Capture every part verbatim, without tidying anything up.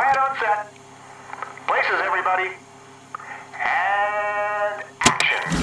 Quiet on set. Places, everybody. And action.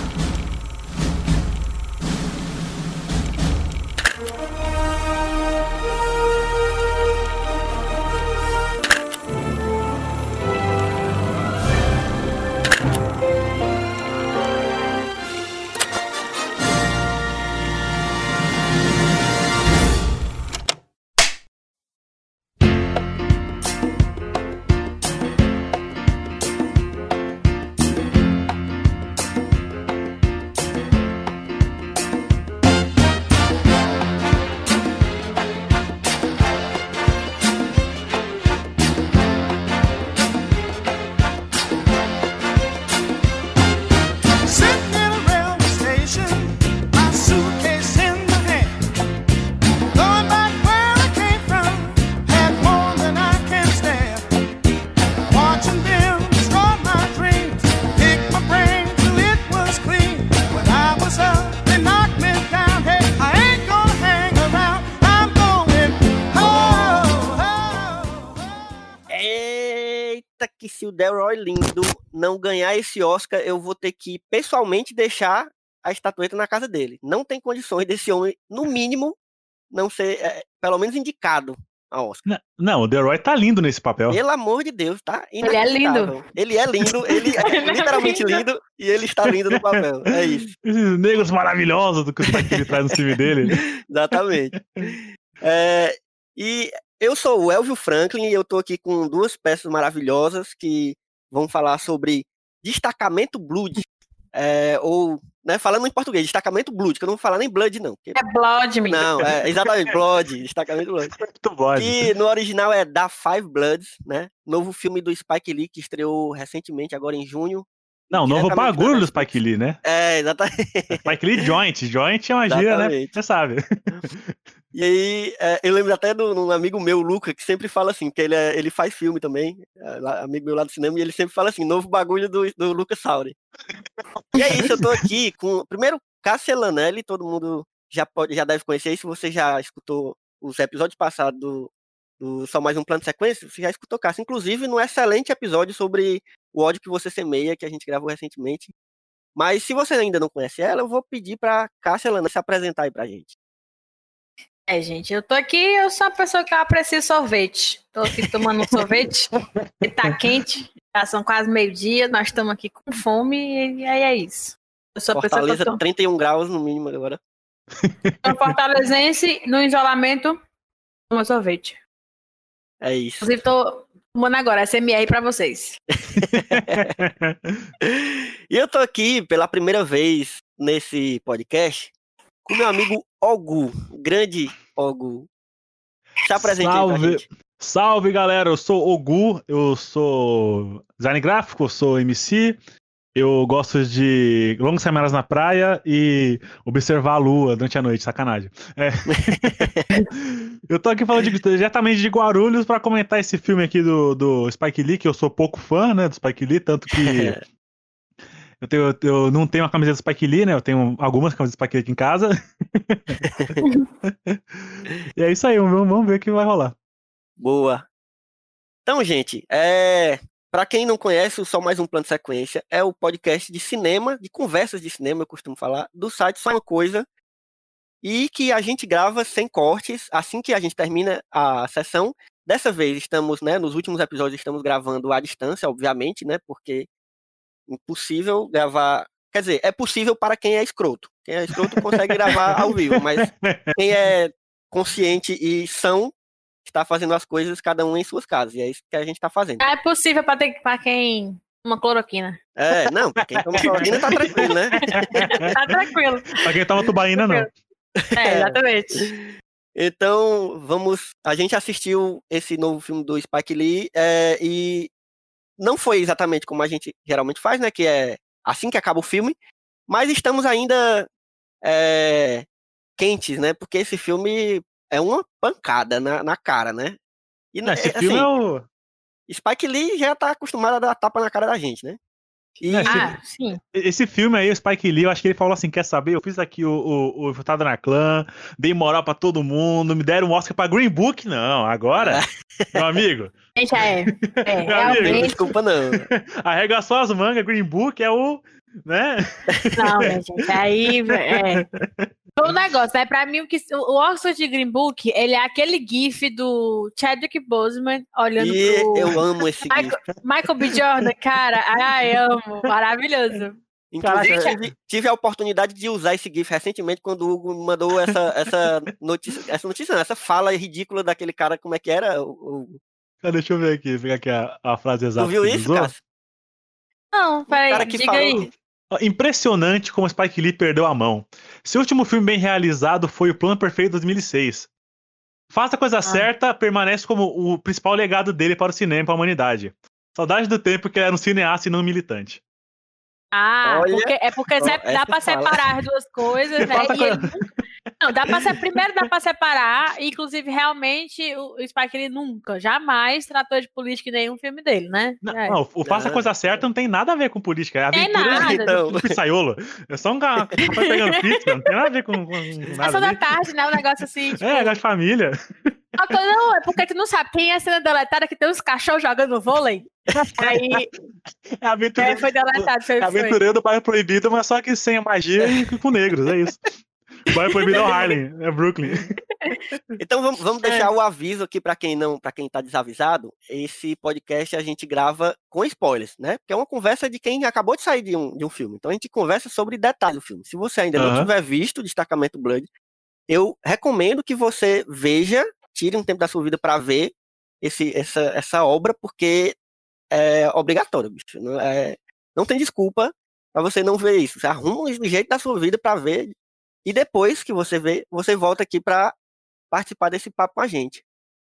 Que se o Delroy Lindo não ganhar esse Oscar, eu vou ter que pessoalmente deixar a estatueta na casa dele. Não tem condições desse homem, no mínimo, não ser, é, pelo menos, indicado a Oscar. Não, não, o Delroy tá lindo nesse papel. Pelo amor de Deus, tá? Ele é lindo. Ele é lindo, ele é literalmente lindo e ele está lindo no papel. É isso. Esses negros maravilhosos do que o Spike Lee traz no filme dele. Exatamente. É, e eu sou o Elvio Franklin e eu tô aqui com duas peças maravilhosas que vão falar sobre Destacamento Blood, é, ou, né, falando em português, Destacamento Blood, que eu não vou falar nem Blood, não. Porque... É Blood, menino. Não, é exatamente, Blood, Destacamento Blood. Muito Blood. E no original é Da Five Bloods, né, novo filme do Spike Lee que estreou recentemente, agora em junho. Não, novo bagulho do Spike Lee, né? É, exatamente. Spike Lee Joint. Joint é uma gíria, né? Você sabe. E aí, é, eu lembro até de um amigo meu, o Luca, que sempre fala assim, que ele, é, ele faz filme também, é, amigo meu lá do cinema, e ele sempre fala assim, novo bagulho do, do Lucas Sauri. E é isso, eu tô aqui com, primeiro, Cássia Lanelli, todo mundo já, pode, já deve conhecer, se você já escutou os episódios passados do, do Só Mais Um Plano de Sequência, você já escutou Cássia, inclusive no excelente episódio sobre o ódio que você semeia, que a gente gravou recentemente. Mas se você ainda não conhece ela, eu vou pedir pra Cássia Lanelli se apresentar aí pra gente. É, gente, eu tô aqui, eu sou uma pessoa que aprecia sorvete. Tô aqui tomando um sorvete, que tá quente, já são quase meio-dia, nós estamos aqui com fome e aí é isso. Eu sou a Fortaleza, pessoa que tô... trinta e um graus no mínimo agora. Sou fortalezense, no isolamento, tomo sorvete. É isso. Inclusive, tô tomando agora, S M R pra vocês. E eu tô aqui pela primeira vez nesse podcast com meu amigo Ogu, grande Ogu. Se apresente aí pra gente. Salve, galera, eu sou Ogu, eu sou design gráfico, eu sou M C, eu gosto de longas caminhadas na praia e observar a lua durante a noite, sacanagem. É. Eu tô aqui falando de, diretamente de Guarulhos pra comentar esse filme aqui do, do Spike Lee, que eu sou pouco fã, né, do Spike Lee, tanto que eu, tenho, eu não tenho uma camiseta do Spike Lee, né, eu tenho algumas camisetas do Spike Lee aqui em casa. E é isso aí, vamos, vamos ver o que vai rolar. Boa. Então, gente, é... para quem não conhece, o Só Mais Um Plano de Sequência é o podcast de cinema, de conversas de cinema, eu costumo falar, do site Só Uma Coisa, e que a gente grava sem cortes, assim que a gente termina a sessão. Dessa vez estamos, né, nos últimos episódios estamos gravando à distância, obviamente, né, porque é impossível gravar, quer dizer, é possível para quem é escroto. Quem é escroto consegue gravar ao vivo, mas quem é consciente e são está fazendo as coisas cada um em suas casas, e é isso que a gente está fazendo. É possível para ter, para quem toma cloroquina. É, não, para quem toma cloroquina tá tranquilo, né? Tá tranquilo. Para quem toma tubaína, não. É, exatamente. Então, vamos... A gente assistiu esse novo filme do Spike Lee, é, e não foi exatamente como a gente geralmente faz, né? Que é assim que acaba o filme, mas estamos ainda é, quentes, né? Porque esse filme é uma pancada na, na cara, né? E, esse assim, filme é o... Spike Lee já tá acostumado a dar tapa na cara da gente, né? E... Esse, ah, sim. Esse filme aí, o Spike Lee, eu acho que ele falou assim, quer saber? Eu fiz aqui o, o, o Furtado na Clã, dei moral pra todo mundo, me deram um Oscar pra Green Book. Não, agora, meu amigo, Gente, é. É, Meu amigo. Não tem realmente. desculpa, não. Arregaçou as mangas, Green Book é o. Né? Não, minha gente, aí é. Foi um negócio, né? Pra mim, o, que, o Oxford de Green Book, ele é aquele gif do Chadwick Boseman olhando E pro eu amo esse Michael, GIF. Michael B. Jordan, cara. Ai, amo. Maravilhoso. Inclusive, Caraca. tive, tive a oportunidade de usar esse GIF recentemente quando o Hugo mandou essa, essa notícia, essa notícia, não, essa fala ridícula daquele cara, como é que era? O, o- Ah, deixa eu ver aqui, pegar aqui a, a frase Tu exata viu que ele isso, usou. Cássio? Não, O peraí, cara que diga falou. aí. Ó, impressionante como Spike Lee perdeu a mão. Seu último filme bem realizado foi O Plano Perfeito de dois mil e seis. Faça a coisa certa, permanece como o principal legado dele para o cinema e para a humanidade. Saudade do tempo que ele era um cineasta e não um militante. Ah, Olha, porque, é porque ó, se- dá essa pra fala. separar as duas coisas, né? Faça a E coisa- ele nunca... Não, dá pra ser... primeiro dá pra separar, inclusive, realmente, o o Spike Lee nunca, jamais tratou de política em nenhum filme dele, né? Não, É. não, o Faça a Coisa Certa não tem nada a ver com política. É Tem aventura nada. do- Então. do pizzaiolo. É só um cara que tá pegando pizza, não tem nada a ver com, com Sessão nada. da ali. tarde, né? Um negócio assim, tipo... É, gosto de família. Ah, não, é porque tu não sabe. Tem a cena deletada que tem uns cachorros jogando vôlei. Aí É aventura, é, foi deletado. Foi, é foi. aventureiro do Bairro Proibido, mas só que sem a magia e com negros, é isso. O Bairro Proibido é o Harlem, é Brooklyn. Então vamos, vamos É. deixar o aviso aqui para quem não, para quem tá desavisado. Esse podcast a gente grava com spoilers, né? Porque é uma conversa de quem acabou de sair de um, de um filme. Então a gente conversa sobre detalhes do filme. Se você ainda não Aham. tiver visto o Destacamento Blood, eu recomendo que você veja, tire um tempo da sua vida para ver esse, essa, essa obra, porque é obrigatório, bicho. Não, é, não tem desculpa para você não ver isso. Você arruma um jeito da sua vida para ver. E depois que você vê, você volta aqui para participar desse papo com a gente.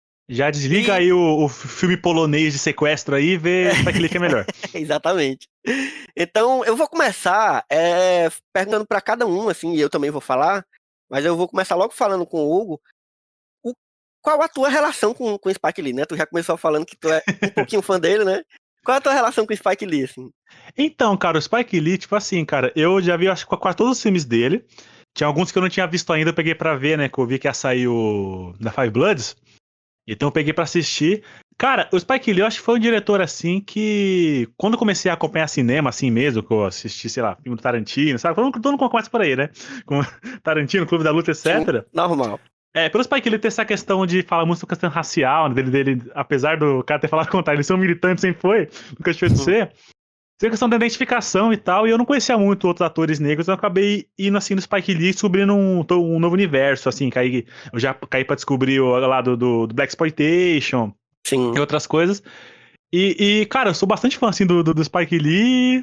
Já desliga E- aí o, o filme polonês de sequestro aí e vê se Spike Lee que é melhor. Exatamente. Então, eu vou começar é, perguntando para cada um, assim, e eu também vou falar, mas eu vou começar logo falando com o Hugo. O, qual a tua relação com, com o Spike Lee, né? Tu já começou falando que tu é um pouquinho fã dele, né? Qual a tua relação com o Spike Lee, assim? Então, cara, o Spike Lee, tipo assim, cara, eu já vi acho que quase todos os filmes dele. Tinha alguns que eu não tinha visto ainda, eu peguei pra ver, né? Que eu vi que ia sair o da Five Bloods. Então eu peguei pra assistir. Cara, o Spike Lee, eu acho que foi um diretor assim que, quando eu comecei a acompanhar cinema, assim mesmo, que eu assisti, sei lá, filme do Tarantino, sabe? Todo mundo todo mundo começa por aí, né? Com Tarantino, Clube da Luta, etcétera. Normal. É, pelo Spike Lee ter essa questão de falar muito sobre questão racial, né, dele, dele, apesar do cara ter falado o contrário, ele ser um militante, sempre foi, nunca deixou de ser. Tem a questão da identificação e tal, e eu não conhecia muito outros atores negros, eu acabei indo assim no Spike Lee, descobrindo um, um novo universo, assim, caí, eu já caí pra descobrir o lado do, do Blaxploitation Sim. e outras coisas. E, e, cara, eu sou bastante fã, assim, do, do, do Spike Lee,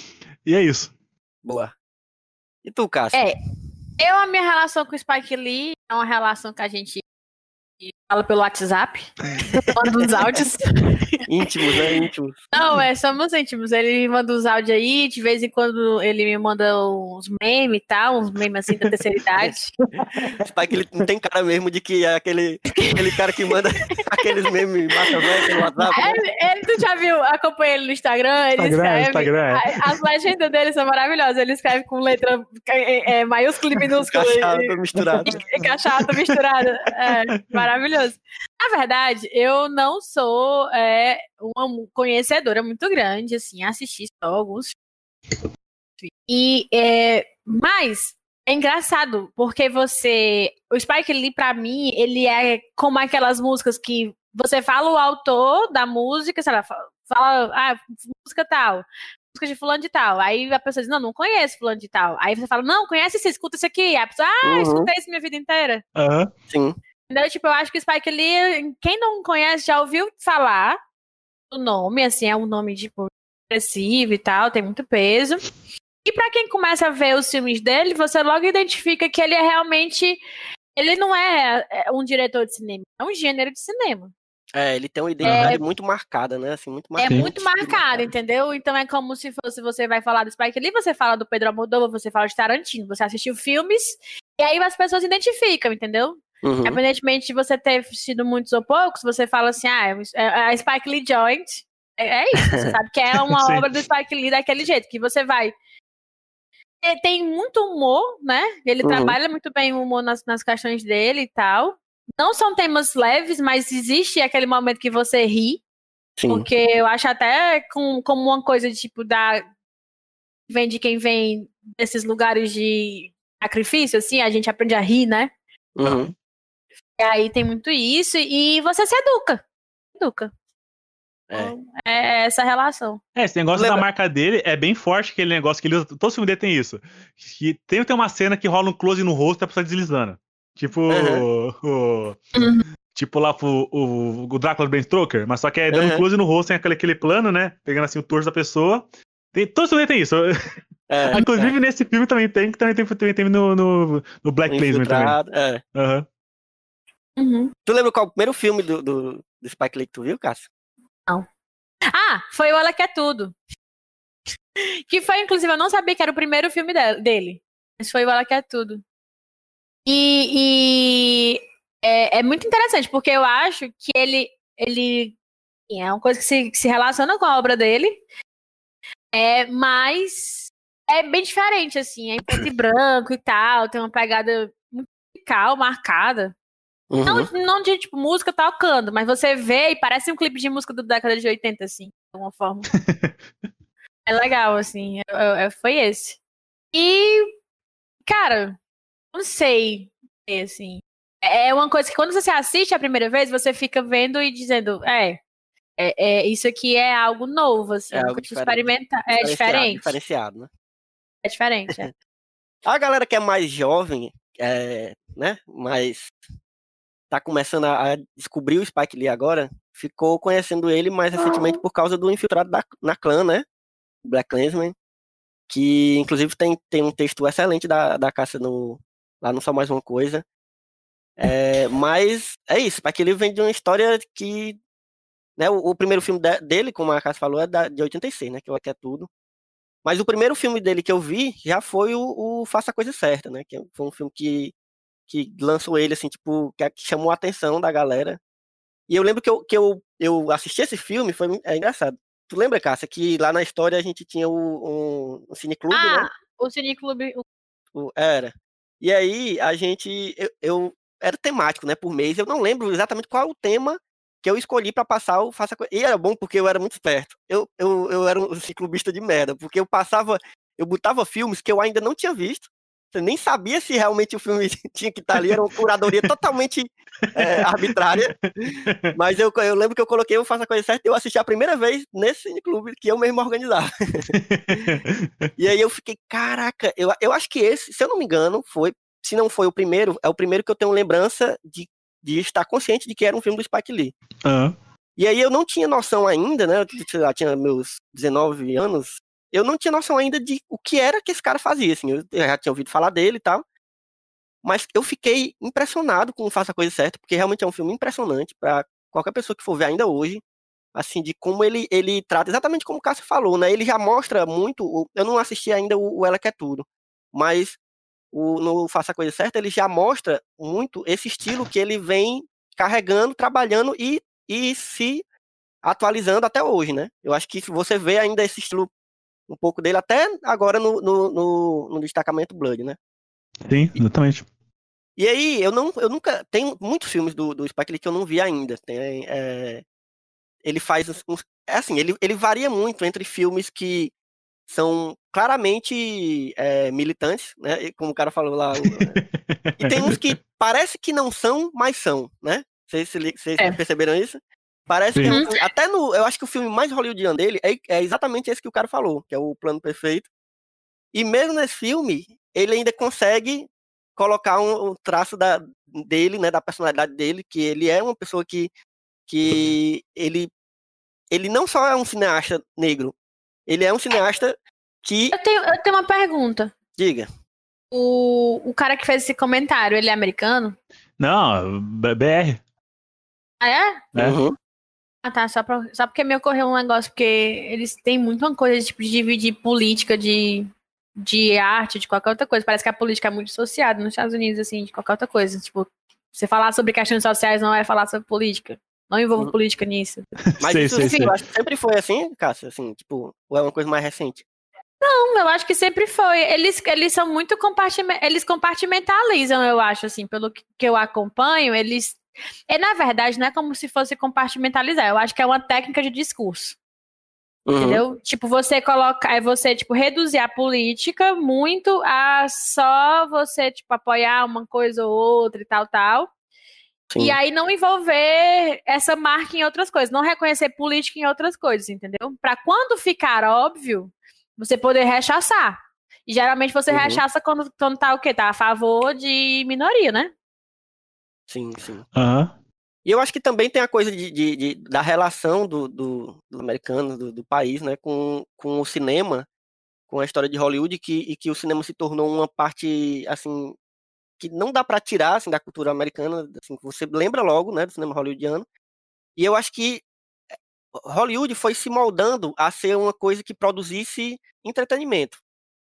e é isso. Boa. E tu, Cássio? É, eu, a minha relação com o Spike Lee é uma relação que a gente fala pelo WhatsApp, manda uns áudios. Íntimos, né? Íntimos. Não, é, somos íntimos. Ele me manda uns áudios aí, de vez em quando ele me manda uns memes e tal, uns memes assim da terceira idade. Spike Lee não tem cara mesmo de que é aquele, aquele cara que manda aqueles memes massa velha pelo WhatsApp. né? Ele, ele, tu já viu, acompanha ele no Instagram, ele Instagram, escreve. Instagram, é. a- As legendas dele são maravilhosas. Ele escreve com letra é, é, maiúscula e minúscula. Cachado e- misturado. e- e Cachata misturada. É, maravilhoso. Na verdade, eu não sou é, uma conhecedora muito grande, assim, assisti só alguns. E, é, mas é engraçado, porque você. O Spike Lee, pra mim, ele é como aquelas músicas que você fala o autor da música, sei lá, fala, fala ah, música tal, música de fulano de tal. Aí a pessoa diz, não, não conheço fulano de tal. Aí você fala, não, conhece esse, escuta isso aqui. Aí a pessoa, ah, Uhum. escutei isso minha vida inteira. Aham. Sim. Entendeu? Tipo, eu acho que o Spike Lee, quem não conhece, já ouviu falar o nome, assim, é um nome, tipo, expressivo e tal, tem muito peso. E pra quem começa a ver os filmes dele, você logo identifica que ele é realmente... Ele não é um diretor de cinema, é um gênero de cinema. É, ele tem uma identidade muito marcada, né? Assim, muito É marcada. muito marcado, entendeu? Então é como se fosse, você vai falar do Spike Lee, você fala do Pedro Almodóvar, você fala de Tarantino, você assistiu filmes, e aí as pessoas identificam, entendeu? Uhum. Independentemente de você ter assistido muitos ou poucos, você fala assim, ah, é a Spike Lee Joint. É, é isso, você sabe que é uma Sim. obra do Spike Lee daquele jeito, que você vai... Ele tem muito humor, né? Ele Uhum. trabalha muito bem o humor nas, nas questões dele e tal. Não são temas leves, mas existe aquele momento que você ri, Sim. Porque eu acho até com, como uma coisa, tipo, da... Vem de quem vem desses lugares de sacrifício, assim, a gente aprende a rir, né? Uhum. E aí tem muito isso, e você se educa. Educa. É. É essa relação. É, esse negócio Lembra- da marca dele é bem forte, aquele negócio que ele usa. Todo filme dele tem isso. Que tem, tem uma cena que rola um close no rosto e a pessoa deslizando. Tipo. Uhum. O, Uhum. tipo lá o, o, o Drácula do Ben Stoker, mas só que é dando um Uhum. close no rosto, tem aquele, aquele plano, né? Pegando assim o torso da pessoa. Tem, todo filme tem isso. É, Inclusive é. nesse filme também tem, que também tem, também tem no, no, no Black Clansman também. Infiltrado, é. Aham. Uhum. Tu lembra qual o primeiro filme do, do, do Spike Lee que tu viu, Cássio? Ah, foi o Ela Quer Tudo. Que foi, inclusive, eu não sabia que era o primeiro filme de- dele. Mas foi o Ela Quer Tudo. E, e é, é muito interessante, porque eu acho que ele, ele é uma coisa que se, que se relaciona com a obra dele, é, mas é bem diferente, assim, é em preto e branco e tal, tem uma pegada muito musical, marcada. Uhum. Não, não de, tipo, música tocando, mas você vê e parece um clipe de música da década de oitenta, assim, de alguma forma. É legal, assim, é- é- foi esse. E, cara, não sei, assim, é uma coisa que quando você assiste a primeira vez, você fica vendo e dizendo, é, é, é isso aqui é algo novo, assim, É nunca algo tinha diferente. experimentado, é Diferenciado, diferente, diferenciado, né? é diferente, é. A galera que é mais jovem, é, né? Mas tá começando a, a descobrir o Spike Lee agora, ficou conhecendo ele mais recentemente por causa do Infiltrado da, na Clã, né? Black Klansman, que inclusive tem, tem um texto excelente da, da Cássia no, lá no Só Mais Uma Coisa. É, mas é isso, Spike Lee vem de uma história que, né, o, o primeiro filme de- dele, como a Cássia falou, é da, de oitenta e seis, né? Que é o Que É Tudo. Mas o primeiro filme dele que eu vi já foi o, o Faça a Coisa Certa, né? Que foi um filme que, que lançou ele, assim, tipo, que, que chamou a atenção da galera. E eu lembro que eu, que eu, eu assisti esse filme, foi é engraçado. Tu lembra, Cássia, que lá na história a gente tinha o, um, um cineclube, né? Ah, o Cineclube, o- O- Era. E aí a gente. Eu, eu- era temático, né? Por mês. Eu não lembro exatamente qual é o tema que eu escolhi pra passar o Faça Coisa. E era bom porque eu era muito esperto. Eu, eu, eu era um ciclubista de merda, porque eu passava. Eu botava filmes que eu ainda não tinha visto. Você nem sabia se realmente o filme tinha que estar ali. Era uma curadoria totalmente é, arbitrária. Mas eu, eu lembro que eu coloquei o Faça a Coisa Certa e eu assisti a primeira vez nesse cineclube que eu mesmo organizava. E aí eu fiquei, caraca, eu, eu acho que esse, se eu não me engano, foi, se não foi o primeiro, é o primeiro que eu tenho lembrança de, de estar consciente de que era um filme do Spike Lee. Aham. E aí eu não tinha noção ainda, né? Eu sei lá, tinha meus dezenove anos, eu não tinha noção ainda de o que era que esse cara fazia, assim, eu já tinha ouvido falar dele e tal. Mas eu fiquei impressionado com o Faça a Coisa Certa, porque realmente é um filme impressionante para qualquer pessoa que for ver ainda hoje, assim, de como ele, ele trata, exatamente como o Cássio falou, né? Ele já mostra muito, o- eu não assisti ainda o, o Ela Quer Tudo, mas o, no Faça a Coisa Certa ele já mostra muito esse estilo que ele vem carregando, trabalhando e, e se atualizando até hoje, né? Eu acho que você vê ainda esse estilo um pouco dele até agora no, no, no, no Destacamento Blood, né? Sim, exatamente. E aí, eu, não, eu nunca. Tem muitos filmes do, do Spike Lee que eu não vi ainda. Tem, é, ele faz uns. uns- é assim, ele, ele varia muito entre filmes que são claramente é, militantes, né? e Como o cara falou lá. o- e tem uns que parece que não são, mas são, né? Vocês, se li- vocês É. perceberam isso? Parece que Sim. não- até no. Eu acho que o filme mais hollywoodiano dele é, é exatamente esse que o cara falou, que é o Plano Perfeito. E mesmo nesse filme, ele ainda consegue colocar um, um traço da, dele, né, da personalidade dele, que ele é uma pessoa que, que ele, ele não só é um cineasta negro, ele é um cineasta que, Eu tenho, eu tenho uma pergunta. diga, O, o cara que fez esse comentário, ele é americano? Não, B- BR. Ah, é? É. uhum, Ah, tá. Só, pra, só porque me ocorreu um negócio, porque eles têm muito uma coisa tipo, de dividir política de, de arte, de qualquer outra coisa. Parece que a política é muito dissociada nos Estados Unidos, assim, de qualquer outra coisa. Tipo, você falar sobre questões sociais não é falar sobre política. Não envolve Uhum. política nisso. mas Sei, isso sei, assim, sei. eu acho que sempre foi assim, Cássio, assim, tipo, ou é uma coisa mais recente? Não, eu acho que sempre foi. Eles, eles são muito compartimen eles compartimentalizam, eu acho, assim, pelo que que eu acompanho, eles É, na verdade, não é como se fosse compartimentalizar. Eu acho que é uma técnica de discurso. Uhum. Entendeu? Tipo, você colocar, é você, tipo, reduzir a política muito a só você, tipo, apoiar uma coisa ou outra e tal, tal. Sim. E aí não envolver essa marca em outras coisas, não reconhecer política em outras coisas, entendeu? Pra quando ficar óbvio, você poder rechaçar. E geralmente você Uhum. rechaça quando, quando tá o quê? Tá a favor de minoria, né? Sim, sim. Aham. E eu acho que também tem a coisa de, de- de- da relação do, do, do americano, do, do país, né, com, com o cinema, com a história de Hollywood, que, e que o cinema se tornou uma parte, assim, que não dá pra tirar, assim, da cultura americana, assim, que você lembra logo, né, do cinema hollywoodiano. E eu acho que Hollywood foi se moldando a ser uma coisa que produzisse entretenimento.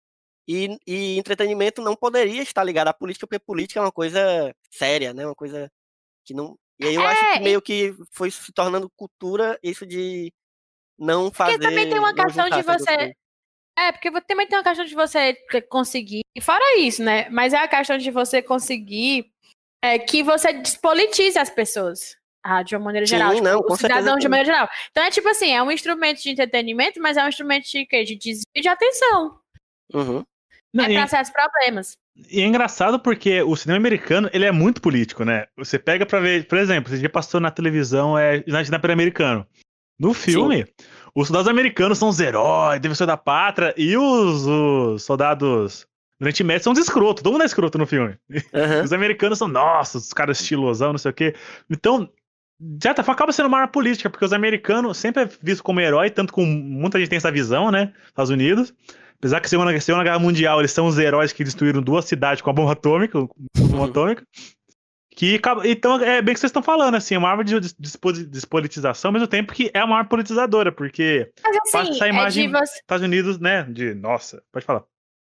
E, e entretenimento não poderia estar ligado à política, porque política é uma coisa séria, né, uma coisa que não. E aí eu acho que É, e meio que foi se tornando cultura isso de não porque também tem fazer, uma não questão juntar de essas duas você. coisas. É, porque também tem uma questão de você conseguir. E fora isso, né? Mas é a questão de você conseguir é, que você despolitize as pessoas. Ah, de uma maneira geral, Sim, tipo, não, o com certeza cidadão de uma tem. maneira geral. Então é tipo assim, é um instrumento de entretenimento, mas é um instrumento de quê? De desvio de atenção. Uhum. Não, É e, para é, certos problemas. e é engraçado porque o cinema americano, ele é muito político, né? Você pega pra ver, por exemplo, você já passou na televisão, é Ginástica Pan-Americano. No Sim. filme, os soldados americanos são os heróis, defensores da pátria, e os, os soldados do Oriente Médio são os escrotos. Todo mundo é escroto no filme. Uhum. Os americanos são, nossa, os caras estilosão, não sei o quê. Então, de certa forma, acaba sendo uma arma política, porque os americanos sempre é visto como herói, tanto que muita gente tem essa visão, né? Estados Unidos. Apesar que na Segunda, Segunda Guerra Mundial eles são os heróis que destruíram duas cidades com a bomba atômica, com a bomba atômica. Que, acaba- então, é bem o que vocês estão falando, assim, é uma arma de despo- despolitização, ao mesmo tempo que é uma arma politizadora, porque Mas passa assim, essa é de imagem dos você. Estados Unidos, né, de, nossa, pode falar.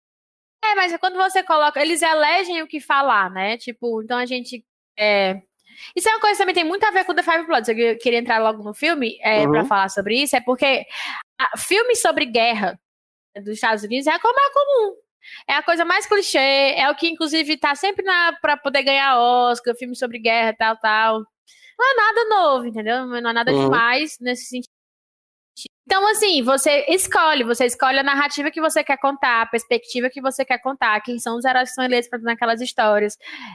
É, mas quando você coloca. Eles elegem o que falar, né? Tipo, então a gente. É... Isso é uma coisa que também tem muito a ver com The Five Bloods. Eu queria entrar logo no filme é, Uhum. pra falar sobre isso. É porque a, filmes sobre guerra dos Estados Unidos é como é comum. É a coisa mais clichê. É o que, inclusive, tá sempre na, pra poder ganhar Oscar, filme sobre guerra, tal, tal. Não é nada novo, entendeu? Não é nada Uhum. demais nesse sentido. Então, assim, você escolhe, você escolhe a narrativa que você quer contar, a perspectiva que você quer contar, quem são os heróis que são eleitos para naquelas histórias.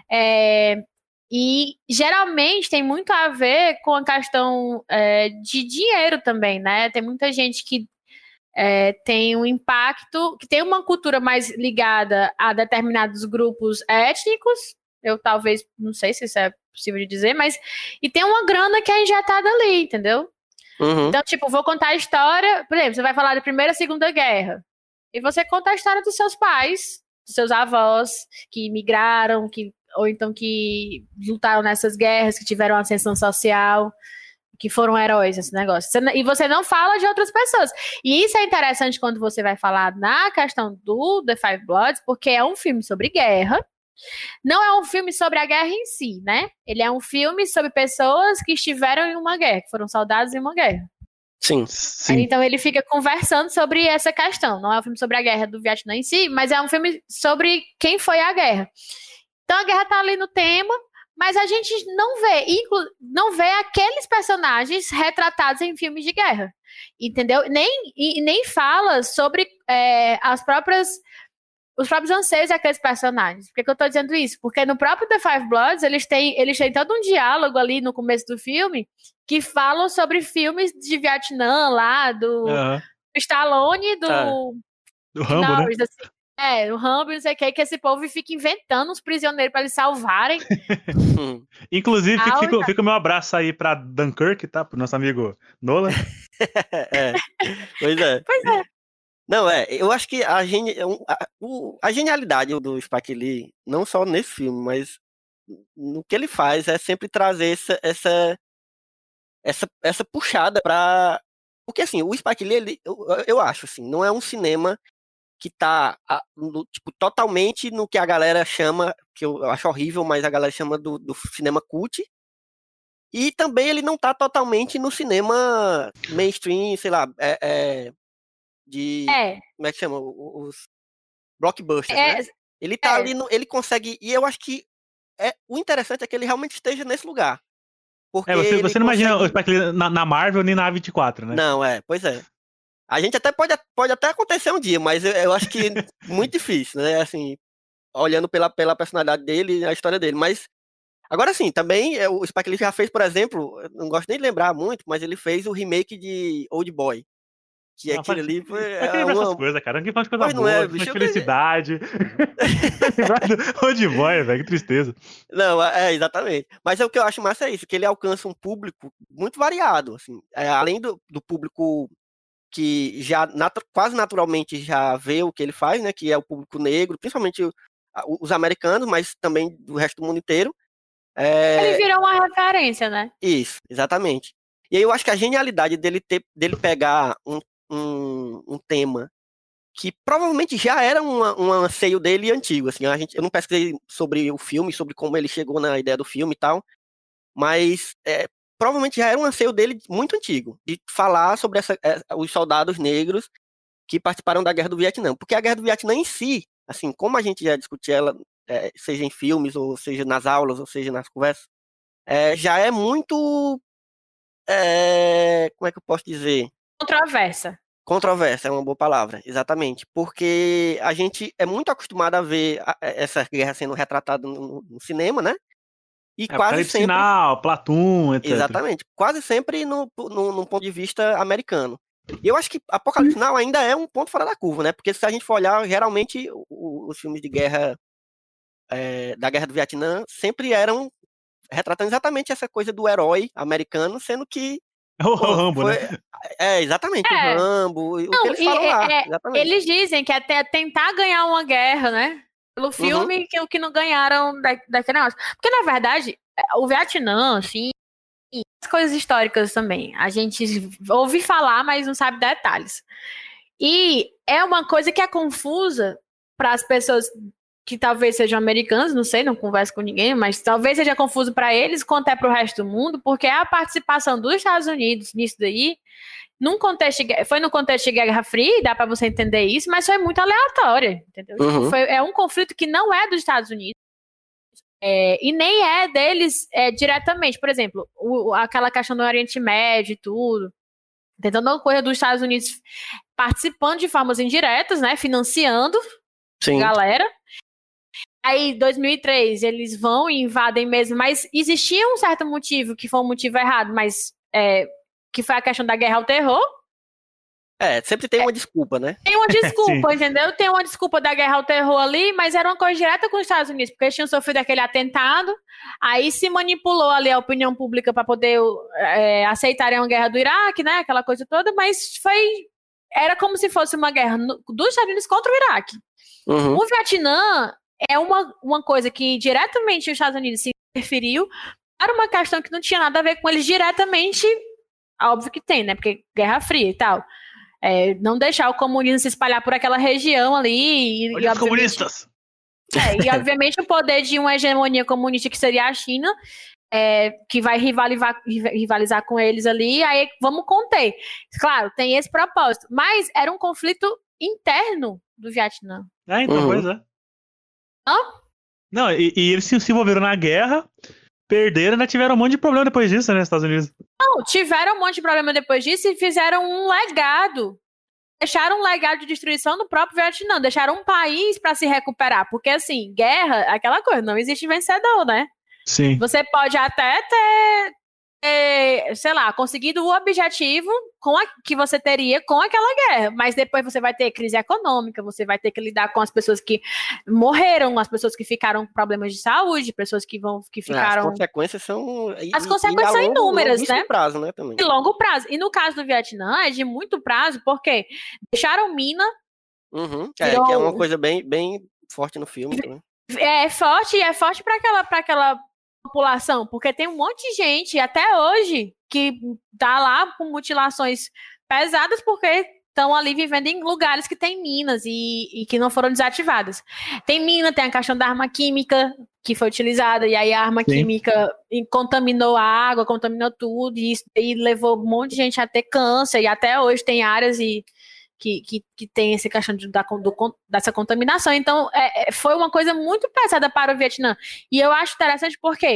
É, e geralmente tem muito a ver com a questão é, de dinheiro também, né? Tem muita gente que é, tem um impacto, que tem uma cultura mais ligada a determinados grupos étnicos. Eu talvez, não sei se isso é possível de dizer, mas. E tem uma grana que é injetada ali, entendeu? Uhum. Então, tipo, vou contar a história. Por exemplo, você vai falar da Primeira e Segunda Guerra. E você conta a história dos seus pais, dos seus avós, que migraram, que, ou então que lutaram nessas guerras, que tiveram ascensão social, que foram heróis nesse negócio. Você, e você não fala de outras pessoas. E isso é interessante quando você vai falar na questão do The Five Bloods, porque é um filme sobre guerra. Não é um filme sobre a guerra em si, né? Ele é um filme sobre pessoas que estiveram em uma guerra, que foram soldados em uma guerra. Sim. Sim. Então ele fica conversando sobre essa questão. Não é um filme sobre a guerra do Vietnã em si, mas é um filme sobre quem foi a guerra. Então a guerra tá ali no tema, mas a gente não vê, inclu- não vê aqueles personagens retratados em filmes de guerra. Entendeu? Nem, e, nem fala sobre é, as próprias os próprios anseios daqueles personagens. Por que, que eu tô dizendo isso? Porque no próprio The Five Bloods, eles têm, eles têm todo um diálogo ali no começo do filme que falam sobre filmes de Vietnã lá, do Aham. Stallone, do Ah. Do Rambo, né? Norris, assim. É, o Rambo, não sei o que, que esse povo fica inventando uns prisioneiros pra eles salvarem. Uhum. Inclusive, fica, Ah, fica, fica o meu abraço aí pra Dunkirk, tá? Pro nosso amigo Nolan. É. Pois é. Pois é. Não, é, eu acho que a, geni... a, o- a genialidade do Spike Lee, não só nesse filme, mas no que ele faz, é sempre trazer essa, essa, essa, essa puxada pra. Porque assim, o Spike Lee, ele, eu, eu acho assim, não é um cinema que tá a, no, tipo, totalmente no que a galera chama, que eu, eu acho horrível, mas a galera chama do, do cinema cult. E também ele não tá totalmente no cinema mainstream, sei lá, é, é, de. É, Como é que chama? O- Os blockbusters, é, né? Ele tá é. ali, no, ele consegue. E eu acho que é, o interessante é que ele realmente esteja nesse lugar. Porque É, você, ele você não imagina consegue- o Spike Lee na, na Marvel nem na A vinte e quatro, né? Não, é, pois é. A gente até pode, pode até acontecer um dia, mas eu, eu acho que muito difícil, né? Assim, olhando pela, pela personalidade dele e a história dele. Mas, agora sim, também é, o Spike Lee já fez, por exemplo, eu não gosto nem de lembrar muito, mas ele fez o remake de Old Boy. Que Não, aquilo faz- ali foi Pra que é, lembrar essas uma... coisas, cara? Ninguém fala de coisa Pois não boa, é, fala de bicho, eu- felicidade. Old boy, velho, que tristeza. Não, é, exatamente. Mas é o que eu acho massa é isso, que ele alcança um público muito variado, assim. É, além do, do público que já natu- quase naturalmente já vê o que ele faz, né? Que é o público negro, principalmente o- a- os americanos, mas também do resto do mundo inteiro. Ele É, virou uma referência, né? isso, exatamente. E aí eu acho que a genialidade dele ter, dele pegar um, um, um tema que provavelmente já era uma- um anseio dele antigo, assim, a gente, eu não pesquisei sobre o filme, sobre como ele chegou na ideia do filme e tal, mas é, provavelmente já era um anseio dele muito antigo, de falar sobre essa, é, os soldados negros que participaram da Guerra do Vietnã, porque a Guerra do Vietnã em si, assim, como a gente já discutiu ela, é, seja em filmes, ou seja nas aulas, ou seja nas conversas, é, já é muito, é, como é que eu posso dizer? Controversa. Controversa é uma boa palavra, exatamente. Porque a gente é muito acostumado a ver a- essa guerra sendo retratada no, no cinema, né? E É, quase Apocalipse sempre, Sinal, Platum, etcétera. exatamente, quase sempre no, no, no ponto de vista americano. E eu acho que Apocalipse Now ainda é um ponto fora da curva, né? Porque se a gente for olhar, geralmente o- o- os filmes de guerra, é, da Guerra do Vietnã sempre eram retratando exatamente essa coisa do herói americano, sendo que É o pô, Rambo, foi, né? é exatamente o É. Rambo, o que Não, eles e, falam é- lá, é- exatamente. eles dizem que é até tentar ganhar uma guerra, né? Pelo filme, que o que não ganharam da, daquele negócio. Porque, na verdade, o Vietnã, assim, e as coisas históricas também. A gente ouve falar, mas não sabe detalhes. E é uma coisa que é confusa para as pessoas que talvez sejam americanas, não sei, não converso com ninguém, mas talvez seja confuso para eles quanto é para o resto do mundo, porque a participação dos Estados Unidos nisso daí, num contexto, de- foi no contexto de Guerra Fria, dá para você entender isso, mas foi muito aleatória, entendeu? Uhum. Tipo, foi, é um conflito que não é dos Estados Unidos, é, e nem é deles é, diretamente. Por exemplo, o- aquela questão do Oriente Médio e tudo, tentando uma coisa dos Estados Unidos participando de formas indiretas, né, financiando Sim. galera. Aí, em dois mil e três, eles vão e invadem mesmo, mas existia um certo motivo, que foi um motivo errado, mas é, que foi a questão da guerra ao terror. É, sempre tem uma desculpa, né? Tem uma desculpa, Sim. entendeu? Tem uma desculpa da guerra ao terror ali, mas era uma coisa direta com os Estados Unidos, porque eles tinham sofrido aquele atentado, aí se manipulou ali a opinião pública para poder é, aceitarem uma guerra do Iraque, né? Aquela coisa toda, mas foi... Era como se fosse uma guerra no- dos Estados Unidos contra o Iraque. Uhum. O Vietnã é uma, uma coisa que diretamente os Estados Unidos se interferiu para uma questão que não tinha nada a ver com eles diretamente, óbvio que tem, né? Porque Guerra Fria e tal. É, não deixar o comunismo se espalhar por aquela região ali. E, e Olha os obviamente- comunistas! é, e obviamente o poder de uma hegemonia comunista que seria a China, é, que vai rivalizar, rivalizar com eles ali, aí vamos conter. Claro, tem esse propósito, mas era um conflito interno do Vietnã. É, então, Uhum. pois é. Hã? Não, e, e eles se se envolveram na guerra, perderam e ainda tiveram um monte de problema depois disso, né, nos Estados Unidos. Não, tiveram um monte de problema depois disso e fizeram um legado. Deixaram um legado de destruição no próprio Vietnã, deixaram um país para se recuperar, porque assim, guerra, aquela coisa, não existe vencedor, né? Sim. Você pode até ter, ter, sei lá, conseguido o objetivo com a, que você teria com aquela guerra, mas depois você vai ter crise econômica, você vai ter que lidar com as pessoas que morreram, as pessoas que ficaram com problemas de saúde, pessoas que vão que As ficaram consequências são. e- As e- consequências e a são longo- inúmeras, longuíssimo né? prazo, né? Também. de longo prazo. E no caso do Vietnã, é de muito prazo, porque deixaram mina, Uhum. É, Virou- que é uma coisa bem, bem forte no filme também. é forte, e é forte para aquela, para aquela população, porque tem um monte de gente, até hoje, que tá lá com mutilações pesadas, porque estão ali vivendo em lugares que tem minas e, e que não foram desativadas. Tem mina, tem a questão da arma química que foi utilizada, e aí a arma Sim. química contaminou a água, contaminou tudo, e isso aí levou um monte de gente a ter câncer, e até hoje tem áreas e, que, que, que tem essa questão de, da, do, dessa contaminação. Então, é, é, foi uma coisa muito pesada para o Vietnã. E eu acho interessante por quê?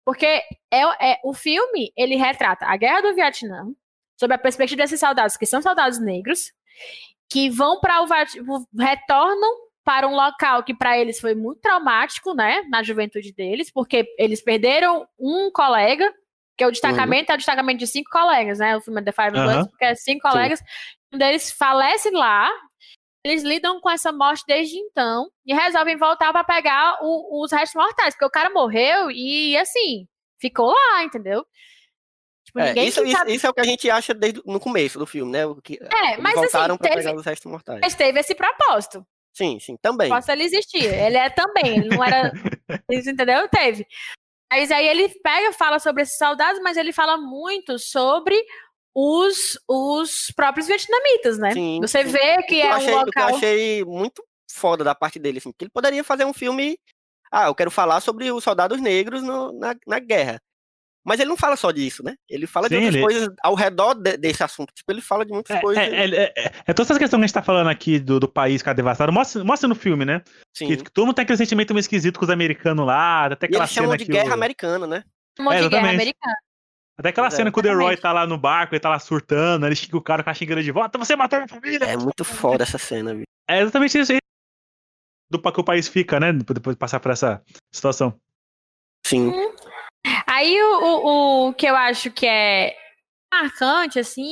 Porque é, é, o filme, ele retrata a Guerra do Vietnã, sob a perspectiva desses soldados, que são soldados negros, que vão para o retornam para um local que para eles foi muito traumático, né, na juventude deles, porque eles perderam um colega, que é o destacamento, uhum. é o destacamento de cinco colegas, né, o filme é The Five Bloods, uhum. porque é cinco Sim. colegas, um deles falece lá, eles lidam com essa morte desde então, e resolvem voltar para pegar o, os restos mortais, porque o cara morreu e, assim, ficou lá, entendeu? Tipo, é, isso, isso, sabe... isso é o que a gente acha desde no começo do filme, né? O que, é, mas voltaram assim, para teve... pegar os restos mortais. Mas teve esse propósito. Sim, sim, também. Posso ele existir. Ele é também, ele não era. Isso, entendeu? Teve. Mas aí ele pega, fala sobre esses soldados, mas ele fala muito sobre os, os próprios vietnamitas, né? Sim, Você sim. vê que eu é achei, um local. Eu achei muito foda da parte dele, assim, que ele poderia fazer um filme. Ah, eu quero falar sobre os soldados negros no, na, na guerra. Mas ele não fala só disso, né? Ele fala Sim, de outras ele... coisas ao redor de, desse assunto. Tipo, ele fala de muitas é, coisas. É, é, é, é toda essa questão que a gente tá falando aqui do, do país que é devastado. Mostra, mostra no filme, né? Sim. Que, que todo mundo tem aquele sentimento meio esquisito com os americanos lá. Até aquela e eles chamam de que guerra o... americana, né? Chamam é, de guerra americana. Até aquela Pois cena é, que o The Roy exatamente. tá lá no barco, ele tá lá surtando, ele xinga o cara, o cara xingando de volta, você matou minha família! É muito foda essa cena, viu? É exatamente isso aí. Do que o país fica, né? Depois de passar por essa situação. Sim. Hum. Aí o, o, o que eu acho que é marcante, assim,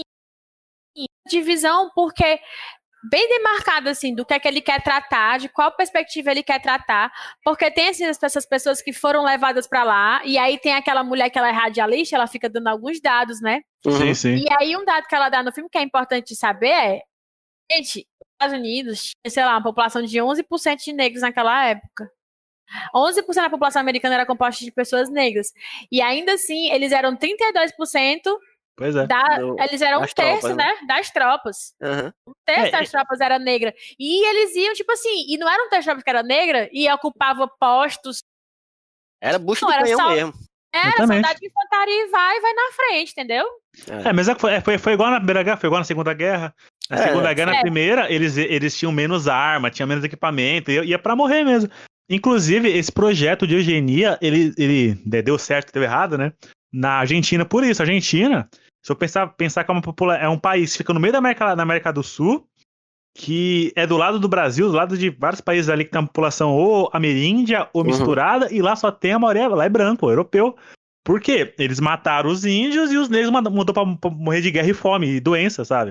divisão, porque bem demarcado, assim, do que é que ele quer tratar, de qual perspectiva ele quer tratar, porque tem assim, essas pessoas que foram levadas pra lá, e aí tem aquela mulher que ela é radialista, ela fica dando alguns dados, né? Uhum. Sim, sim. E aí um dado que ela dá no filme que é importante saber é, gente, nos Estados Unidos tinha, sei lá, uma população de onze por cento de negros naquela época. onze por cento da população americana era composta de pessoas negras. E ainda assim, eles eram trinta e dois por cento Pois é. da, Do, eles eram um terço, tropas, né? Das tropas. Uhum. Um terço É, das e- tropas era negra. E eles iam, tipo assim, e não era um terço das tropas que era negra e ocupava postos. Era bucho Não, de era canhão só- mesmo. Era Exatamente. soldado de infantaria e vai, vai na frente, entendeu? É, mas é que foi, foi, foi igual na Primeira Guerra, foi igual na Segunda Guerra. Na É, Segunda Guerra, na é. Primeira, eles, eles tinham menos arma, tinham menos equipamento, ia, ia pra morrer mesmo. Inclusive, esse projeto de eugenia, ele, ele deu certo, deu errado, né? Na Argentina, por isso. A Argentina, se eu pensar, pensar que é, uma popula- é um país que fica no meio da América, da América do Sul, que é do lado do Brasil, do lado de vários países ali que tem uma população ou ameríndia ou Uhum. misturada, e lá só tem a maioria, lá é branco, europeu. Por quê? Eles mataram os índios e os negros mand- mudou pra, pra morrer de guerra e fome e doença, sabe?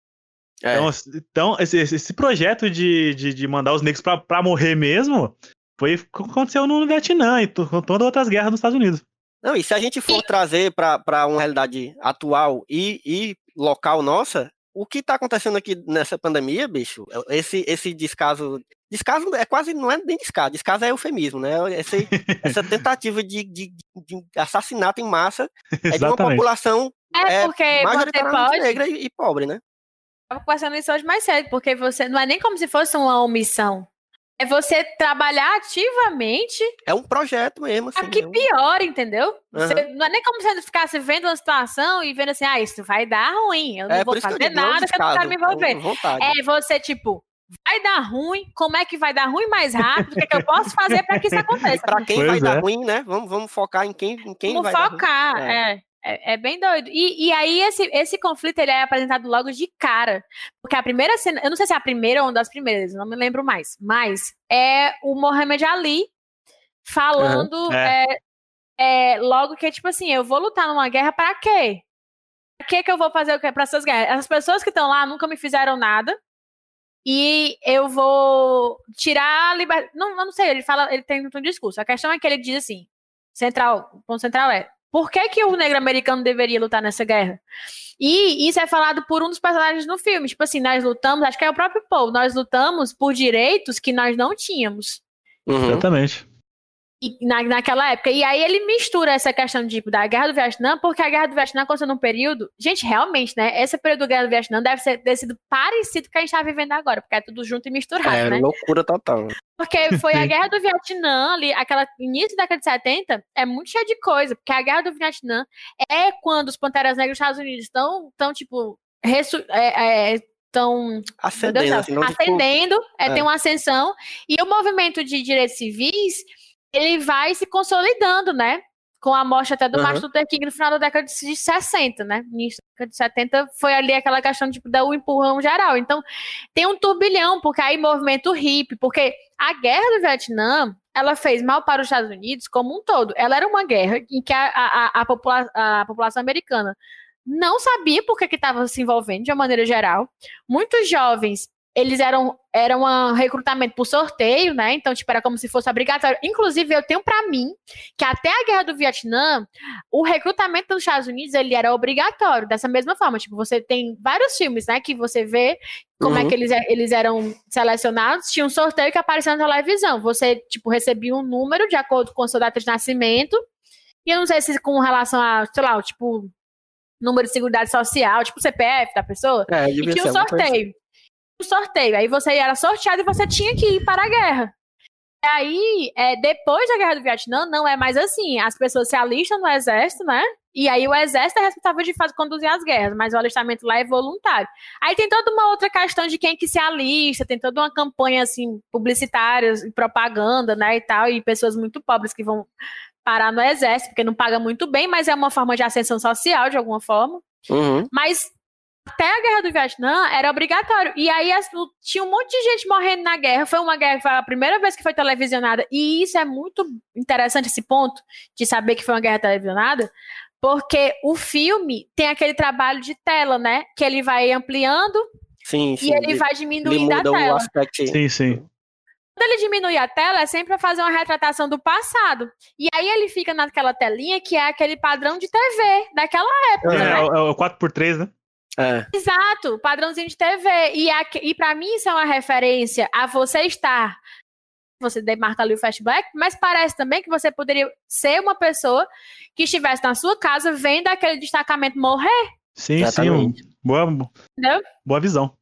É. Então, então esse, esse- esse projeto de, de, de mandar os negros pra, pra morrer mesmo foi o que aconteceu no Vietnã e to- todas outras guerras nos Estados Unidos. Não, e se a gente for trazer para uma realidade atual e, e local nossa, o que está acontecendo aqui nessa pandemia, bicho, esse, esse descaso. Descaso é quase, não é nem descaso, descaso é eufemismo, né? Esse, essa tentativa de, de, de assassinato em massa é de uma Exatamente. população É, É, porque você majoritariamente pode. negra e, e pobre, né? Eu tava passando isso hoje mais cedo, porque você não é nem como se fosse uma omissão. É você trabalhar ativamente É um projeto mesmo, assim. a que é um- piora, entendeu? Você, Aham. não é nem como se você ficasse vendo uma situação e vendo assim, ah, isso vai dar ruim, eu não É, vou por isso que eu fazer digo, não é um nada que eu não quero descaso, me é envolver. uma vontade. É você, tipo, vai dar ruim, como é que vai dar ruim mais rápido? O que, é que eu posso fazer para que isso E aconteça? pra quem Pois vai é. dar ruim, né? Vamos, vamos focar em quem, em quem Vamos vai focar, dar ruim. É. é. É, é bem doido. E, e aí, esse, esse conflito ele é apresentado logo de cara. Porque a primeira cena, eu não sei se é a primeira ou uma das primeiras, não me lembro mais. Mas é o Mohamed Ali falando Uhum, é, é, logo que, tipo assim, eu vou lutar numa guerra pra quê? Pra que que eu vou fazer o quê pra essas guerras? As pessoas que estão lá nunca me fizeram nada. E eu vou tirar a liberdade. Não, eu não sei, ele fala, ele tem um discurso. A questão é que ele diz assim: central, o ponto central é. Por que, que o negro americano deveria lutar nessa guerra? E isso é falado por um dos personagens no filme. Tipo assim, nós lutamos, acho que é o próprio Paul, nós lutamos por direitos que nós não tínhamos Uhum. Exatamente. e na, naquela época. E aí ele mistura essa questão tipo, da Guerra do Vietnã, porque a Guerra do Vietnã aconteceu num período... Gente, realmente, né? Esse período da Guerra do Vietnã deve ser, ter sido parecido com o que a gente tá vivendo agora, porque é tudo junto e misturado, É né? loucura total. Porque foi a Sim. Guerra do Vietnã, ali, aquela início da década de setenta, é muito cheio de coisa, porque a Guerra do Vietnã é quando os Panteras Negras dos Estados Unidos estão, tão, tipo, ressu- é, é, tão Acendendo, Meu Deus, assim, não, tipo, ascendendo, é, é. tem uma ascensão, e o movimento de direitos civis, ele vai se consolidando, né? com a morte até do Uhum. Martin Luther King no final da década de sessenta, né? No início da década de setenta foi ali aquela questão de dar o empurrão geral. Então, tem um turbilhão, porque aí movimento hippie, porque a guerra do Vietnã, ela fez mal para os Estados Unidos como um todo. Ela era uma guerra em que a, a, a, popula- a população americana não sabia por que estava se envolvendo de uma maneira geral. Muitos jovens, eles eram, eram um recrutamento por sorteio, né? Então, tipo, era como se fosse obrigatório. Inclusive, eu tenho pra mim que até a Guerra do Vietnã, o recrutamento dos Estados Unidos, ele era obrigatório, dessa mesma forma. Tipo, você tem vários filmes, né, que você vê como Uhum. é que eles, eles eram selecionados. Tinha um sorteio que aparecia na televisão. Você, tipo, recebia um número de acordo com a sua data de nascimento. E eu não sei se com relação a, sei lá, tipo, número de seguridade social, tipo C P F da pessoa. É, E devia tinha ser um alguma coisa assim. sorteio. Um sorteio. Aí você era sorteado e você tinha que ir para a guerra. E aí, é, depois da Guerra do Vietnã, não é mais assim. As pessoas se alistam no exército, né? E aí o exército é responsável de fazer, conduzir as guerras, mas o alistamento lá é voluntário. Aí tem toda uma outra questão de quem que se alista, tem toda uma campanha, assim, publicitária, propaganda, né, e tal, e pessoas muito pobres que vão parar no exército, porque não paga muito bem, mas é uma forma de ascensão social, de alguma forma. Uhum. Mas até a Guerra do Vietnã era obrigatório. E aí as, tinha um monte de gente morrendo na guerra. Foi uma guerra, foi a primeira vez que foi televisionada. E isso é muito interessante, esse ponto de saber que foi uma guerra televisionada, porque o filme tem aquele trabalho de tela, né? Que ele vai ampliando Sim, sim. e ele ele- vai ele diminuindo a muda o tela. aspecto. Sim, sim. Quando ele diminui a tela, é sempre para fazer uma retratação do passado. E aí ele fica naquela telinha que é aquele padrão de T V daquela época, É, né? é o- é o quatro por três, né? É. Exato, padrãozinho de T V. E, a, e para mim isso é uma referência a você estar. Você demarca ali o Fast Black, mas parece também que você poderia ser uma pessoa que estivesse na sua casa vendo aquele destacamento morrer, Sim, Exatamente. sim. Boa, entendeu? boa visão.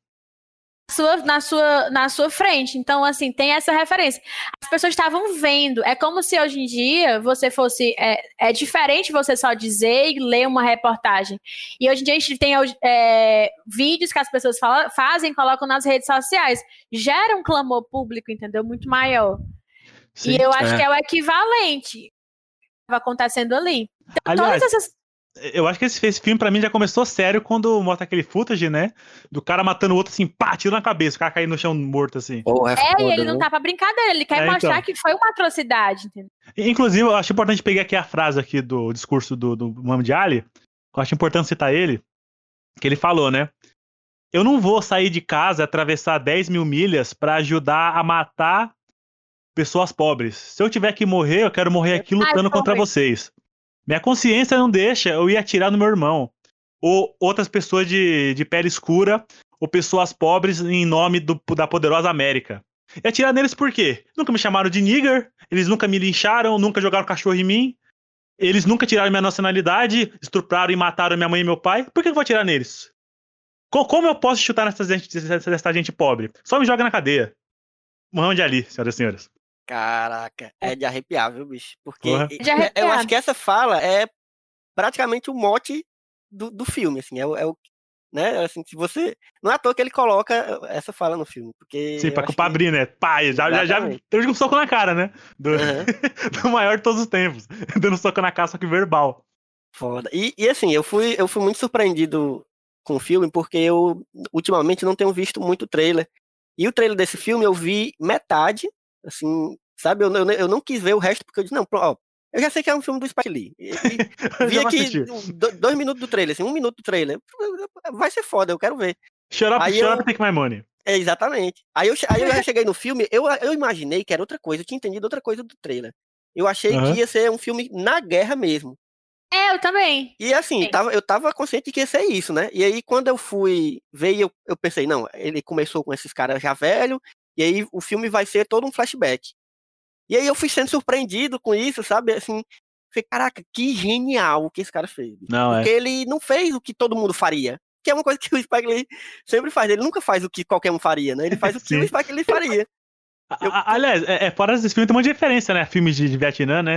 Na sua, na, sua, na sua frente. Então, assim, tem essa referência. As pessoas estavam vendo. É como se hoje em dia você fosse. É, é diferente você só dizer e ler uma reportagem. E hoje em dia a gente tem é, vídeos que as pessoas fala, fazem, colocam nas redes sociais. Gera um clamor público, entendeu? Muito maior. Sim. E eu acho É. que é o equivalente que estava acontecendo ali. Então, Aliás, todas essas. eu acho que esse, esse filme pra mim já começou sério quando mostra aquele footage, né? Do cara matando o outro assim, pá, tiro na cabeça, o cara caindo no chão morto assim. Porra, é É, foda, e ele não viu? tá pra brincadeira, ele quer É, mostrar então. que foi uma atrocidade, entendeu? Inclusive, eu acho importante pegar aqui a frase aqui do discurso do, do Muhammad Ali. Eu acho importante citar ele. Que ele falou, né? Eu não vou sair de casa e atravessar dez mil milhas pra ajudar a matar pessoas pobres. Se eu tiver que morrer, eu quero morrer aqui lutando Ai, contra foi. vocês. Minha consciência não deixa eu ir atirar no meu irmão. Ou outras pessoas de, de pele escura, ou pessoas pobres em nome do, da poderosa América. E atirar neles por quê? Nunca me chamaram de nigger, eles nunca me lincharam, nunca jogaram cachorro em mim, eles nunca tiraram minha nacionalidade, estupraram e mataram minha mãe e meu pai. Por que eu vou atirar neles? Co- Como eu posso chutar nessa gente, nessa gente pobre? Só me joga na cadeia. Muhammad Ali, senhoras e senhores. Caraca, é de arrepiar, viu, bicho? Porque Porra. e- De é- eu arrepiar. acho que essa fala é praticamente o mote do, do filme, assim, é, o- é o, né, assim, se você, não é à toa que ele coloca essa fala no filme, porque Sim, eu pra acho culpar que- abrir, né? Pá, já, já, já Exatamente. teve um soco na cara, né? Do, Aham. do maior de todos os tempos. Dando soco na cara, só que verbal. Foda. E, e assim, eu fui, eu fui muito surpreendido com o filme, porque eu ultimamente não tenho visto muito trailer. E o trailer desse filme eu vi metade, assim, sabe? Eu, eu, eu não quis ver o resto, porque eu disse, não, pronto, ó, eu já sei que é um filme do Spike Lee. E, e Eu vi já vou aqui assistir. do- dois minutos do trailer, assim, um minuto do trailer. Vai ser foda, eu quero ver. Shut up, Aí shut eu- up, take my money. É, exatamente. Aí eu, che- aí eu já cheguei no filme, eu, eu imaginei que era outra coisa, eu tinha entendido outra coisa do trailer. Eu achei Aham. que ia ser um filme na guerra mesmo. É, eu também. E assim, Sim. tava, eu tava consciente de que ia ser isso, né? E aí, quando eu fui ver, eu, eu pensei, não, ele começou com esses caras já velhos, e aí o filme vai ser todo um flashback. E aí eu fui sendo surpreendido com isso, sabe? Assim, falei, caraca, que genial o que esse cara fez. Não, Porque é. ele não fez o que todo mundo faria. Que é uma coisa que o Spike Lee sempre faz. Ele nunca faz o que qualquer um faria, né? Ele faz o que Sim. o Spike Lee faria. A- a- Aliás, é, é, fora desse filme tem um monte de referência, né? Filmes de, de Vietnã, né?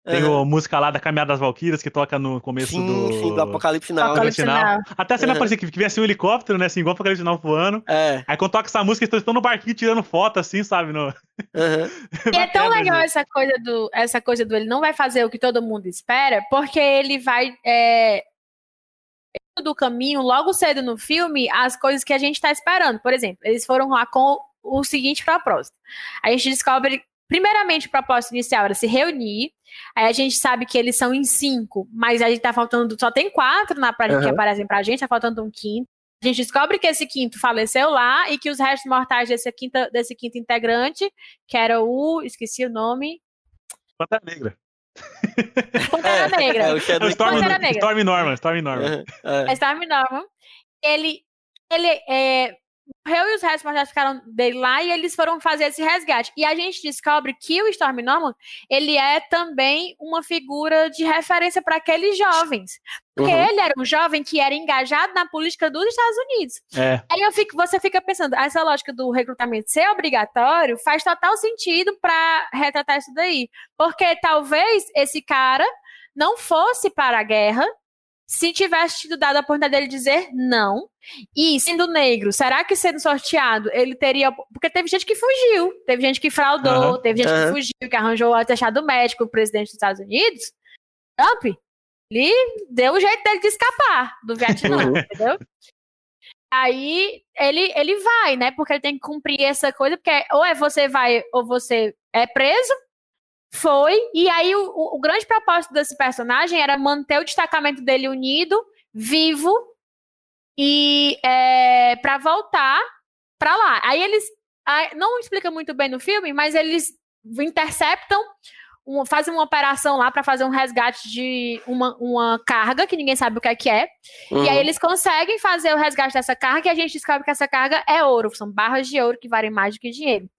Tem Aham. a música lá da Caminhada das Valquírias que toca no começo Sim, do... sim, do Apocalipse Now. Apocalipse Final. Now. Até a cena Aham. parecia que, que vem assim um helicóptero, né? Assim, igual o Apocalipse Now voando. É. Aí quando toca essa música, eles estão no barquinho tirando foto, assim, sabe? No... Aham. E é tão Bacana, legal gente. essa coisa do essa coisa do ele não vai fazer o que todo mundo espera, porque ele vai é, do caminho logo cedo no filme as coisas que a gente tá esperando. Por exemplo, eles foram lá com o seguinte propósito. A gente descobre, primeiramente, o propósito inicial era se reunir. Aí a gente sabe que eles são em cinco, mas a gente tá faltando, só tem quatro na pra, que Aham. aparecem pra gente, tá faltando um quinto. A gente descobre que esse quinto faleceu lá e que os restos mortais desse, quinta, desse quinto integrante, que era o. Esqueci o nome. Pantera Negra. Pantera Negra. É, o É o Chadwick. Storm, Pantera Negra. Storm Norman, Storm Norman. Aham. É. É Storm Norman. Ele, ele é, morreu e os restos mortais ficaram dele lá e eles foram fazer esse resgate. E a gente descobre que o Storm Norman, ele é também uma figura de referência para aqueles jovens. Porque Uhum. ele era um jovem que era engajado na política dos Estados Unidos. É. Aí eu fico, você fica pensando, essa lógica do recrutamento ser obrigatório faz total sentido para retratar isso daí. Porque talvez esse cara não fosse para a guerra se tivesse tido dado a oportunidade dele dizer não. E sendo negro, será que sendo sorteado ele teria... Porque teve gente que fugiu, teve gente que fraudou, Aham. teve gente Aham. que fugiu, que arranjou o atestado médico, o presidente dos Estados Unidos. Trump, ele deu o jeito dele de escapar do Vietnã, Uhum. entendeu? Aí ele, ele vai, né? Porque ele tem que cumprir essa coisa, porque ou é você vai ou você é preso. Foi, e aí o, o, o grande propósito desse personagem era manter o destacamento dele unido, vivo, e é, para voltar pra lá. Aí eles, aí, não explica muito bem no filme, mas eles interceptam, um, fazem uma operação lá para fazer um resgate de uma, uma carga, que ninguém sabe o que é que é, Uhum. e aí eles conseguem fazer o resgate dessa carga, e a gente descobre que essa carga é ouro, são barras de ouro que valem mais do que dinheiro.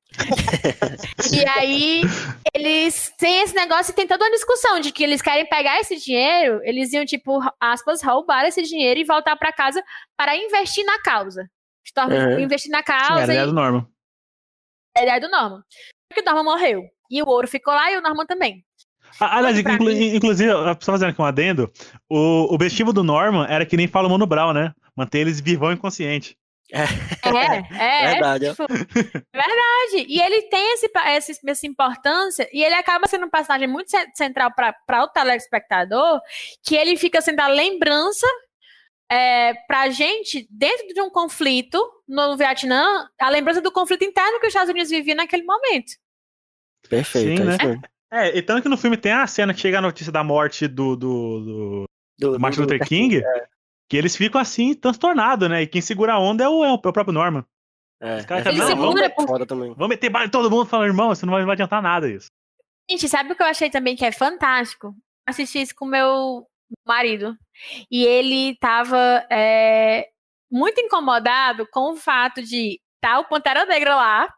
E aí eles têm esse negócio e tem toda uma discussão de que eles querem pegar esse dinheiro, eles iam, tipo, aspas, roubar esse dinheiro e voltar pra casa para investir na causa. Storm, Uhum. Investir na Sim, causa era a ideia e do Norman. a ideia do Norman. Porque o Norman morreu. E o ouro ficou lá e o Norman também. Ah, aliás, Pra inclu- mim- inclusive, só fazendo aqui um adendo, o, o objetivo do Norman era que nem fala o Mano Brown, né? Manter eles vivão e inconsciente. É, é, Verdade, é, ó. tipo, verdade. E ele tem esse, esse, essa importância, e ele acaba sendo um personagem muito ce- central para o telespectador, que ele fica sendo a lembrança é, pra gente, dentro de um conflito no Vietnã, a lembrança do conflito interno que os Estados Unidos viviam naquele momento. Perfeito, Sim, é né? isso mesmo. É, e tanto que no filme tem a cena que chega a notícia da morte do, do, do, Do, do Martin Luther King, que eles ficam assim, transtornados, né? E quem segura a onda é o, é o próprio Norman. É, Os caras essa falam, cena não, é vamos- muito foda também. Vamos meter bala em todo mundo, falando, irmão, isso não vai, não vai adiantar nada isso. Gente, sabe o que eu achei também que é fantástico? Assisti isso com meu marido. E ele tava é, muito incomodado com o fato de tá o Pantera Negra lá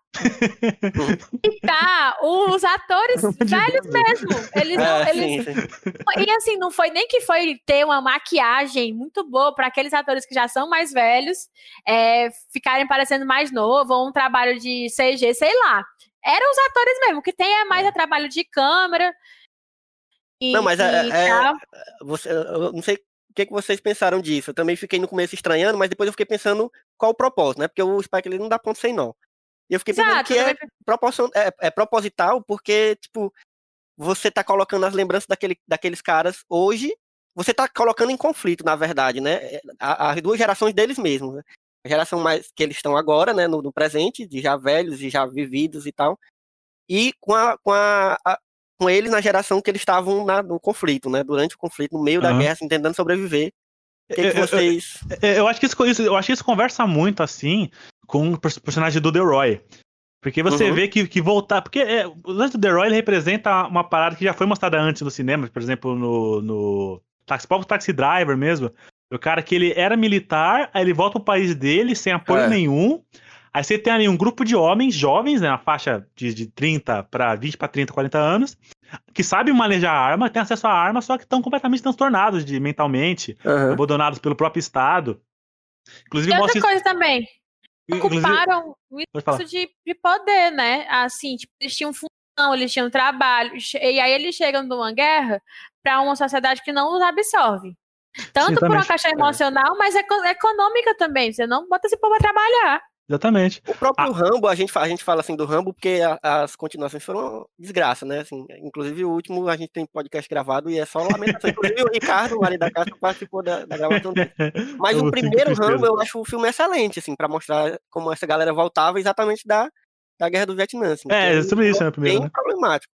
e tá os atores Pelo amor de velhos Deus, mesmo. Eles não, É, eles, sim, sim. e assim, não foi nem que foi ter uma maquiagem muito boa para aqueles atores que já são mais velhos é, ficarem parecendo mais novo, ou um trabalho de C G, sei lá. Eram os atores mesmo, que tem é mais é trabalho de câmera. E, Não, mas é- e é- tal. Você, eu não sei o que, que vocês pensaram disso. Eu também fiquei no começo estranhando, mas depois eu fiquei pensando qual o propósito, né? Porque o Spike ele não dá ponto sem nó. E eu fiquei pensando Exato, que eu é, também- proporcion, é, é proposital, porque, tipo, você tá colocando as lembranças daquele, daqueles caras hoje, você tá colocando em conflito, na verdade, né? A- As duas gerações deles mesmos, né? A geração mais que eles estão agora, né? No, no presente, de já velhos e já vividos e tal. E com a, com a, a com eles na geração que eles estavam na- no conflito, né? Durante o conflito, no meio da Aham. guerra, assim, tentando sobreviver. O que, Eu- que eu- vocês. É, Eu acho que isso, isso- eu acho que isso conversa muito, assim, com o pers- personagem do Delroy. Porque você Uhum. vê que, que voltar. Porque é, o lance do Delroy ele representa uma parada que já foi mostrada antes no cinema, por exemplo, no, no Taxi, próprio Taxi Driver mesmo. O cara que ele era militar, aí ele volta pro país dele sem apoio É. nenhum. Aí você tem ali um grupo de homens jovens, né, na faixa de, de trinta para vinte para trinta, quarenta anos, que sabem manejar a arma, têm acesso à arma, só que estão completamente transtornados de, mentalmente, Aham. abandonados pelo próprio Estado. Inclusive, E outra mostra coisa também, inclusive- ocuparam o Pode falar. espaço de, de poder, né? Assim, tipo, eles tinham função eles tinham trabalho. E aí eles chegam de uma guerra para uma sociedade que não os absorve. Tanto por uma questão emocional, mas eco- econômica também. Você não bota esse povo a trabalhar. Exatamente. O próprio Ah. Rambo, a gente, fa- a gente fala assim do Rambo porque a- as continuações foram desgraça, né? Assim, inclusive o último a gente tem podcast gravado e é só lamentação. Inclusive o Ricardo, o Ari da Castro, participou da, da gravação dele. Mas Eu o sinto primeiro tristeza. Rambo eu acho o filme excelente, assim, pra mostrar como essa galera voltava exatamente da, da Guerra do Vietnã. Assim, É, que é sobre um isso, né, negócio primeiro, bem né? problemático.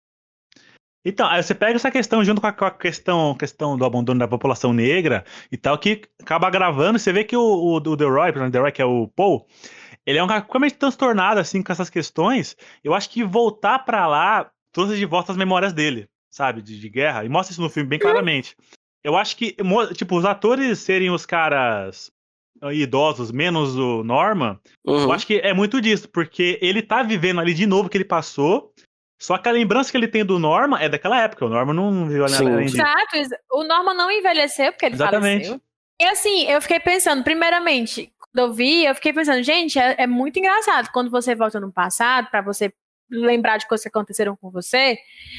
Então, aí você pega essa questão junto com a, com a questão, questão do abandono da população negra e tal, que acaba agravando. Você vê que o, o, o The Roy, por exemplo, The Roy, que é o Paul, ele é um cara completamente transtornado, assim, com essas questões. Eu acho que voltar pra lá trouxe de volta as memórias dele, sabe, de, de guerra, e mostra isso no filme bem claramente. Eu acho que, mo- tipo, os atores serem os caras idosos, menos o Norman, eu Uhum. acho que é muito disso, porque ele tá vivendo ali de novo o que ele passou, só que a lembrança que ele tem do Norman é daquela época. O Norman não viveu nada Sim, além disso. Exato. ex- O Norman não envelheceu porque ele Exatamente. faleceu. E assim, eu fiquei pensando, primeiramente, quando eu vi, eu fiquei pensando, gente, é, é muito engraçado quando você volta no passado, pra você lembrar de coisas que aconteceram com você,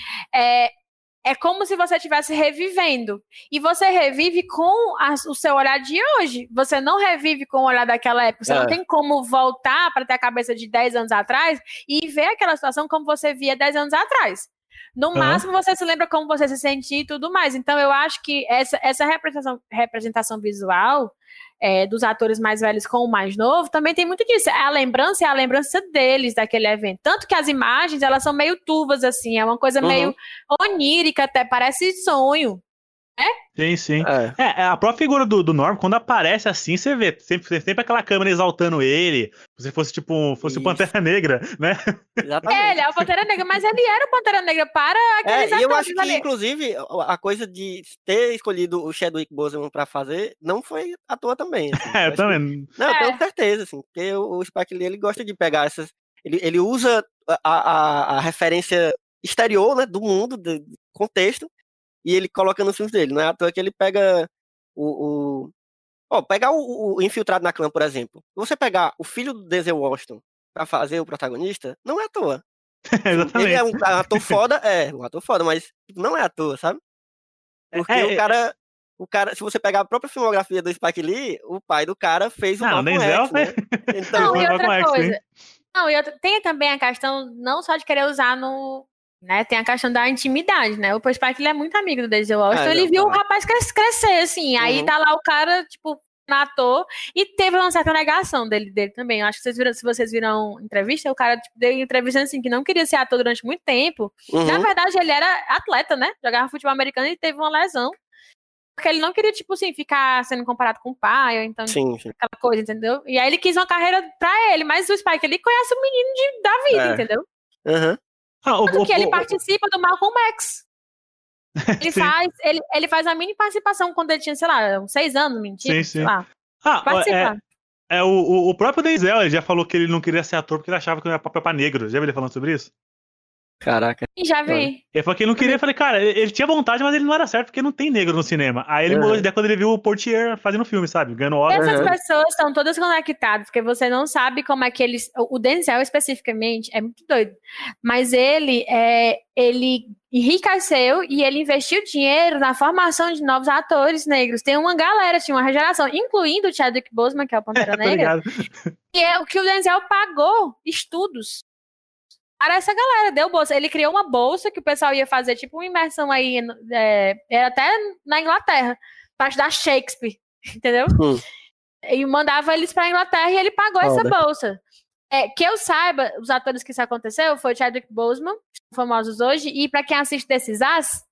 é, é como se você estivesse revivendo. E você revive com a- o seu olhar de hoje. Você não revive com o olhar daquela época. Você É. não tem como voltar para ter a cabeça de dez anos atrás e ver aquela situação como você via dez anos atrás. No Aham. máximo, você se lembra como você se sentia e tudo mais. Então, eu acho que essa, essa representação, representação visual é, dos atores mais velhos com o mais novo também tem muito disso. A lembrança é a lembrança deles daquele evento. Tanto que as imagens, elas são meio turvas, assim. É uma coisa Uhum. meio onírica até, parece sonho. Sim, sim. É. É, é, a própria figura do, do Norman, quando aparece assim, você vê sempre, sempre aquela câmera exaltando ele, se fosse tipo, um- fosse o Isso. Pantera Negra, né? Exatamente. É, ele é o Pantera Negra, mas ele era o Pantera Negra para aqueles É, e eu atores acho que, ali. inclusive, a coisa de ter escolhido o Chadwick Boseman pra fazer não foi à toa também. Assim. É, Eu acho que- também. Não, eu É. tenho certeza, assim, porque o, o Spike Lee, ele gosta de pegar essas... Ele, ele usa a, a, a referência exterior, né, do mundo, do do contexto, e ele coloca nos filmes dele. Não é à toa que ele pega o... o... Ó, pegar o, o Infiltrado na Clã, por exemplo. Você pegar o filho do Denzel Washington pra fazer o protagonista, não é à toa. Ele é Exatamente. um ator foda, é, um ator foda, mas não é à toa, sabe? Porque É, o é, cara, o cara, se você pegar a própria filmografia do Spike Lee, o pai do cara fez o Não, o Malcolm Denzel X, né? fez- Então, Não, Fez e o outra Malcolm X, coisa. sim. Não, e outra, tem também a questão, não só de querer usar no. Né, tem a questão da intimidade, né? O Spike ele é muito amigo do Denzel Washington. Ah, ele não, viu o claro. rapaz cres- crescer, assim. Aí Uhum. tá lá o cara, tipo, um ator. E teve uma certa negação dele, dele também. Eu acho que vocês viram, se vocês viram entrevista, o cara tipo, deu entrevista assim, que não queria ser ator durante muito tempo. uhum, Na verdade, ele era atleta, né? Jogava futebol americano e teve uma lesão. Porque ele não queria, tipo assim, ficar sendo comparado com o pai, ou então sim, sim. aquela coisa, entendeu? E aí ele quis uma carreira pra ele, mas o Spike ele conhece o menino de- da vida, É. entendeu? Uhum. Ah, o- Tanto o- que ele o- participa do Malcolm X. Ele Sim. faz, ele, ele faz uma mini participação quando ele tinha, sei lá, uns seis anos, mentira, Sim, sei sim. lá. Ah, Participa. é, é o, o- o próprio Denzel, ele já falou que ele não queria ser ator porque ele achava que não era papel pra negro. Já viu ele falando sobre isso? Caraca. E já vi. Ele falou que ele não queria, eu falei, cara, ele, ele tinha vontade, mas ele não era certo porque não tem negro no cinema. Aí ele Uhum. mudou de ideia quando ele viu o Portier fazendo filme, sabe? Ganhando hora. Essas Uhum. pessoas são todas conectadas, porque você não sabe como é que eles. O Denzel, especificamente, é muito doido. Mas ele é, ele enriqueceu e ele investiu dinheiro na formação de novos atores negros. Tem uma galera, tinha uma geração, incluindo o Chadwick Boseman, que é o Pantera Tá Negra, ligado? que é o que o Denzel pagou estudos para essa galera, deu bolsa. Ele criou uma bolsa que o pessoal ia fazer, tipo uma imersão aí, é, era até na Inglaterra, para estudar Shakespeare, entendeu? Hum. E mandava eles para Inglaterra e ele pagou Foda. essa bolsa. É, que eu saiba, os atores que isso aconteceu foi o Chadwick Boseman, famosos hoje, e para quem assiste Desses As,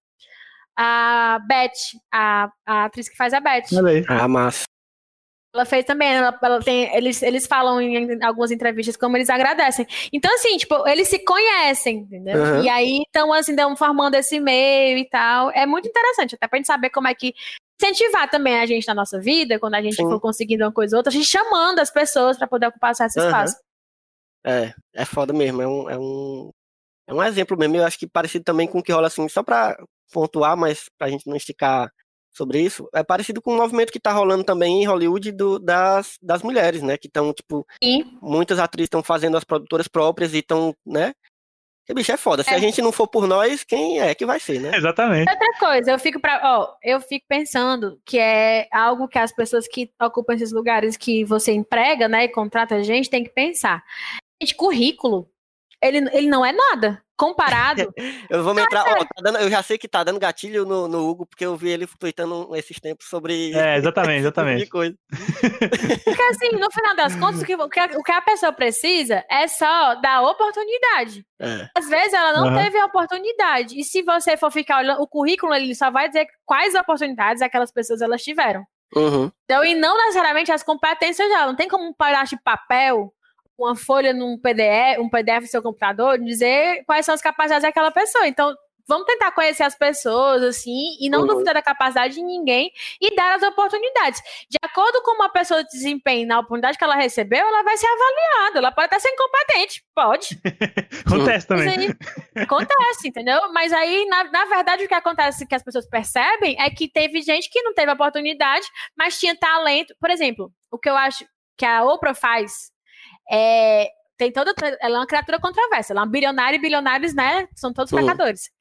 a Beth, a, a atriz que faz a Beth. Olha aí. Ah, massa. Ela fez também, ela, ela tem, eles, eles falam em algumas entrevistas como eles agradecem. Então, assim, tipo, eles se conhecem, entendeu? Uhum. E aí estão, assim, dão, formando esse meio e tal. É muito interessante, até pra gente saber como é que incentivar também a gente na nossa vida, quando a gente Sim. for conseguindo uma coisa ou outra, a gente chamando as pessoas pra poder ocupar esse Uhum. espaço. É, é foda mesmo. É um, é um, é um exemplo mesmo. Eu acho que parecido também com o que rola assim, só pra pontuar, mas pra gente não esticar sobre isso, é parecido com o movimento que tá rolando também em Hollywood do, das, das mulheres, né? Que estão, tipo, Sim. muitas atrizes estão fazendo as produtoras próprias e estão, né? Porque, bicho, é foda. Se É. a gente não for por nós, quem é que vai ser, né? Exatamente. Outra coisa, eu fico pra, ó, eu fico pensando que é algo que as pessoas que ocupam esses lugares que você emprega, né, e contrata a gente, tem que pensar. Gente, currículo, ele, ele não é nada. Comparado. Eu vou me entrar. Ó, tá dando, eu já sei que tá dando gatilho no, no Hugo, porque eu vi ele tweetando esses tempos sobre. É, exatamente, esse tipo de exatamente. coisa. Porque assim, no final das contas, o que, o que a, o que a pessoa precisa é só dar oportunidade. É. Às vezes ela não Aham. teve a oportunidade. E se você for ficar olhando, o currículo ele só vai dizer quais oportunidades aquelas pessoas elas tiveram. Uhum. Então, e não necessariamente as competências dela. Não tem como um pedaço de papel, uma folha num P D F, um P D F no seu computador, dizer quais são as capacidades daquela pessoa. Então, vamos tentar conhecer as pessoas, assim, e não Uhum. duvidar da capacidade de ninguém e dar as oportunidades. De acordo com uma pessoa desempenha na oportunidade que ela recebeu, ela vai ser avaliada. Ela pode até ser incompetente, pode. Acontece Mas também. aí, acontece, entendeu? Mas aí, na, na verdade, o que acontece, que as pessoas percebem, é que teve gente que não teve oportunidade, mas tinha talento. Por exemplo, o que eu acho que a Oprah faz é... Tem toda, ela é uma criatura controversa. Ela é uma bilionária e bilionários, né? São todos Uhum. pecadores.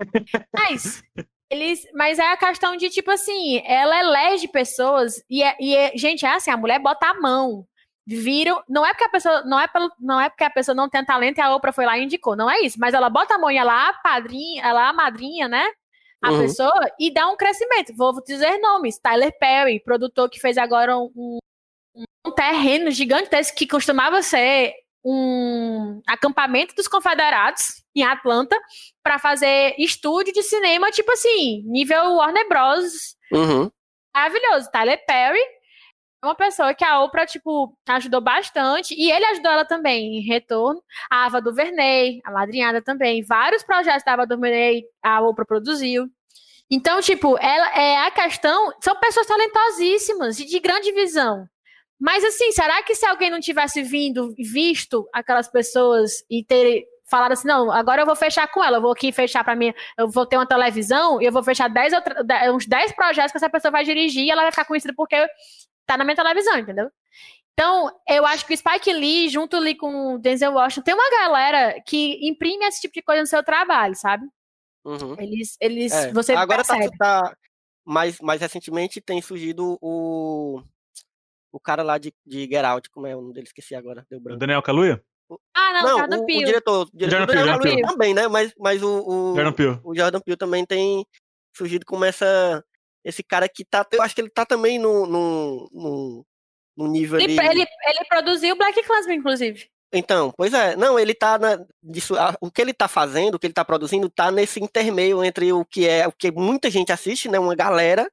Mas, eles, mas é a questão de, tipo assim, ela elege pessoas e, é, e é, gente, é assim, a mulher bota a mão. Viram, não é porque a pessoa não é, pelo, não é porque a pessoa não tem talento e a Oprah foi lá e indicou, não é isso, mas ela bota a mão e ela a padrinha, ela a madrinha, né? A Uhum. pessoa e dá um crescimento. Vou dizer nomes: Tyler Perry, produtor que fez agora um, um terreno gigantesco que costumava ser um acampamento dos confederados em Atlanta para fazer estúdio de cinema, tipo assim, nível Warner Bros. Uhum. Maravilhoso. Tyler Perry é uma pessoa que a Oprah, tipo, ajudou bastante, e ele ajudou ela também em retorno. A Ava DuVernay, a madrinhada também. Vários projetos da Ava DuVernay a Oprah produziu. Então, tipo, ela é a questão, são pessoas talentosíssimas e de grande visão. Mas assim, será que se alguém não tivesse vindo, visto aquelas pessoas e ter falado assim, não, agora eu vou fechar com ela, eu vou aqui fechar pra mim, eu vou ter uma televisão e eu vou fechar dez outra, uns dez projetos que essa pessoa vai dirigir e ela vai ficar conhecida porque tá na minha televisão, entendeu? Então, eu acho que o Spike Lee, junto ali com o Denzel Washington, tem uma galera que imprime esse tipo de coisa no seu trabalho, sabe? Uhum. Eles, eles É. você Agora tá, percebe. tá mais, mais recentemente tem surgido o o cara lá de, de Get Out, como é o nome dele? Esqueci agora, deu O branco. Daniel Kaluuya? Ah, não, Não, Jordan o, o Peele. diretor, o diretor Jordan do Peele, Daniel Jordan Kaluuya Peele. também, né? Mas, mas o, o, Jordan Peele. o Jordan Peele também tem surgido como essa, esse cara que tá, eu acho que ele tá também no, no, no, no nível Ele, ali. ele, ele produziu Black Klansman, inclusive. Então, pois é, não, ele tá na, disso, a, o que ele tá fazendo, o que ele tá produzindo, tá nesse intermeio entre o que é o que muita gente assiste, né, uma galera,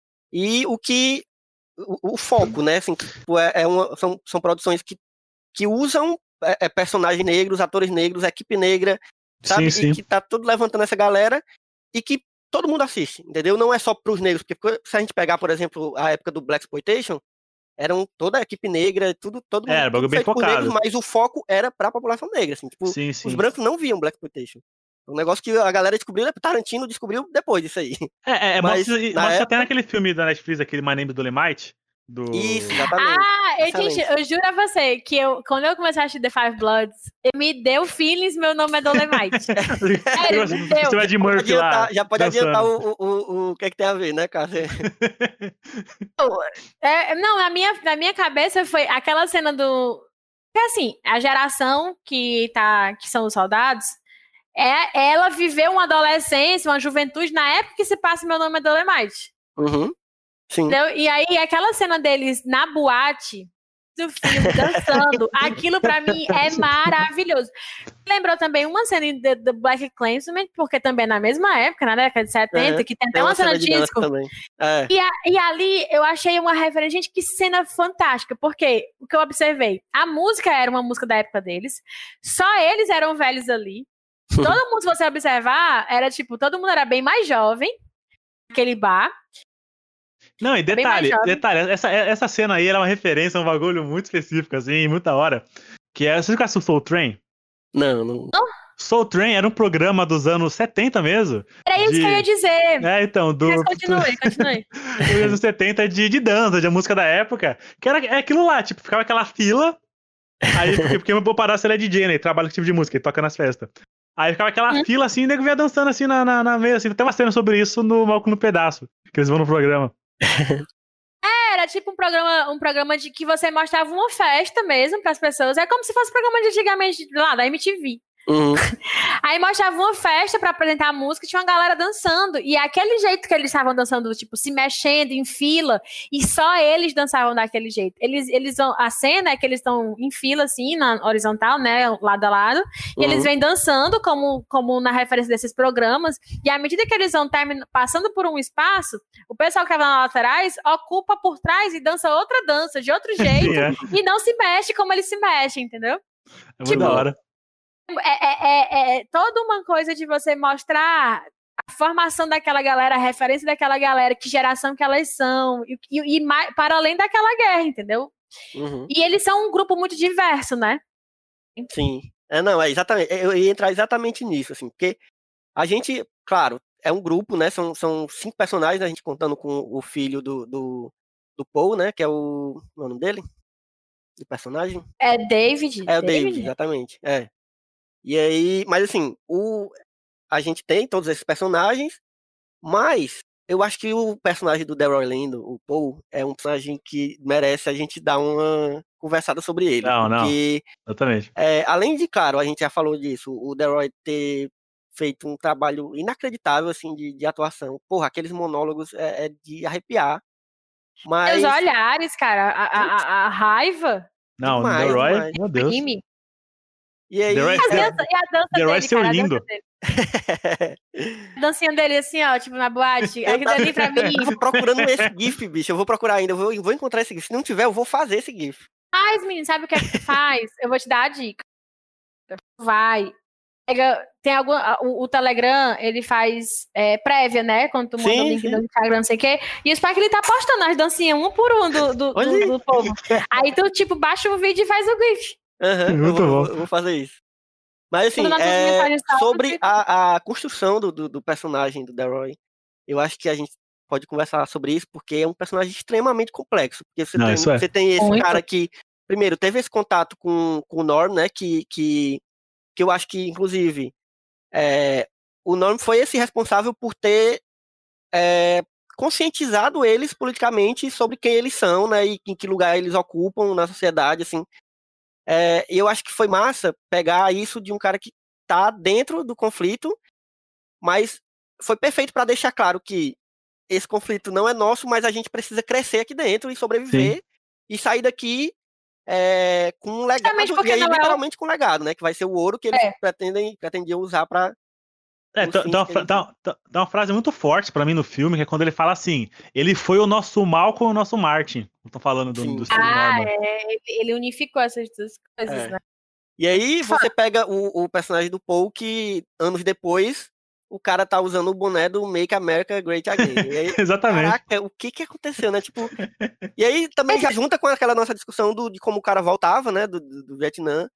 e o que o, o foco, né, assim, tipo, é, é uma, são, são produções que, que usam é, é, personagens negros, atores negros, equipe negra, sabe, Sim, sim. e que tá tudo levantando essa galera e que todo mundo assiste, entendeu? Não é só pros negros, porque se a gente pegar, por exemplo, a época do Blaxploitation, eram toda a equipe negra, tudo, todo É, mundo bagulho tudo bem feito por focado. negros, mas o foco era pra população negra, assim, tipo, Sim, os sim. brancos não viam Blaxploitation. Um negócio que a galera descobriu, Tarantino descobriu depois disso aí. É, é, é Mas, mostra, na mostra época- até naquele filme da Netflix, aquele My Name is Dolemite. Do... Isso, exatamente. Ah, eu, Excelente. gente, eu juro a você que eu, quando eu comecei a assistir The Five Bloods, me deu feelings, meu nome é Dolemite. Sério, me deu. Você vai de Pode Murphy lá. adiantar- já pode dançando. adiantar o, o, o, o que é que tem a ver, né, cara? É, não, na minha, na minha cabeça foi aquela cena do... Porque assim, a geração que, tá, que são os soldados, é, ela viveu uma adolescência, uma juventude na época que se passa Meu Nome é Dolemite. Uhum. Sim. Entendeu? E aí, aquela cena deles na boate do filme, dançando, aquilo pra mim é maravilhoso. Lembrou também uma cena de, de Black Klansman, porque também na mesma época, na década de setenta, É, que tem até uma cena de dança disco. também. É. E, a, e ali eu achei uma referência, gente, que cena fantástica, porque o que eu observei, a música era uma música da época deles, só eles eram velhos ali, todo mundo, se você observar, era tipo, todo mundo era bem mais jovem, aquele bar. Não, e bem detalhe, mais jovem. detalhe, essa, essa cena aí era uma referência a um bagulho muito específico, assim, muito da hora. Que é, você conhece o Soul Train? Não, não. Soul Train era um programa dos anos setenta mesmo. Era isso de- que eu ia dizer. É, então, do. Mas continue, continue. dos anos setenta de, de dança, de música da época. Que era é aquilo lá, tipo, ficava aquela fila. Aí, porque, porque meu padrasto ele é D J, né? Ele trabalha com esse tipo de música, ele toca nas festas. Aí ficava aquela hum. fila assim, e o nego vinha dançando assim na, na, na mesa. Assim. Tem uma cena sobre isso no Malco no Pedaço, que eles vão no programa. É, era tipo um programa, um programa de que você mostrava uma festa mesmo pras pessoas. É como se fosse um programa de antigamente lá da M T V. Uhum. Aí mostrava uma festa pra apresentar a música, tinha uma galera dançando, e aquele jeito que eles estavam dançando, tipo, se mexendo em fila, e só eles dançavam daquele jeito. Eles, eles vão, a cena é que eles estão em fila, assim, na horizontal, né, lado a lado, e Uhum. eles vêm dançando, como, como na referência desses programas, e à medida que eles vão termin- passando por um espaço, o pessoal que estava nas laterais ocupa por trás e dança outra dança, de outro jeito, Sim, é. e não se mexe como eles se mexem, entendeu? É muito da hora. É, é, é, é toda uma coisa de você mostrar a formação daquela galera, a referência daquela galera, que geração que elas são, e, e, e mais, para além daquela guerra, entendeu? Uhum. E eles são um grupo muito diverso, né? Sim. É, não, é exatamente. Eu ia entrar exatamente nisso, assim, porque a gente, claro, é um grupo, né? São, são cinco personagens, a gente contando com o filho do, do, do Paul, né? Que é o. Qual é o nome dele? Do personagem? É David. É o David, David? exatamente. É. E aí, mas assim, o, a gente tem todos esses personagens, mas eu acho que o personagem do Delroy Lindo, o Paul, é um personagem que merece a gente dar uma conversada sobre ele. Não, porque, não. Exatamente. É, além de, claro, a gente já falou disso, o Delroy ter feito um trabalho inacreditável, assim, de, de atuação. Porra, aqueles monólogos é, é de arrepiar. Mas... Os olhares, cara, a, a, a, a raiva. Não, demais, o Delroy, demais. meu Deus. Crime. E aí... Delroy, A dança, e a dança Delroy dele, é seu cara, a lindo. dança dele. A dancinha dele, assim, ó, tipo, na boate. Eu Aquilo ali pra mim. Eu tava procurando esse GIF, bicho. Eu vou procurar ainda. Eu vou, eu vou encontrar esse GIF. Se não tiver, eu vou fazer esse GIF. Mas, menino, sabe o que é que tu faz? Eu vou te dar a dica. Vai. Pega, tem algum, o, o Telegram, ele faz é, prévia, né? Quando tu manda Sim, o link sim. do Instagram, não sei o quê. E o Spike, ele tá postando as dancinhas um por um do, do, Olha do, aí. do povo. Aí tu, tipo, baixa o vídeo e faz o GIF. Aham, eu, Muito vou, bom. eu vou fazer isso. Mas assim, Quando nossas é, mensagens salvam, sobre fica- a, a construção do, do, do personagem do Delroy, eu acho que a gente pode conversar sobre isso, porque é um personagem extremamente complexo. Porque você, Não, tem, isso é. você tem esse Muito. cara que, primeiro, teve esse contato com, com o Norm, né? Que, que, que eu acho que, inclusive, é, o Norm foi esse responsável por ter é, conscientizado eles politicamente sobre quem eles são, né? E em que lugar eles ocupam na sociedade, assim. É, e eu acho que foi massa pegar isso de um cara que tá dentro do conflito, mas foi perfeito para deixar claro que esse conflito não é nosso, mas a gente precisa crescer aqui dentro e sobreviver Sim. e sair daqui é, com um legado, Justamente porque e aí não é o- literalmente com um legado, né? Que vai ser o ouro que eles É. pretendem, pretendiam usar para É, os tem, fins tem uma, que a fra- gente- tem uma- tem uma frase muito forte pra mim no filme, que é quando ele fala assim: ele foi o nosso Malcolm e o nosso Martin. Eu tô falando do, Sim. do Steve Ah, Norman. é. Ele, ele unificou essas duas coisas, É. né? E aí você pega o, o personagem do Paul que, anos depois, o cara tá usando o boné do Make America Great Again. E aí, Exatamente. caraca, o que que aconteceu, né? Tipo, e aí também já junta com aquela nossa discussão do, de como o cara voltava, né, do, do, do Vietnã.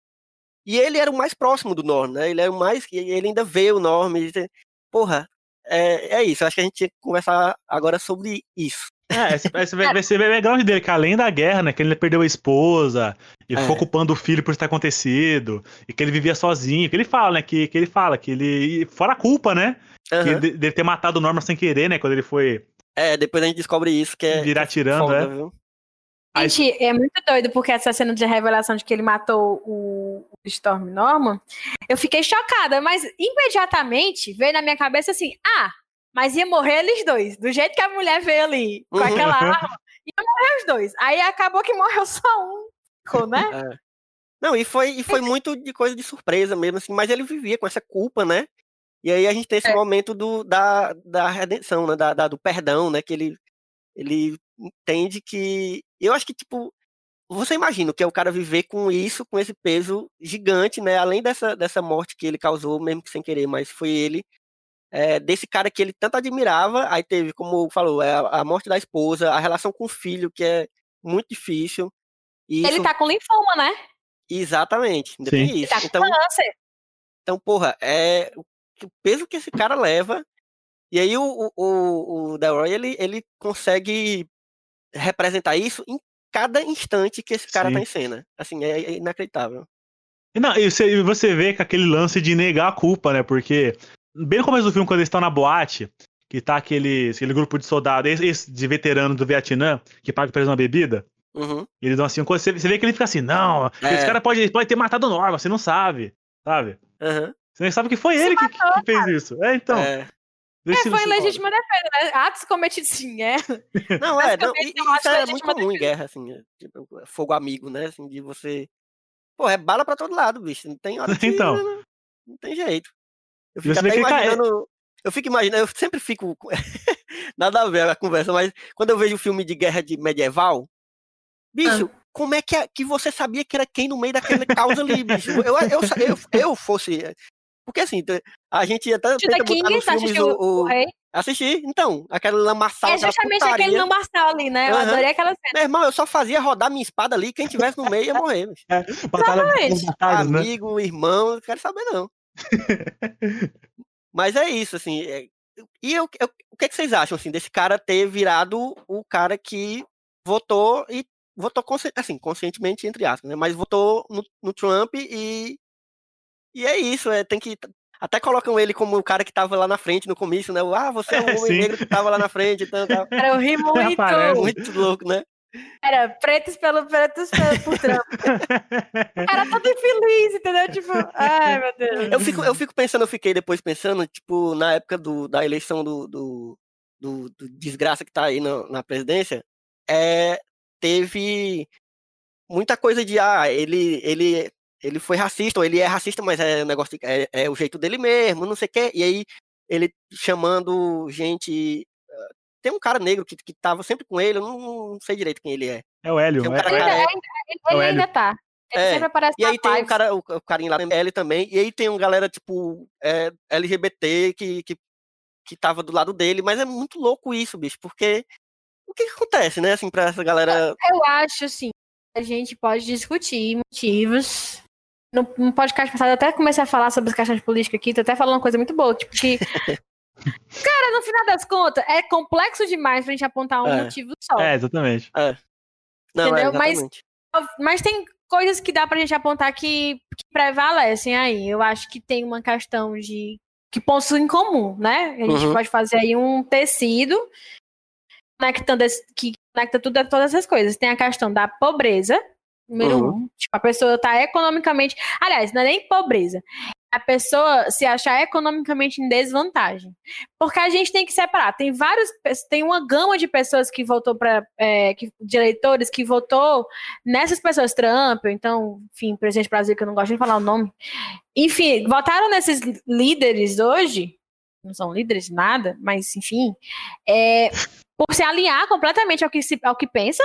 E ele era o mais próximo do Norm, né? Ele era o mais, ele ainda vê o Norm. E, porra, é, é isso. Eu acho que a gente tinha que conversar agora sobre isso. É, esse, esse vai, vai ser o background dele, que além da guerra, né, que ele perdeu a esposa e É. ficou culpando o filho por isso ter acontecido, e que ele vivia sozinho, que ele fala, né, que, que ele fala, que ele, e fora a culpa, né, que Aham. de, dele ter matado o Norman sem querer, né, quando ele foi É, depois a gente descobre isso, que é, virar que é tirando, foda, é. viu? Aí- Gente, é muito doido, porque essa cena de revelação de que ele matou o o Storm Norman, eu fiquei chocada, mas imediatamente veio na minha cabeça assim, ah, mas ia morrer eles dois, do jeito que a mulher veio ali, com Uhum. aquela arma, ia morrer os dois. Aí acabou que morreu só um, ficou, né? É. Não, e foi, e foi muito de coisa de surpresa mesmo, assim, mas ele vivia com essa culpa, né? E aí a gente tem esse É. momento do, da, da redenção, né? Da, da- do perdão, né? Que ele, ele entende que. Eu acho que, tipo, você imagina que é o cara viver com isso, com esse peso gigante, né? Além dessa, dessa morte que ele causou, mesmo que sem querer, mas foi ele. É, desse cara que ele tanto admirava, aí teve, como falou, é, a, a morte da esposa, a relação com o filho, que é muito difícil. E Ele isso- tá com linfoma, né? Exatamente, ainda Sim. tem Ele isso. tá com Então, câncer. então, porra, é o o peso que esse cara leva. E aí o, o, o, o Delroy, ele, ele consegue representar isso em cada instante que esse cara Sim. tá em cena. Assim, é, é inacreditável. E não, e você, e você vê que aquele lance de negar a culpa, né? Porque bem no começo do filme, quando eles estão na boate, que tá aquele, aquele grupo de soldados, esse, esse de veteranos do Vietnã, que paga pra eles uma bebida, Uhum. eles dão assim, você, você vê que ele fica assim, não, É. esse cara pode, pode ter matado o Norman, você não sabe, sabe? Uhum. Você nem sabe que foi ele que, que fez isso. É, então. É. É, foi em legítima defesa, né? Atos cometidos sim, é. Não, é, não, Basicamente, e- eu acho isso é muito legítima comum em guerra, assim, é, tipo, fogo amigo, né? Assim, de você. Pô, é bala pra todo lado, bicho. Não tem hora que. Então. Não, não tem jeito. Eu E fico você vê até que ele cai- imaginando. Eu fico imaginando, eu sempre fico. Nada a ver a conversa, mas quando eu vejo filme de guerra de medieval, bicho, como é que, é- que você sabia que era quem no meio daquele caos ali, bicho? Eu, eu, eu, eu, eu fosse. Porque assim, a gente até The tenta botar King, nos você filmes assistiu o. o, o o... Rei? Assistir, então, aquela lamaçal, É aquela justamente putaria. aquele lamaçal ali, né? Eu Aham. adorei aquela cena. Meu irmão, eu só fazia rodar minha espada ali, quem tivesse no meio ia morrer, bicho. Batalha Exatamente. das batalhas, né? Amigo, irmão, não quero saber não. Mas é isso, assim. é- E eu, eu- o que, é que vocês acham, assim, desse cara ter virado o cara que votou e votou consci- assim, conscientemente, entre aspas, né? Mas votou no, no Trump e e é isso, é, tem que até colocam ele como o cara que tava lá na frente no comício, né? Ah, você é o É, homem sim. negro que tava lá na frente, então, tal. Cara, eu ri muito. Aparece. Muito louco, né? Era pretos pelo pretos pelo, por Trump. O cara todo infeliz, entendeu? Tipo, ai meu Deus. Eu fico, eu fico pensando, eu fiquei depois pensando, tipo, na época do, da eleição do, do, do, do desgraça que tá aí na, na presidência, é, teve muita coisa de, ah, ele, ele, ele foi racista, ou ele é racista, mas é, o negócio de- é, é o jeito dele mesmo, não sei o quê, e aí ele chamando gente... Tem um cara negro que, que tava sempre com ele, eu não, não sei direito quem ele é. É o Hélio. Tem um é- cara Ele, é- careca. ainda, ele o ainda Hélio. tá. Ele É, sempre aparece E aí nas tem um lives. cara, o, o carinha lá, L também, e aí tem um galera, tipo, é, L G B T que, que, que tava do lado dele, mas é muito louco isso, bicho, porque o que, que acontece, né, assim, pra essa galera... Eu acho, assim, a gente pode discutir motivos. No, no podcast passado eu até comecei a falar sobre as questões políticas aqui, tô até falando uma coisa muito boa, tipo que... Cara, no final das contas, é complexo demais pra gente apontar um É. motivo só. É, exatamente. Não, Entendeu? é, Mas- exatamente. Mas tem coisas que dá pra gente apontar que, que prevalecem aí. Eu acho que tem uma questão de... que pontos em comum, né? A gente Uhum. pode fazer aí um tecido conectando esse- que conecta tudo, todas essas coisas. Tem a questão da pobreza, número Uhum. um. Tipo, a pessoa tá economicamente... Aliás, não é nem pobreza. A pessoa se achar economicamente em desvantagem. Porque a gente tem que separar. Tem vários... Tem uma gama de pessoas que votou para... É, que- de eleitores que votou nessas pessoas, Trump, então, enfim, presidente do Brasil, que eu não gosto de falar o nome. Enfim, votaram nesses líderes hoje, não são líderes de nada, mas, enfim, é, por se alinhar completamente ao que, se, ao que pensa,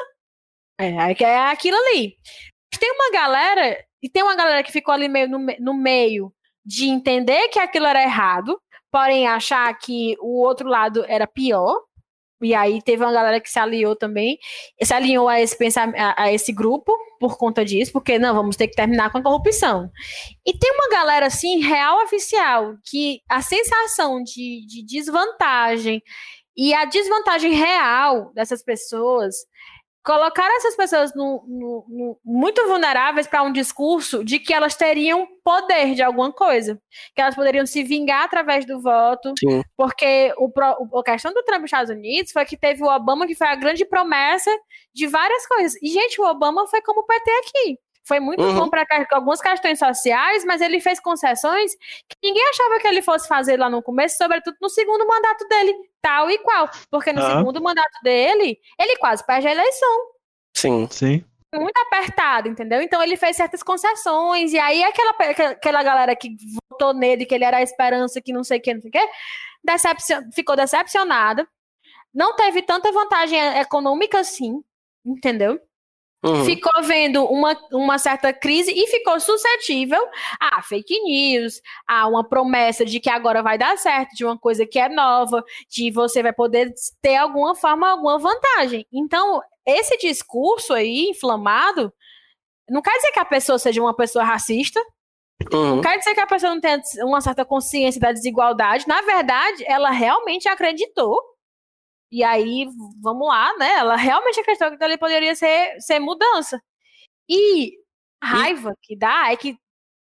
é, é aquilo ali. Tem uma galera, e tem uma galera que ficou ali meio no, me- no meio de entender que aquilo era errado, porém achar que o outro lado era pior. E aí teve uma galera que se aliou também, se alinhou a esse, pensam- a, a esse grupo por conta disso, porque não, vamos ter que terminar com a corrupção. E tem uma galera, assim, real oficial, que a sensação de, de desvantagem e a desvantagem real dessas pessoas colocaram essas pessoas no, no- no- muito vulneráveis para um discurso de que elas teriam poder de alguma coisa, que elas poderiam se vingar através do voto, Sim. porque o, pro- o- a questão do Trump nos Estados Unidos foi que teve o Obama, que foi a grande promessa de várias coisas. E, gente, o Obama foi como o P T aqui. Foi muito Uhum. bom para algumas questões sociais, mas ele fez concessões que ninguém achava que ele fosse fazer lá no começo, sobretudo no segundo mandato dele, tal e qual. Porque no Aham. segundo mandato dele, ele quase perde a eleição. Sim. Sim. Muito apertado, entendeu? Então ele fez certas concessões, e aí aquela, aquela galera que votou nele, que ele era a esperança, que não sei o que, não sei o que, decepcion, ficou decepcionada. Não teve tanta vantagem econômica assim, entendeu? Uhum. Ficou vendo uma, uma certa crise e ficou suscetível a fake news, a uma promessa de que agora vai dar certo, de uma coisa que é nova, de você vai poder ter alguma forma, alguma vantagem. Então, esse discurso aí, inflamado, não quer dizer que a pessoa seja uma pessoa racista, Uhum. não quer dizer que a pessoa não tenha uma certa consciência da desigualdade. Na verdade, ela realmente acreditou. E aí, vamos lá, né? Ela realmente acreditou que ali poderia ser, ser mudança. E a raiva que dá é que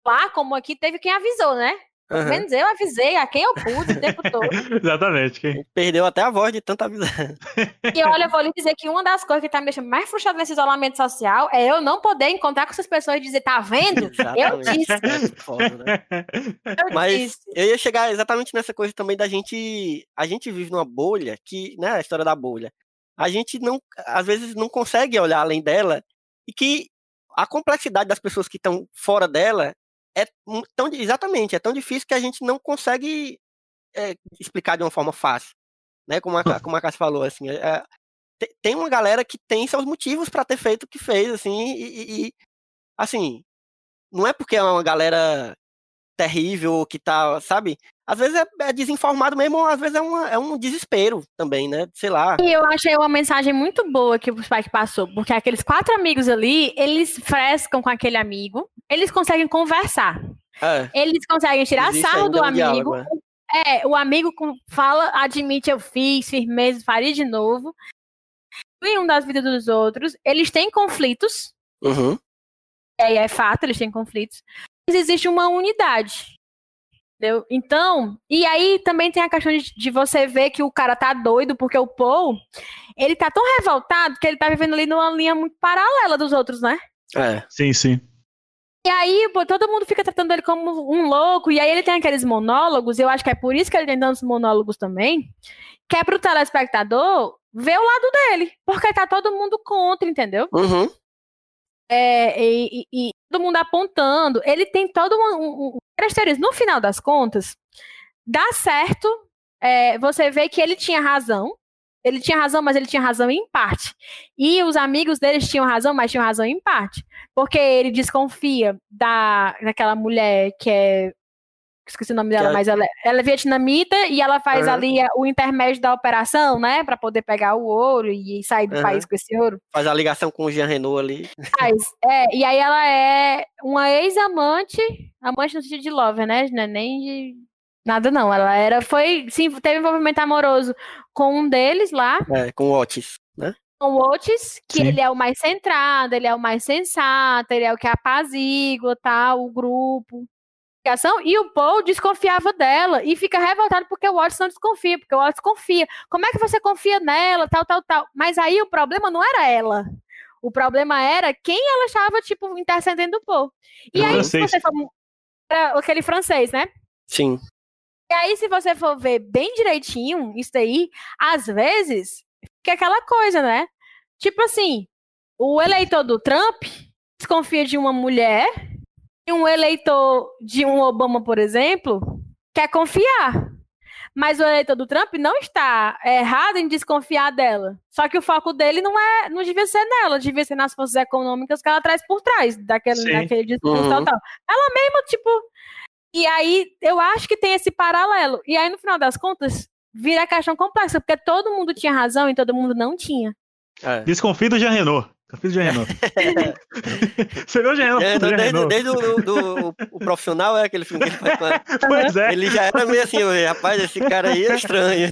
lá, como aqui, teve quem avisou, né? Pelo Aham. menos eu avisei a quem eu pude o tempo todo. Exatamente. A Quem... gente perdeu até a voz de tanto avisar. E olha, eu vou lhe dizer que uma das coisas que tá me deixando mais frustrada nesse isolamento social é eu não poder encontrar com essas pessoas e dizer, tá vendo? Eu Exatamente. disse, É foda, né? eu Mas disse. eu ia chegar exatamente nessa coisa também da gente. A gente vive numa bolha que, né, a história da bolha. A gente não, às vezes, não consegue olhar além dela e que a complexidade das pessoas que estão fora dela é mu- tão, exatamente, é tão difícil que a gente não consegue é, explicar de uma forma fácil, né? Como a, Ca- como a Cássia falou, assim, é, te- tem uma galera que tem seus motivos para ter feito o que fez, assim, e, e- e, assim, não é porque é uma galera terrível que tá, sabe? Às vezes é, é desinformado mesmo, ou às vezes é, uma, é um desespero também, né? Sei lá. E eu achei uma mensagem muito boa que o Spike passou, porque aqueles quatro amigos ali, eles frescam com aquele amigo, eles conseguem conversar, É, eles conseguem tirar existe sarro do ainda um amigo. diálogo, né? É, o amigo com- fala, admite, eu fiz, firmeza, faria de novo. Em um das vidas dos outros, eles têm conflitos, Uhum. e aí é fato, eles têm conflitos, mas existe uma unidade. Entendeu? Então, e aí também tem a questão de, de você ver que o cara tá doido, porque o Paul, ele tá tão revoltado que ele tá vivendo ali numa linha muito paralela dos outros, né? É. Sim, sim. E aí, pô, todo mundo fica tratando ele como um louco, e aí ele tem aqueles monólogos, e eu acho que é por isso que ele tem tantos monólogos também, que é pro telespectador ver o lado dele, porque tá todo mundo contra, entendeu? Uhum. É, e, e- e todo mundo apontando. Ele tem todo um, um, um- várias teorias. No final das contas, dá certo. É, você vê que ele tinha razão. Ele tinha razão, mas ele tinha razão em parte. E os amigos deles tinham razão, mas tinham razão em parte. Porque ele desconfia da, daquela mulher que é. Esqueci o nome dela, Que é- mas ela, ela é vietnamita e ela faz Aham. ali o intermédio da operação, né? Pra poder pegar o ouro e sair do Aham. país com esse ouro. Faz a ligação com o Jean Renault ali. Faz. É, e aí ela é uma ex-amante, amante no sentido de lover, né? Não é nem de nada, não. Ela era, foi, sim, teve envolvimento amoroso com um deles lá, É, com o Otis, né? com o Otis, que Sim. ele é o mais centrado, ele é o mais sensato, ele é o que apazigua, tal, o grupo. E o Paul desconfiava dela e fica revoltado porque o Otis não desconfia, porque o Otis confia. Como é que você confia nela, tal, tal, tal? Mas aí o problema não era ela. O problema era quem ela estava, tipo, intercedendo o Paul. E O aí, se francês. você for... Era aquele francês, né? Sim. E aí, se você for ver bem direitinho isso daí, às vezes, fica aquela coisa, né? Tipo assim, o eleitor do Trump desconfia de uma mulher e um eleitor de um Obama, por exemplo, quer confiar. Mas o eleitor do Trump não está errado em desconfiar dela. Só que o foco dele não é, não devia ser nela, devia ser nas forças econômicas que ela traz por trás daquele, Sim. daquele discurso Uhum. tal, tal. Ela mesma, tipo... E aí, eu acho que tem esse paralelo. E aí, no final das contas, vira a questão complexa, porque todo mundo tinha razão e todo mundo não tinha. É. Desconfio do Jean Renault. Desconfio do Jean Renault. Você viu o Jean Renault? É, do Jean desde Renault? desde o do, o profissional, é aquele filme que ele faz com a- Pois é. Ele já era meio assim, rapaz, esse cara aí é estranho.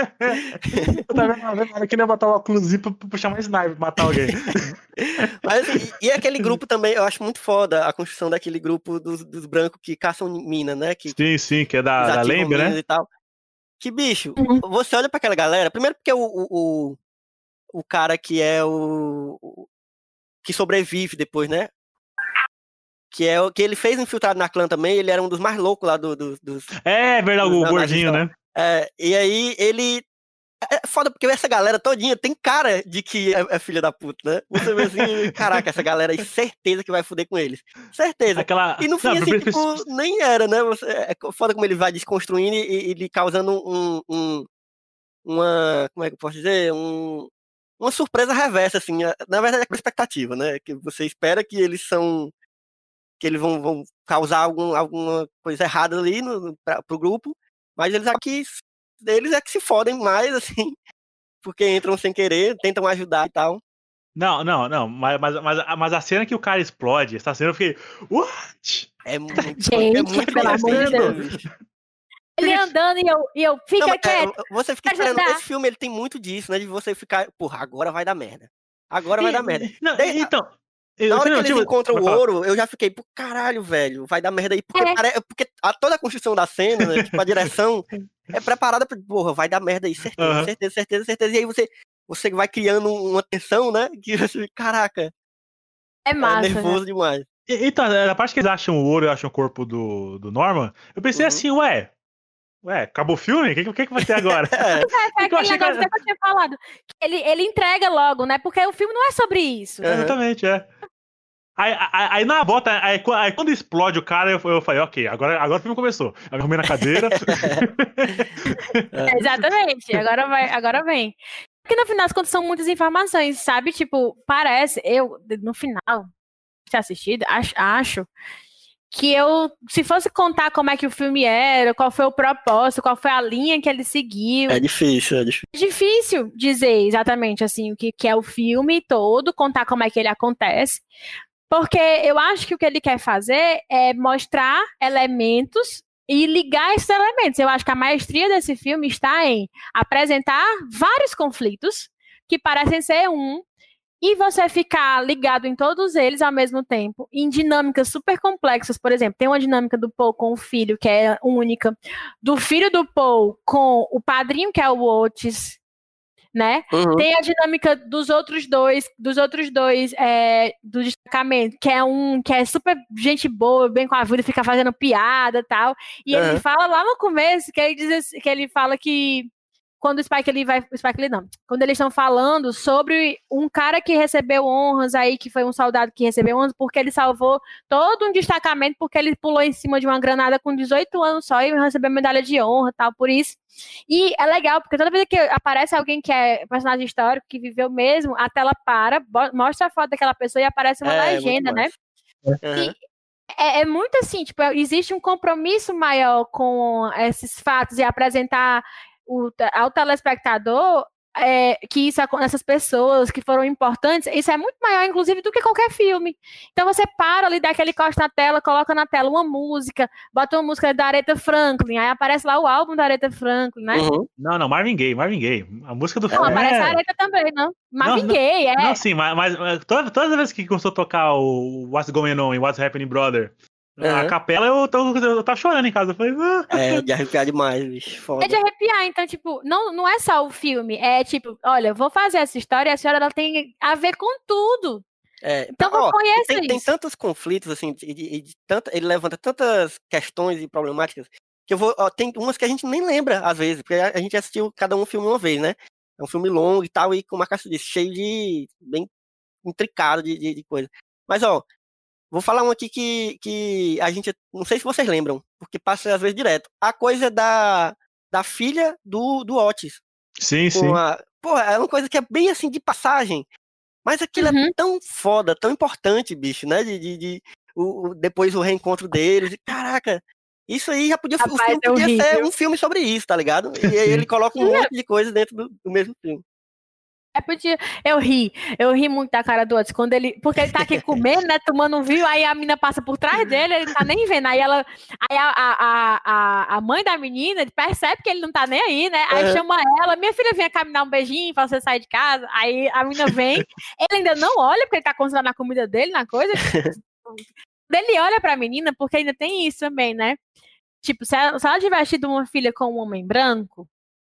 Eu tava vendo que ele ia botar o óculos pra puxar mais sniper pra matar alguém. Mas, e, e aquele grupo também, eu acho muito foda a construção daquele grupo dos, dos brancos que caçam mina, né? Que, Sim, sim, que é da, da desativam Lembre, minas né? e tal. Que bicho, Uhum. você olha pra aquela galera, primeiro porque o, o, o, o cara que é o, o- que sobrevive depois, né? Que é o que ele fez Infiltrado na Clã também, ele era um dos mais loucos lá do, do- dos. É verdade, o Não, gordinho, mas né? É, e aí ele. É foda porque essa galera todinha tem cara de que é, é filha da puta, né? Você vê assim, caraca, essa galera aí, certeza que vai foder com eles. Certeza. Aquela... E no fim, Não, assim, pre- pre- tipo, nem era, né? Você, é foda como ele vai desconstruindo e, e ele causando um, um. Uma. Como é que eu posso dizer? Um, uma surpresa reversa, assim. Na verdade, é com expectativa, né? Que você espera que eles são. Que eles vão, vão causar algum, alguma coisa errada ali no, pra, pro grupo. Mas eles aqui. Eles é que se fodem mais, assim. Porque entram sem querer, tentam ajudar e tal. Não, não, não. Mas, mas, mas, mas a cena que o cara explode, essa cena eu fiquei. What? É muito, Gente, é muito pelo amor de divertido, Deus. bicho. Ele andando e eu, e eu fica Não, mas, é, quieto. você fica ajudar. esperando. Esse filme ele tem muito disso, né? De você ficar, porra, agora vai dar merda. Agora vai E- dar merda. Não, De- então, Eu- Na hora que não, eles tipo, encontram vai o falar. ouro, eu já fiquei, pô, caralho, velho, vai dar merda aí. Porque, É. pare- porque a, toda a construção da cena, né, tipo, a direção é preparada pra, porra, vai dar merda aí, certeza, Aham. certeza, certeza, certeza. E aí você, você vai criando uma tensão, né, que você, caraca, É é massa, né? nervoso demais. E- Então, na parte que eles acham o ouro e acham o corpo do, do Norman, eu pensei Uhum. assim, ué, ué, acabou o filme? O que, que, que vai ter agora? É, É, foi Porque eu aquele achei que negócio era- até que eu tinha falado. Que ele, ele entrega logo, né? Porque o filme não é sobre isso. Aham. Exatamente, é. Aí, aí, aí na volta, aí, qu- aí quando explode o cara, eu, eu falei, ok, agora, agora o filme começou. Eu me arrumei na cadeira. É, exatamente. Agora vai, agora vem. Porque no final das contas são muitas informações, sabe? Tipo, parece, eu, no final, de ter assistido, acho, acho que eu, se fosse contar como é que o filme era, qual foi o propósito, qual foi a linha que ele seguiu, é difícil, é difícil. é difícil dizer exatamente assim o que, que é o filme todo, contar como é que ele acontece, porque eu acho que o que ele quer fazer é mostrar elementos e ligar esses elementos. Eu acho que a maestria desse filme está em apresentar vários conflitos que parecem ser um, e você ficar ligado em todos eles ao mesmo tempo, em dinâmicas super complexas. Por exemplo, tem uma dinâmica do Paul com o filho, que é única, do filho do Paul com o padrinho, que é o Otis, né? Uhum. Tem a dinâmica dos outros dois, dos outros dois é, do destacamento, que é um que é super gente boa, bem com a vida, fica fazendo piada e tal. E Uhum. ele fala lá no começo que ele diz assim, que ele fala que quando o Spike Lee vai. O Spike Lee não. Quando eles estão falando sobre um cara que recebeu honras aí, que foi um soldado que recebeu honras, porque ele salvou todo um destacamento, porque ele pulou em cima de uma granada com dezoito anos só e recebeu medalha de honra e tal, por isso. E é legal, porque toda vez que aparece alguém que é personagem histórico, que viveu mesmo, a tela para, mostra a foto daquela pessoa e aparece uma É, legenda, muito né? massa. Uhum. E é, é muito assim, tipo, existe um compromisso maior com esses fatos e apresentar o, ao telespectador é, que isso, essas pessoas que foram importantes, isso é muito maior, inclusive, do que qualquer filme. Então você para ali, dá aquele corte na tela, coloca na tela uma música, bota uma música da Aretha Franklin, aí aparece lá o álbum da Aretha Franklin, né? Uhum. Não, não, Marvin Gaye, Marvin Gaye. A música do Não, filme aparece é... a Aretha também, não? Marvin não, Gaye, é. Não, sim, mas, mas toda, todas as vezes que começou a tocar o What's Going On e What's Happening Brother, a Uhum. capela, eu, tô, eu tava chorando em casa. Eu falei, ah. É, de arrepiar demais, bicho. Foda. É de arrepiar, então, tipo, não, não é só o filme, é tipo, olha, eu vou fazer essa história e a senhora ela tem a ver com tudo. É, Então, ó, reconheça tem, tem isso. tantos conflitos, assim, de, de, de tanta, ele levanta tantas questões e problemáticas que eu vou. Ó, tem umas que a gente nem lembra, às vezes, porque a, a gente assistiu cada um filme uma vez, né? É um filme longo e tal, e como a Cássio disse, cheio de. Bem intricado de, de, de coisa. Mas, ó, vou falar um aqui que, que a gente. Não sei se vocês lembram, porque passa às vezes direto. A coisa da, da filha do, do Otis. Sim, sim. Com a, pô, é uma coisa que é bem assim de passagem. Mas aquilo Uhum. é tão foda, tão importante, bicho, né? De, de, de o, o- depois o reencontro deles. E, caraca, isso aí já podia. O Rapaz, filme é podia ser horrível. um filme sobre isso, tá ligado? E aí ele coloca um monte de coisa dentro do, do mesmo filme. É porque eu ri, eu ri muito da cara do Otis, quando ele, porque ele tá aqui comendo, né, tomando um vinho, aí a menina passa por trás dele, ele não tá nem vendo, aí ela, aí a, a, a, a mãe da menina percebe que ele não tá nem aí, né, aí Uhum. chama ela, minha filha vem cá me dar um beijinho pra você sair de casa, aí a menina vem, ele ainda não olha, porque ele tá concentrado na comida dele, na coisa, ele olha pra menina, porque ainda tem isso também, né, tipo, se ela, se ela tivesse tido uma filha com um homem branco,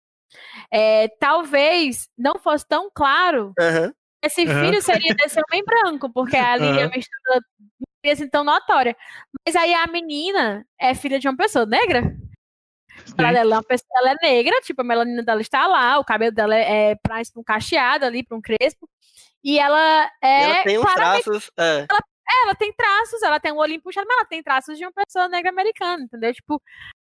é, talvez não fosse tão claro Aham. esse Uhum. filho seria desse homem branco, porque ali Uhum. a mistura não seria assim tão notória. Mas aí a menina é filha de uma pessoa negra. Ela, ela é uma pessoa, ela é negra, tipo, a melanina dela está lá, o cabelo dela é, é pra um cacheado ali, para um crespo. E ela E é. ela tem uns claramente, traços. É, ela tem traços, ela tem um olhinho puxado, mas ela tem traços de uma pessoa negra americana, entendeu? Tipo.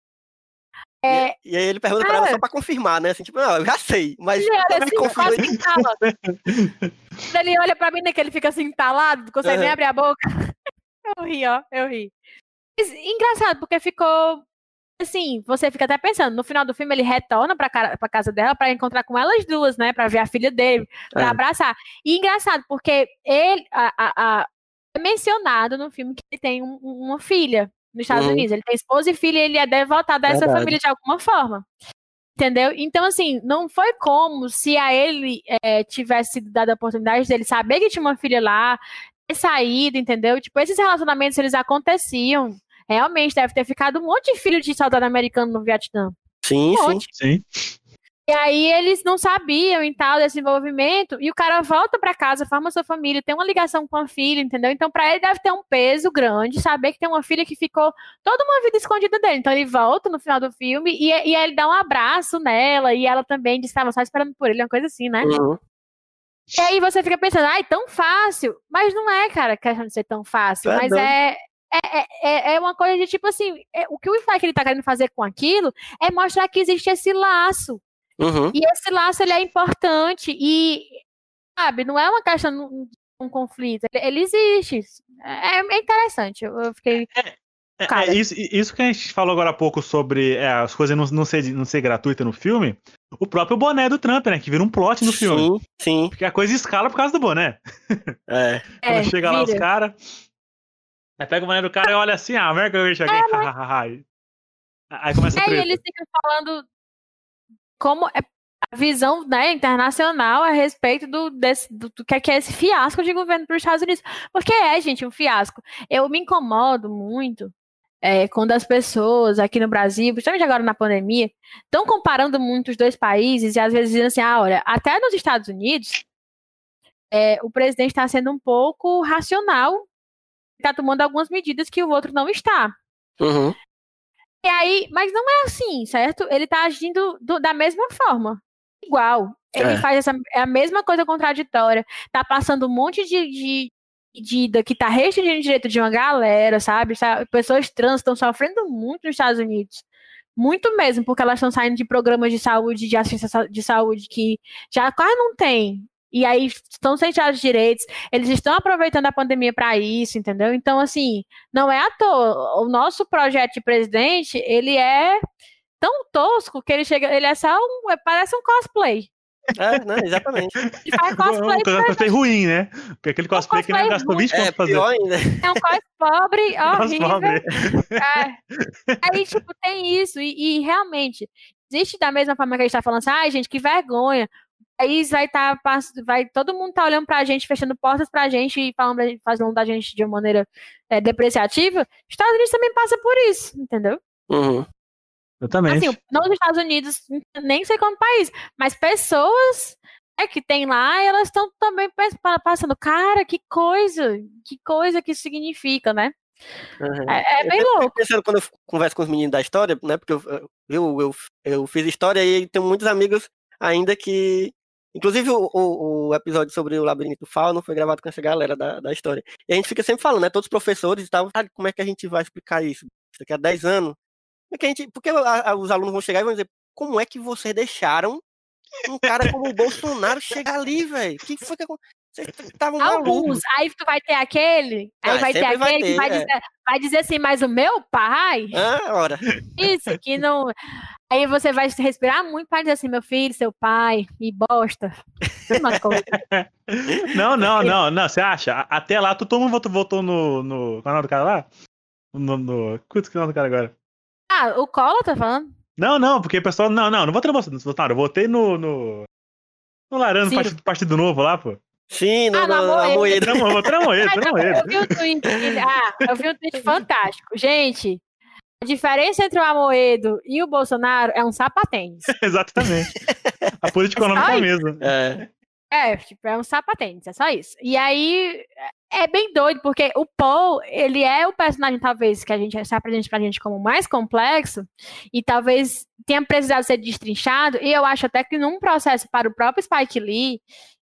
É, e, e aí ele pergunta pra ela só pra confirmar, né? Assim, tipo, não, eu já sei, mas ele olha só me assim, confirma quase aí. que entala. Quando ele olha pra mim, né, que ele fica assim entalado, não consegue nem Uhum. abrir a boca. Eu ri, ó, eu ri. Mas, engraçado, porque ficou assim, você fica até pensando, no final do filme ele retorna pra, cara, pra casa dela pra encontrar com elas duas, né, pra ver a filha dele, pra É. abraçar. E engraçado, porque ele a, a, a- é mencionado no filme que ele tem um- uma filha nos Estados Uhum. Unidos, ele tem esposa e filha e ele é devotado a essa Verdade. família de alguma forma. Entendeu? Então, assim, não foi como se a ele é, tivesse sido dada a oportunidade dele saber que tinha uma filha lá, saído, entendeu? Tipo, esses relacionamentos, eles aconteciam. Realmente, deve ter ficado um monte de filho de soldado americano no Vietnã. Sim, Um sim. monte. Sim. E aí eles não sabiam e tal desse envolvimento, e o cara volta pra casa, forma sua família, tem uma ligação com a filha, entendeu? Então pra ele deve ter um peso grande, saber que tem uma filha que ficou toda uma vida escondida dele. Então ele volta no final do filme e, e ele dá um abraço nela, e ela também disse que estava só esperando por ele, uma coisa assim, né? Uhum. E aí você fica pensando, ai, tão fácil. Mas não é, cara, questão de ser tão fácil, É mas doido. é... É, é, é uma coisa de tipo assim, é, o que o Spike ele tá querendo fazer com aquilo é mostrar que existe esse laço. Uhum. E esse laço, ele é importante. E, sabe, não é uma questão de um conflito. Ele, ele existe. É, é interessante. Eu, eu fiquei... É, Cara. é isso, isso que a gente falou agora há pouco sobre é, as coisas não, não, ser, não ser gratuita no filme. O próprio boné do Trump, né? Que vira um plot no filme. Sim, sim. Porque a coisa escala por causa do boné. É. Quando É, chega lá os vira. caras... Aí pega o boné do cara e olha assim, ah, American Rich Again. Aí, aí começa a É, e treta. eles ficam falando como é a visão, né, internacional a respeito do, desse, do, do que é, que é esse fiasco de governo para os Estados Unidos. Porque é, gente, um fiasco. Eu me incomodo muito é, quando as pessoas aqui no Brasil, principalmente agora na pandemia, estão comparando muito os dois países e às vezes dizendo assim, ah, olha, até nos Estados Unidos, é, o presidente está sendo um pouco racional, está tomando algumas medidas que o outro não está. Uhum. E aí, mas não é assim, certo? Ele tá agindo do- da mesma forma. Igual. Ele É. faz essa, é a mesma coisa contraditória. Tá passando um monte de, de medida que tá restringindo o direito de uma galera, sabe? Sa- Pessoas trans estão sofrendo muito nos Estados Unidos. Muito mesmo, porque elas estão saindo de programas de saúde, de assistência sa- de saúde que já quase não tem. E aí estão sem os direitos, eles estão aproveitando a pandemia para isso, entendeu? Então, assim, não é à toa. O nosso projeto de presidente, ele é tão tosco que ele chega, ele é só um, parece um cosplay. É, né? Exatamente. Ele faz cosplay, Um cosplay ruim, né? Porque aquele cosplay que ele cosplay gastou vinte É, pontos pra fazer. pior ainda. é um cosplay pobre, Nossa, horrível. pobre. É. Aí, tipo, tem isso. E, e realmente, existe da mesma forma que a gente tá falando assim, ai, gente, que vergonha. O país vai estar, vai, todo mundo tá olhando pra gente, fechando portas pra gente e falando, fazendo da gente de uma maneira é, depreciativa. Os Estados Unidos também passa por isso, entendeu? Uhum. Exatamente. Assim, não os Estados Unidos, nem sei como país, mas pessoas é, que tem lá, elas estão também passando, cara, que coisa, que coisa que isso significa, né? Uhum. É, é bem eu louco. fico pensando quando eu converso com os meninos da história, né? Porque eu, eu, eu, eu fiz história e tenho muitos amigos ainda que. Inclusive, o, o, o episódio sobre o Labirinto do Fauno foi gravado com essa galera da, da história. E a gente fica sempre falando, né? Todos os professores e tal, sabe como é que a gente vai explicar isso? Daqui a dez anos. Como é que a gente, porque a, a, os alunos vão chegar e vão dizer, como é que vocês deixaram um cara como o Bolsonaro chegar ali, velho? O que foi que aconteceu? Vocês estavam Alguns. malucos. Aí tu vai ter aquele, aí Ah, vai ter sempre vai aquele que ter, vai é. dizer, vai dizer assim, mas o meu pai, Ah, ora. isso, que não. Aí você vai respirar muito para dizer assim, meu filho, seu pai, me bosta. Uma coisa. Não, não, não, não. Você acha? A- Até lá, tu todo mundo votou, votou no, no canal do cara lá? No, no... Qual é o canal do cara agora? Ah, o Collor tá falando? Não, não, porque o pessoal. Não, não, não votei no Bolsonaro. Eu votei no. No, no Laranja, no Ciro. partido, partido Novo lá, pô. Sim, no, Ah, no no, no Amoedo. Amoedo. Não, eu votei no Moedo, Mas votei no eu, eu Moedo. vi o tweet. ele- Ah, eu vi um tweet fantástico. Gente, a diferença entre o Amoedo e o Bolsonaro é um sapatênis. Exatamente. A política É só econômica é a isso. mesma. É. É, tipo, é um sapatênis, é só isso. E aí, é bem doido, porque o Paul, ele é o personagem, talvez, que a gente se apresente pra gente como mais complexo, e talvez tenha precisado ser destrinchado, e eu acho até que num processo para o próprio Spike Lee,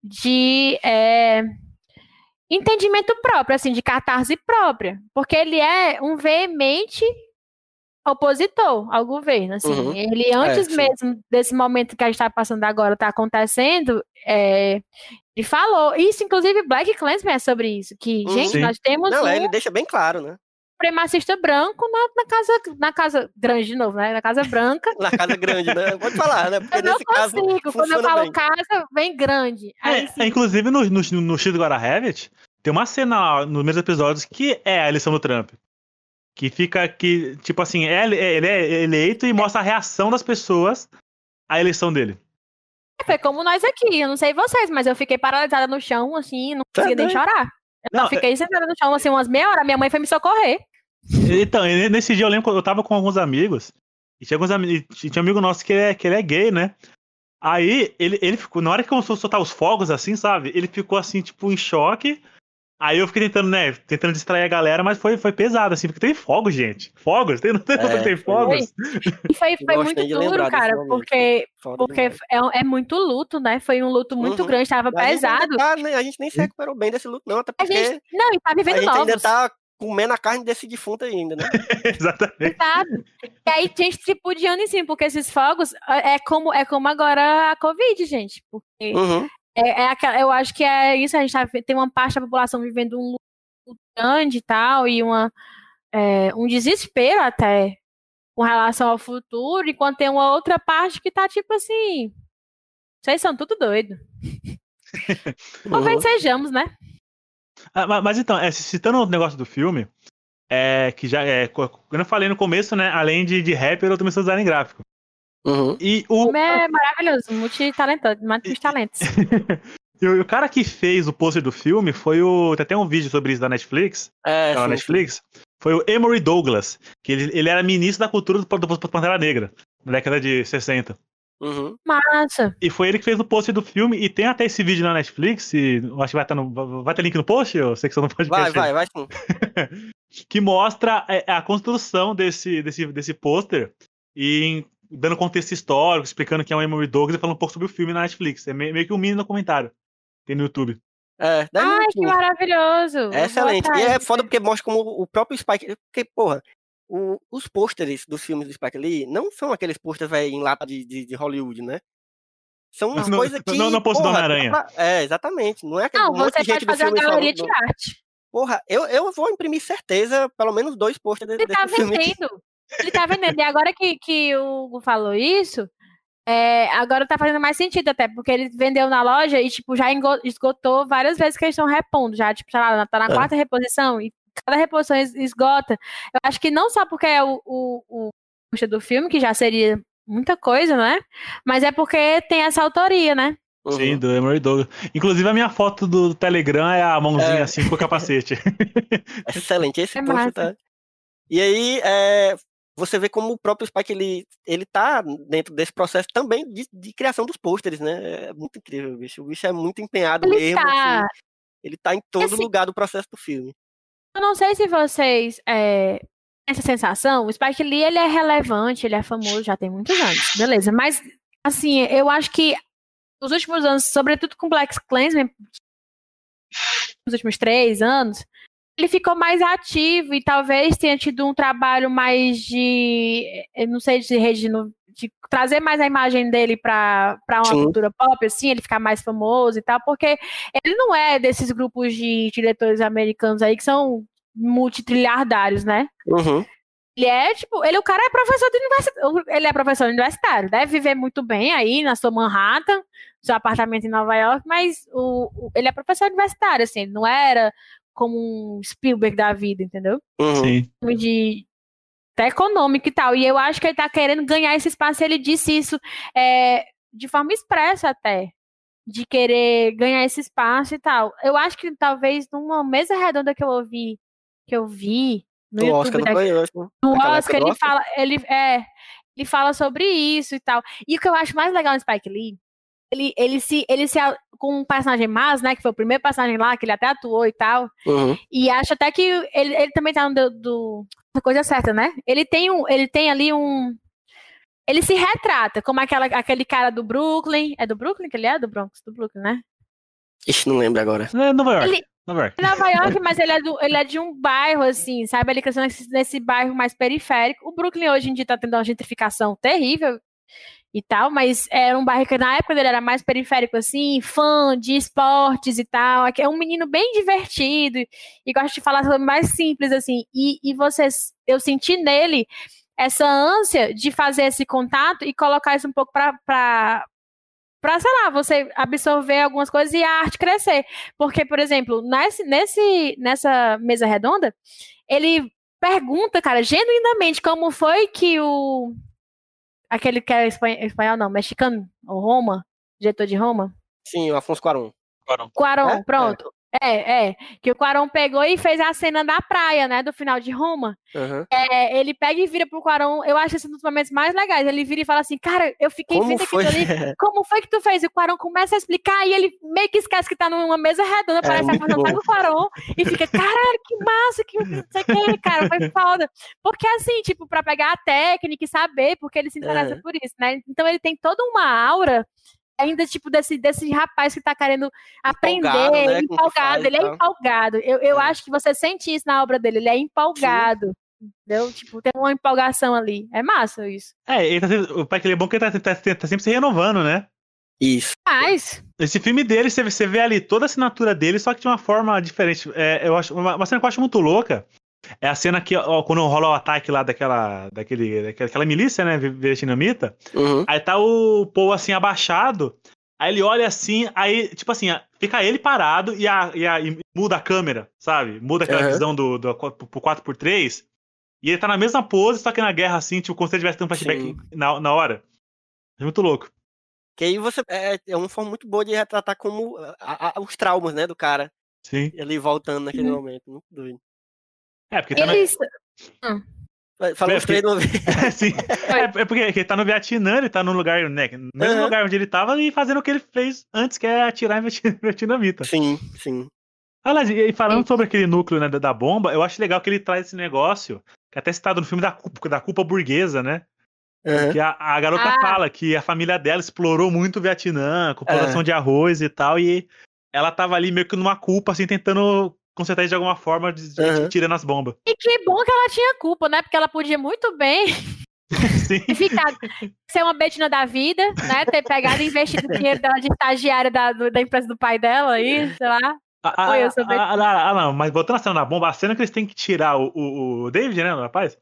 de é, entendimento próprio, assim, de catarse própria, porque ele é um veemente opositor ao governo, assim, Uhum. ele antes É, sim. mesmo desse momento que a gente está passando agora, está acontecendo, é, ele falou, isso inclusive Black Klansman é sobre isso, que, Uhum. gente, Sim. nós temos Não, um é, ele deixa bem claro, né? supremacista branco na, na casa, na casa grande de novo, né, na Casa Branca. Na casa grande, né? Pode falar, né? Porque Eu não nesse caso consigo, quando eu funciona falo bem. casa, vem grande. Aí, É, sim, é, inclusive, no, no, no X do Guarda Revet, tem uma cena lá, nos mesmos episódios que é a eleição do Trump. Que fica que, tipo assim, é- é- ele é eleito e mostra a reação das pessoas à eleição dele. foi como nós aqui, eu não sei vocês, mas eu fiquei paralisada no chão, assim, não Tá conseguia nem doido. chorar. Eu Não, só fiquei sentada no chão, assim, umas meia hora. Minha mãe foi me socorrer. Então, e nesse dia eu lembro que eu tava com alguns amigos, e tinha alguns amigos, tinha um amigo nosso que é, que ele é gay, né? Aí ele, ele ficou, na hora que começou a soltar os fogos, assim, sabe? Ele ficou assim, tipo, em choque. Aí eu fiquei tentando, né, tentando distrair a galera, mas foi, foi pesado, assim, porque tem fogos, gente. Fogos? Tem, não tem, É, tem foi. fogos? E foi, foi Gosto muito nem de duro, lembrar desse cara, momento, porque, Foda porque demais. é, é muito luto, né? Foi um luto muito Uhum. grande, tava A gente, ainda pesado. tá, né, a gente nem se recuperou bem desse luto, não, até A porque gente, não, e tá a vivendo gente ainda novos. tá comendo a carne desse defunto ainda, né? Exatamente. Exato. E aí, gente, tipo, de ano em cima, porque esses fogos é como, é como agora a Covid, gente. Porque Uhum. é, é aquela, eu acho que é isso, a gente tá, tem uma parte da população vivendo um luto grande e tal, e uma, é, um desespero até com relação ao futuro, enquanto tem uma outra parte que tá tipo assim, vocês são tudo doido. Talvez Uhum. sejamos, né? Ah, ma- mas então, é, citando o negócio do filme, é, que já é, co- eu não falei no começo, né, além de, de rapper, eu também sou design gráfico. Uhum. E O o, homem é maravilhoso, multitalentoso, múltiplos talentos. e o cara que fez o pôster do filme foi o. Tem até um vídeo sobre isso da Netflix. É, Tá na sim, Netflix. Foi o Emory Douglas, que ele, ele era ministro da cultura do, do, do Pantera Negra, na década de sessenta. Uhum. Massa. E foi ele que fez o pôster do filme, e tem até esse vídeo na Netflix, e eu acho que vai estar no. Vai ter link no post? Eu sei que você não pode Vai, vai, vai sim. Que mostra a, a construção desse, desse, desse pôster e em- dando contexto histórico, explicando quem é o Emory Douglas e falando um pouco sobre o filme na Netflix. É meio, meio que um mini documentário. Tem no YouTube. É, dez Ai, que minutinhos. maravilhoso. Eu É vou excelente. E atrás é de foda ver. porque mostra como o próprio Spike. Porque, porra, o- os pôsteres dos filmes do Spike Lee não são aqueles pôsteres véio, em lata de, de, de Hollywood, né? São umas Não, coisas que. não, não posso do porra, dá Homem-Aranha. pra- É, exatamente. Não é que Não, um monte você de gente pode do fazer uma filme galeria falando. de arte. Porra, eu, eu vou imprimir certeza pelo menos dois pôsteres Ele desse tá filme aqui. vendendo. Ele tá vendendo. E agora que, que o Hugo falou isso, é, agora tá fazendo mais sentido até, porque ele vendeu na loja e, tipo, já engo- esgotou várias vezes que eles estão repondo. Já, tipo, sei lá, tá na É. quarta reposição e cada reposição es- esgota. Eu acho que não só porque é o, o, o custo do filme, que já seria muita coisa, né? Mas é porque tem essa autoria, né? Uhum. Sim, do Emory Douglas. Inclusive, a minha foto do Telegram é a mãozinha É. assim com o capacete. Excelente, esse É pôster massa. tá. E aí, é, você vê como o próprio Spike ele, ele tá dentro desse processo também de, de criação dos pôsteres, né? É muito incrível, o bicho. O bicho é muito empenhado Ele mesmo. tá. Assim, ele tá em todo Assim, lugar do processo do filme. Eu não sei se vocês é, têm essa sensação. O Spike Lee, ele é relevante, ele é famoso, já tem muitos anos. Beleza, mas, assim, eu acho que nos últimos anos, sobretudo com Black Klansman, nos últimos três anos, ele ficou mais ativo e talvez tenha tido um trabalho mais de, eu não sei, de rede, no- de trazer mais a imagem dele para para uma Sim. cultura pop, assim, ele ficar mais famoso e tal, porque ele não é desses grupos de diretores americanos aí que são multitrilhardários, né? Uhum. Ele é, tipo, ele, o cara é professor de universidade, ele é professor universitário, deve viver muito bem aí na sua Manhattan, seu apartamento em Nova York, mas o, o- ele é professor universitário, assim, ele não era como um Spielberg da vida, entendeu? Uhum. Sim. De até econômico e tal. E eu acho que ele tá querendo ganhar esse espaço. Ele disse isso é, de forma expressa até. De querer ganhar esse espaço e tal. Eu acho que talvez numa mesa redonda que eu ouvi, que eu vi no Do YouTube Oscar, não da- foi? Eu acho. no Naquela Oscar, época do ele Oscar? fala, ele, é, ele fala sobre isso e tal. E o que eu acho mais legal no Spike Lee, ele, ele se, ele se, a- com um personagem mais, né, que foi o primeiro personagem lá, que ele até atuou e tal, Uhum. e acho até que ele, ele também tá no do, do- da coisa certa, né? Ele tem, um, ele tem ali um... Ele se retrata como aquela, aquele cara do Brooklyn. É do Brooklyn que ele é? Do Bronx? Do Brooklyn, né? Ixi, não lembro agora. É Nova York. Ele- Nova York. Nova York, mas ele é, do, ele é de um bairro, assim, sabe? Ele cresceu nesse, nesse bairro mais periférico. O Brooklyn hoje em dia tá tendo uma gentrificação terrível e tal, mas era um bairro que na época dele era mais periférico, assim, fã de esportes e tal. É um menino bem divertido e gosta de falar sobre mais simples, assim. E, e vocês, eu senti nele essa ânsia de fazer esse contato e colocar isso um pouco pra, pra, pra, sei lá, você absorver algumas coisas e a arte crescer. Porque, por exemplo, nesse, nesse, nessa mesa redonda, ele pergunta, cara, genuinamente, como foi que o... Aquele que é espanhol, espanhol não, mexicano, o Roma, diretor de Roma, Sim, o Afonso Cuarón. Agora. Cuarón, É? pronto. É, é. Que o Cuarón pegou e fez a cena da praia, né? Do final de Roma. Aham. É, ele pega e vira pro Cuarón. Eu acho esse um dos momentos mais legais. Ele vira e fala assim, cara, eu fiquei Como vendo foi? aquilo ali. Como foi que tu fez? E o Cuarón começa a explicar e ele meio que esquece que tá numa mesa redonda, parece muito apresentar bom. o Cuarón. E fica, caralho, que massa, que não sei o que, cara, foi foda. Porque assim, tipo, pra pegar a técnica e saber, porque ele se interessa Aham. por isso, né? Então ele tem toda uma aura ainda, tipo, desse, desse rapaz que tá querendo aprender, Empolgado, né, com o que empolgado, faz e ele é tal. empolgado. Eu, eu É. acho que você sente isso na obra dele, ele é empolgado. Entendeu? Tipo, tem uma empolgação ali. É massa isso. É, ele tá sempre, o pai que ele é bom que ele tá, tá, tá sempre se renovando, né? Isso. Mas, Esse filme dele, você, você vê ali toda a assinatura dele, só que de uma forma diferente. É, eu acho, uma, uma cena que eu acho muito louca é a cena que, ó, quando rola o ataque lá daquela, daquele, daquela aquela milícia, né, vietnamita, Uhum. aí tá o Paul assim, abaixado, aí ele olha assim, aí, tipo assim, fica ele parado e, a, e, a, e muda a câmera, sabe? Muda aquela Uhum. visão do, do, pro quatro por três, e ele tá na mesma pose, só que na guerra, assim, tipo, como se ele tivesse dando flashback Sim. na, na hora. É muito louco. Que aí você. É, é uma forma muito boa de retratar como a- a- os traumas, né, do cara. Sim. Ele voltando naquele Uhum. momento. Muito doido. É, porque tá na... eles... Falou É, os três de uma vez. É, sim. É, é porque ele tá no Vietnã, ele tá no lugar, né, no mesmo Uhum. lugar onde ele tava e fazendo o que ele fez antes, que é atirar em viet- vietnamita. Sim, sim. Aliás, e e falando sobre aquele núcleo, né, da, da bomba, eu acho legal que ele traz esse negócio, que é até citado no filme da culpa, da culpa burguesa, né? Uhum. Que a, a garota Ah. fala que a família dela explorou muito o Vietnã, com plantação É. de arroz e tal, e ela tava ali meio que numa culpa, assim, tentando consertar isso de alguma forma, de, de, Uhum. tirando as bombas. E que bom que ela tinha culpa, né? Porque ela podia muito bem Sim. ficar, ser uma Betina da vida, né? Ter pegado e investido o dinheiro dela de estagiária da, do- da empresa do pai dela aí, sei lá. Ah, Oi, ah, eu sou ah, ah, ah, não, mas voltando à cena da bomba, a cena que eles têm que tirar o, o, o David, né, o rapaz?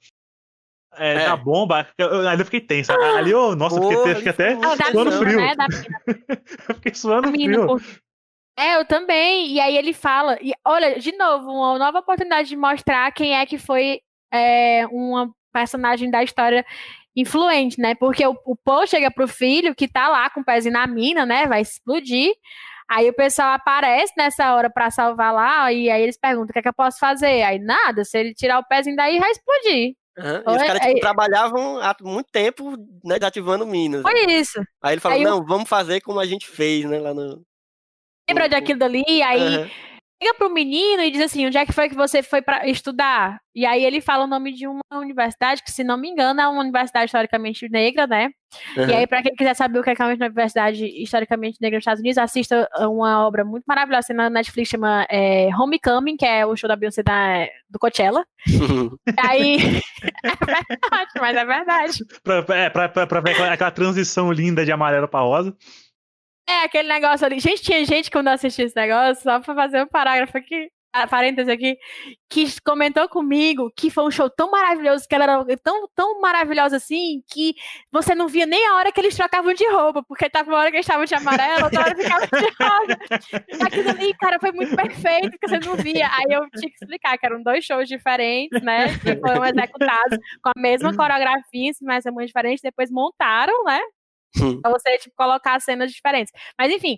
É, É. da bomba, eu, eu- ali eu fiquei tenso. Ali, eu, nossa, eu fiquei, Porra, fiquei ali foi até muito Ah, da suando tensão. frio. menina, né? Da menina, Eu fiquei suando da menina, frio. por- É, eu também. E aí ele fala, e olha, de novo, uma nova oportunidade de mostrar quem é que foi é, uma personagem da história influente, né? Porque o, o Paul chega pro filho que tá lá com o pezinho na mina, né? Vai explodir. Aí o pessoal aparece nessa hora pra salvar lá, e aí eles perguntam o que é que eu posso fazer. Aí nada, se ele tirar o pezinho daí, vai explodir. Uhum. E os Olha, caras tipo, aí- trabalhavam há muito tempo, né, desativando minas. Foi isso. Aí ele falou, Aí o- não, vamos fazer como a gente fez, né, lá no... Lembra daquilo dali? Aí Uhum. liga pro menino e diz assim, onde é que foi que você foi para estudar? E aí ele fala o nome de uma universidade, que se não me engano é uma universidade historicamente negra, né? Uhum. E aí, pra quem quiser saber o que é uma universidade historicamente negra nos Estados Unidos, assista uma obra muito maravilhosa na Netflix, chama é, Homecoming, que é o show da Beyoncé da, do Coachella. E aí, é verdade, mas é verdade. Pra, é, pra, pra, pra ver aquela, aquela transição linda de amarelo pra rosa. É, aquele negócio ali. Gente, tinha gente quando assistiu esse negócio, só pra fazer um parágrafo aqui, ah, parêntese aqui, que comentou comigo que foi um show tão maravilhoso, que ela era tão, tão maravilhosa assim, que você não via nem a hora que eles trocavam de roupa, porque tava uma hora que eles estavam de amarelo, outra hora ficava de rosa. E aquilo ali, cara, foi muito perfeito, que você não via. Aí eu tinha que explicar que eram dois shows diferentes, né, que foram executados com a mesma coreografia, mas é muito diferente, depois montaram, né, pra você, tipo, colocar cenas diferentes. Mas, enfim,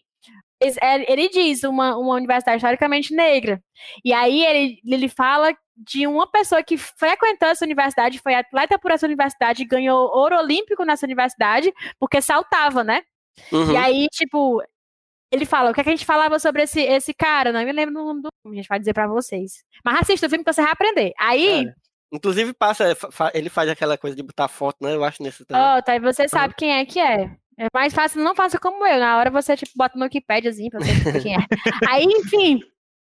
ele diz uma, uma universidade historicamente negra. E aí ele, ele fala de uma pessoa que frequentou essa universidade, foi atleta por essa universidade, ganhou ouro olímpico nessa universidade, porque saltava, né? Uhum. E aí, tipo, ele fala, o que, é que a gente falava sobre esse, esse cara? Não me lembro o nome do filme, a gente vai dizer pra vocês. Mas assista o filme que você vai aprender. Aí... É. Inclusive, passa, fa- ele faz aquela coisa de botar foto, né? Eu acho nesse também. Ó, tá, aí você sabe quem é que é. É mais fácil, não faça como eu. Na hora você, tipo, bota no Wikipediazinho pra você saber quem é. Aí, enfim,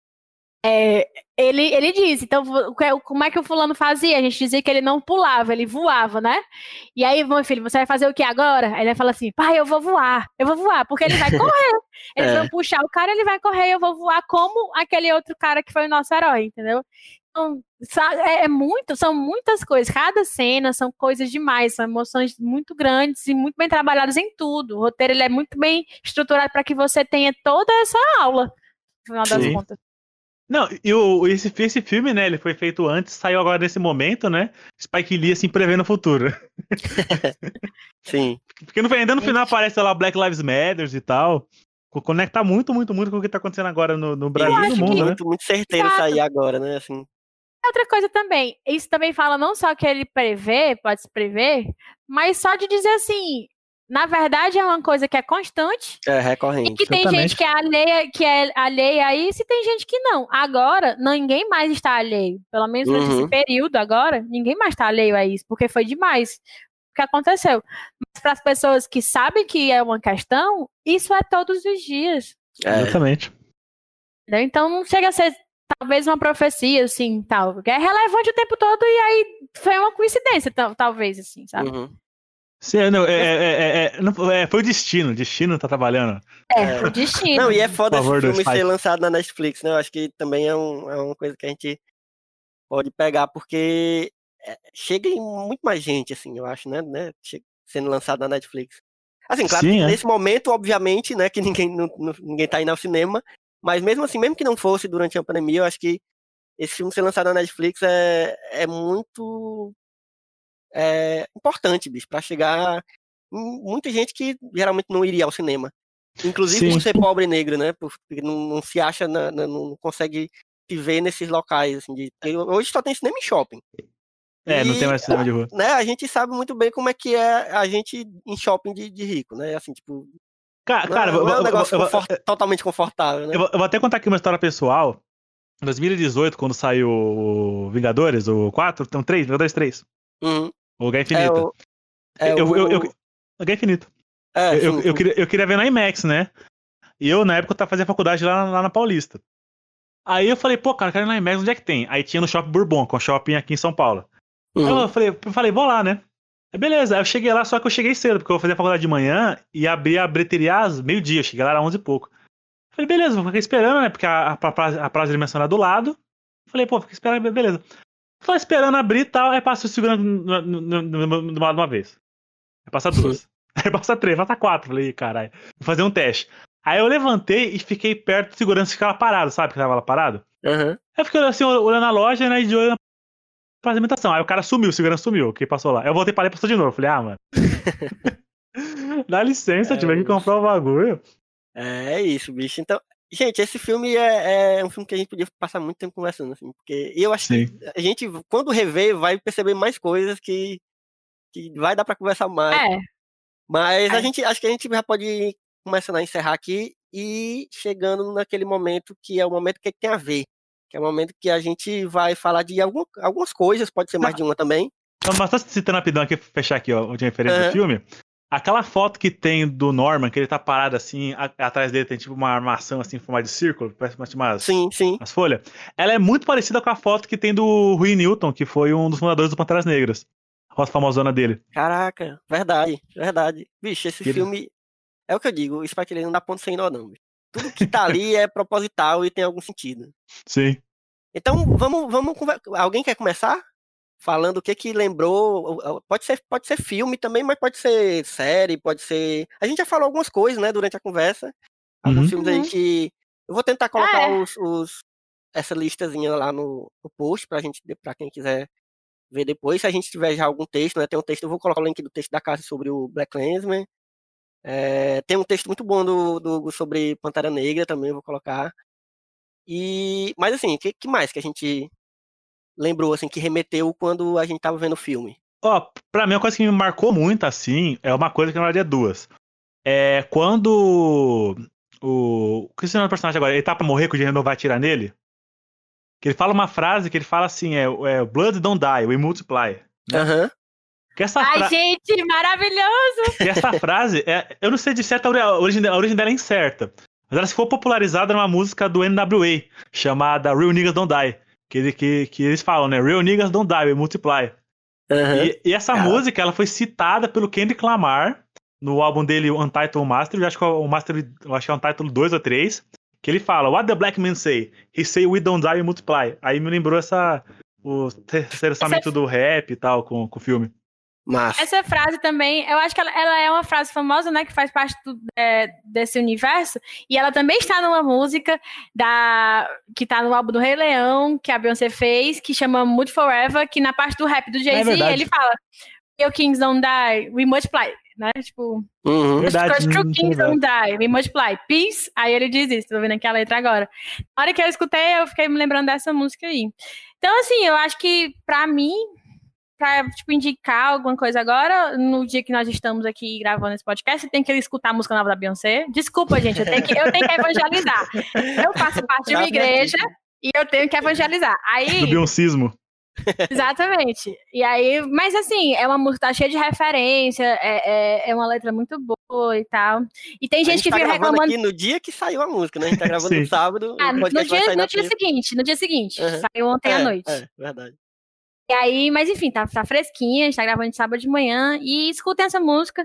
é, ele, ele diz, então, vo- o que- como é que o fulano fazia? A gente dizia que ele não pulava, ele voava, né? E aí, meu filho, você vai fazer o que agora? Aí ele fala assim, pai, eu vou voar, eu vou voar, porque ele vai correr. Eles É. vão puxar o cara, ele vai correr, eu vou voar como aquele outro cara que foi o nosso herói, entendeu? Então, sa- é, é muito, são muitas coisas. Cada cena são coisas demais, são emoções muito grandes e muito bem trabalhadas em tudo. O roteiro ele é muito bem estruturado para que você tenha toda essa aula, no final das Sim. contas. Não, e o, esse, esse filme, né, ele foi feito antes, saiu agora nesse momento, né? Spike Lee, assim, prevendo o futuro. Sim. Porque no, ainda no final aparece lá Black Lives Matter e tal. conecta muito, muito, muito com o que tá acontecendo agora no, no Brasil e no acho mundo, que- né? Muito, muito certeiro Exato. sair agora, né? Assim. Outra coisa também, isso também fala não só que ele prevê, pode se prever, mas só de dizer assim, na verdade é uma coisa que é constante É e recorrente. que tem Exatamente. gente que é alheia, que é alheia a isso e tem gente que não. Agora, ninguém mais está alheio. Pelo menos Uhum. nesse período agora, ninguém mais está alheio a isso, porque foi demais o que aconteceu. Mas para as pessoas que sabem que é uma questão, isso é todos os dias. É. Exatamente. Entendeu? Então não chega a ser talvez uma profecia, assim, tal, que é relevante o tempo todo e aí foi uma coincidência, tal, talvez, assim, sabe? Uhum. Sim, não, é, é, é, é, não, é, foi o destino, o destino tá trabalhando. É, o destino. Não, e é foda Por favor, esse filme Deus, ser pai. lançado na Netflix, né? Eu acho que também é, um, é uma coisa que a gente pode pegar, porque é, chega em muito mais gente, assim, eu acho, né? né? Che- Sendo lançado na Netflix. Assim, claro Sim, que é. nesse momento, obviamente, né, que ninguém, não, não- ninguém tá indo ao cinema, mas mesmo assim, mesmo que não fosse durante a pandemia, eu acho que esse filme ser lançado na Netflix é, é muito é, importante, bicho, pra chegar em muita gente que geralmente não iria ao cinema. Inclusive Sim. por ser pobre e negro, né? Porque não, não se acha, na- na- não consegue se ver nesses locais, assim, de, hoje só tem cinema em shopping. É, não E, tem mais cinema de rua. né, a gente sabe muito bem como é que é a gente em shopping de, de rico, né? Assim, tipo, Ca- não, Cara, é- eu, não é um eu- negócio eu- eu- confort- totalmente confortável, né? eu vou- eu vou até contar aqui uma história pessoal. Em dois mil e dezoito, quando saiu o Vingadores, o quatro, então três, Vingadores três, Uhum. o Guerra É Infinita. o. É eu, o... eu, eu, o Guerra Infinita. é, Eu, eu, sim, eu sim. queria, eu queria ver na IMAX, né? E eu, na época, eu tava fazendo faculdade lá, lá na Paulista. Aí eu falei, pô, cara, eu quero ir na IMAX, onde é que tem? Aí tinha no Shopping Bourbon, que é um shopping aqui em São Paulo. Aí Uhum. eu falei, eu falei, vou lá, né? Aí beleza, aí eu cheguei lá, só que eu cheguei cedo, porque eu fazia faculdade de manhã e abri a bilheteria às meio-dia, eu cheguei lá às onze e pouco. Falei, beleza, vou ficar esperando, né? Porque a, a, a, a praça de dimensão era do lado. Falei, pô, fica esperando, beleza. Tô esperando abrir e tal, aí passa o segurança no, no, no, no, no lado de uma vez. Aí passa duas. Aí passa três, passa quatro. Falei, caralho, vou fazer um teste. Aí eu levantei e fiquei perto do segurança que ficava parado, sabe? Que tava lá parado. Uhum. Aí eu fiquei assim, olhando a loja, né? E de olho na praça de alimentação. Aí o cara sumiu, o segurança sumiu, quem passou lá. Aí eu voltei para ali e passou de novo. Falei, ah, mano. Dá licença, É, tive que bicho. comprar o bagulho. É isso, bicho. Então, gente, esse filme é, é um filme que a gente podia passar muito tempo conversando, assim, porque eu acho Sim. que a gente, quando rever, vai perceber mais coisas que, que vai dar pra conversar mais. É, Mas a É. gente, acho que a gente já pode ir começando a encerrar aqui e chegando naquele momento que é o momento que tem a ver. Que é o momento que a gente vai falar de alguma, algumas coisas, pode ser mais de uma também. Então, mas só citando rapidão aqui, pra fechar aqui, ó, de referência Aham. do filme. Aquela foto que tem do Norman, que ele tá parado assim, a- atrás dele tem tipo uma armação assim, em forma de círculo, parece umas, umas, Sim, sim. umas folhas. Ela é muito parecida com a foto que tem do Rui Newton, que foi um dos fundadores do Panteras Negras. A foto famosona dele. Caraca, verdade, verdade. Bicho, esse Ele- filme. É o que eu digo, o Spike Lee não dá ponto sem nó, não. Bicho. Tudo que tá ali é proposital e tem algum sentido. Sim. Então, vamos, vamos conver- alguém quer começar? Falando o que que lembrou. Pode ser, pode ser filme também, mas pode ser série, pode ser. A gente já falou algumas coisas, né, durante a conversa. Alguns Uhum. filmes aí Uhum. que. Eu vou tentar colocar É. os, os- essa listazinha lá no, no post pra gente, pra quem quiser ver depois. Se a gente tiver já algum texto, né? Tem um texto, eu vou colocar o link do texto da casa sobre o Black Klansman. É, tem um texto muito bom do, do- sobre Pantera Negra também, eu vou colocar. E, mas assim, o que, que mais que a gente lembrou, assim, que remeteu quando a gente tava vendo o filme? Ó, pra mim, uma coisa que me marcou muito, assim, é uma coisa que na verdade é duas. É quando o. O que é o nome do personagem agora? Ele tá pra morrer, que o General vai atirar nele. Que ele fala uma frase que ele fala assim: é, é Blood don't die, we multiply. Né? Aham. Que essa, Ai, fra- gente, maravilhoso! que essa frase, é, eu não sei de certa a origem, a origem dela é incerta. Mas ela se for popularizada numa música do N W A, chamada Real Niggas Don't Die. Que, ele- que, que eles falam, né? Real Niggas Don't Die, we multiply. Aham. E, e essa Cara. música, ela foi citada pelo Kendrick Lamar no álbum dele, Untitled Master. Eu acho que é o Master, eu acho que é o Untitled dois ou três. Que ele fala, what the black man say? He say we don't die, we multiply. Aí me lembrou essa, o terçamento do rap e tal com, com o filme. Massa. Essa frase também, eu acho que ela, ela é uma frase famosa, né? Que faz parte do- é, desse universo. E ela também está numa música da, que tá no álbum do Rei Leão, que a Beyoncé fez, que chama Mood Forever, que na parte do rap do Jay-Z, verdade. ele fala Real Kings don't die, we multiply. né? Tipo, Uhum. Verdade. because true não kings tinha don't die, we multiply. Peace. Aí ele diz isso, tô vendo aqui a letra agora. Na hora que eu escutei, eu fiquei me lembrando dessa música aí. Então, assim, eu acho que pra mim, pra, tipo, indicar alguma coisa agora, no dia que nós estamos aqui gravando esse podcast, você tem que escutar a música nova da Beyoncé. Desculpa, gente, eu tenho que, eu tenho que evangelizar. Eu faço parte de uma igreja e eu tenho que evangelizar. Aí, Do Beyoncéismo. exatamente. E aí, mas assim, é uma música tá cheia de referência, é, é, é uma letra muito boa e tal. E tem A gente gente que tá fica gravando reclamando. aqui no dia que saiu a música, né? A gente tá gravando Sim. no sábado, Ah, o no podcast vai dia, sair na no dia terça. seguinte, no dia seguinte. Uhum. Saiu ontem à É, noite. é, verdade. E aí, mas enfim, tá, tá fresquinha, a gente tá gravando de sábado de manhã e escutem essa música.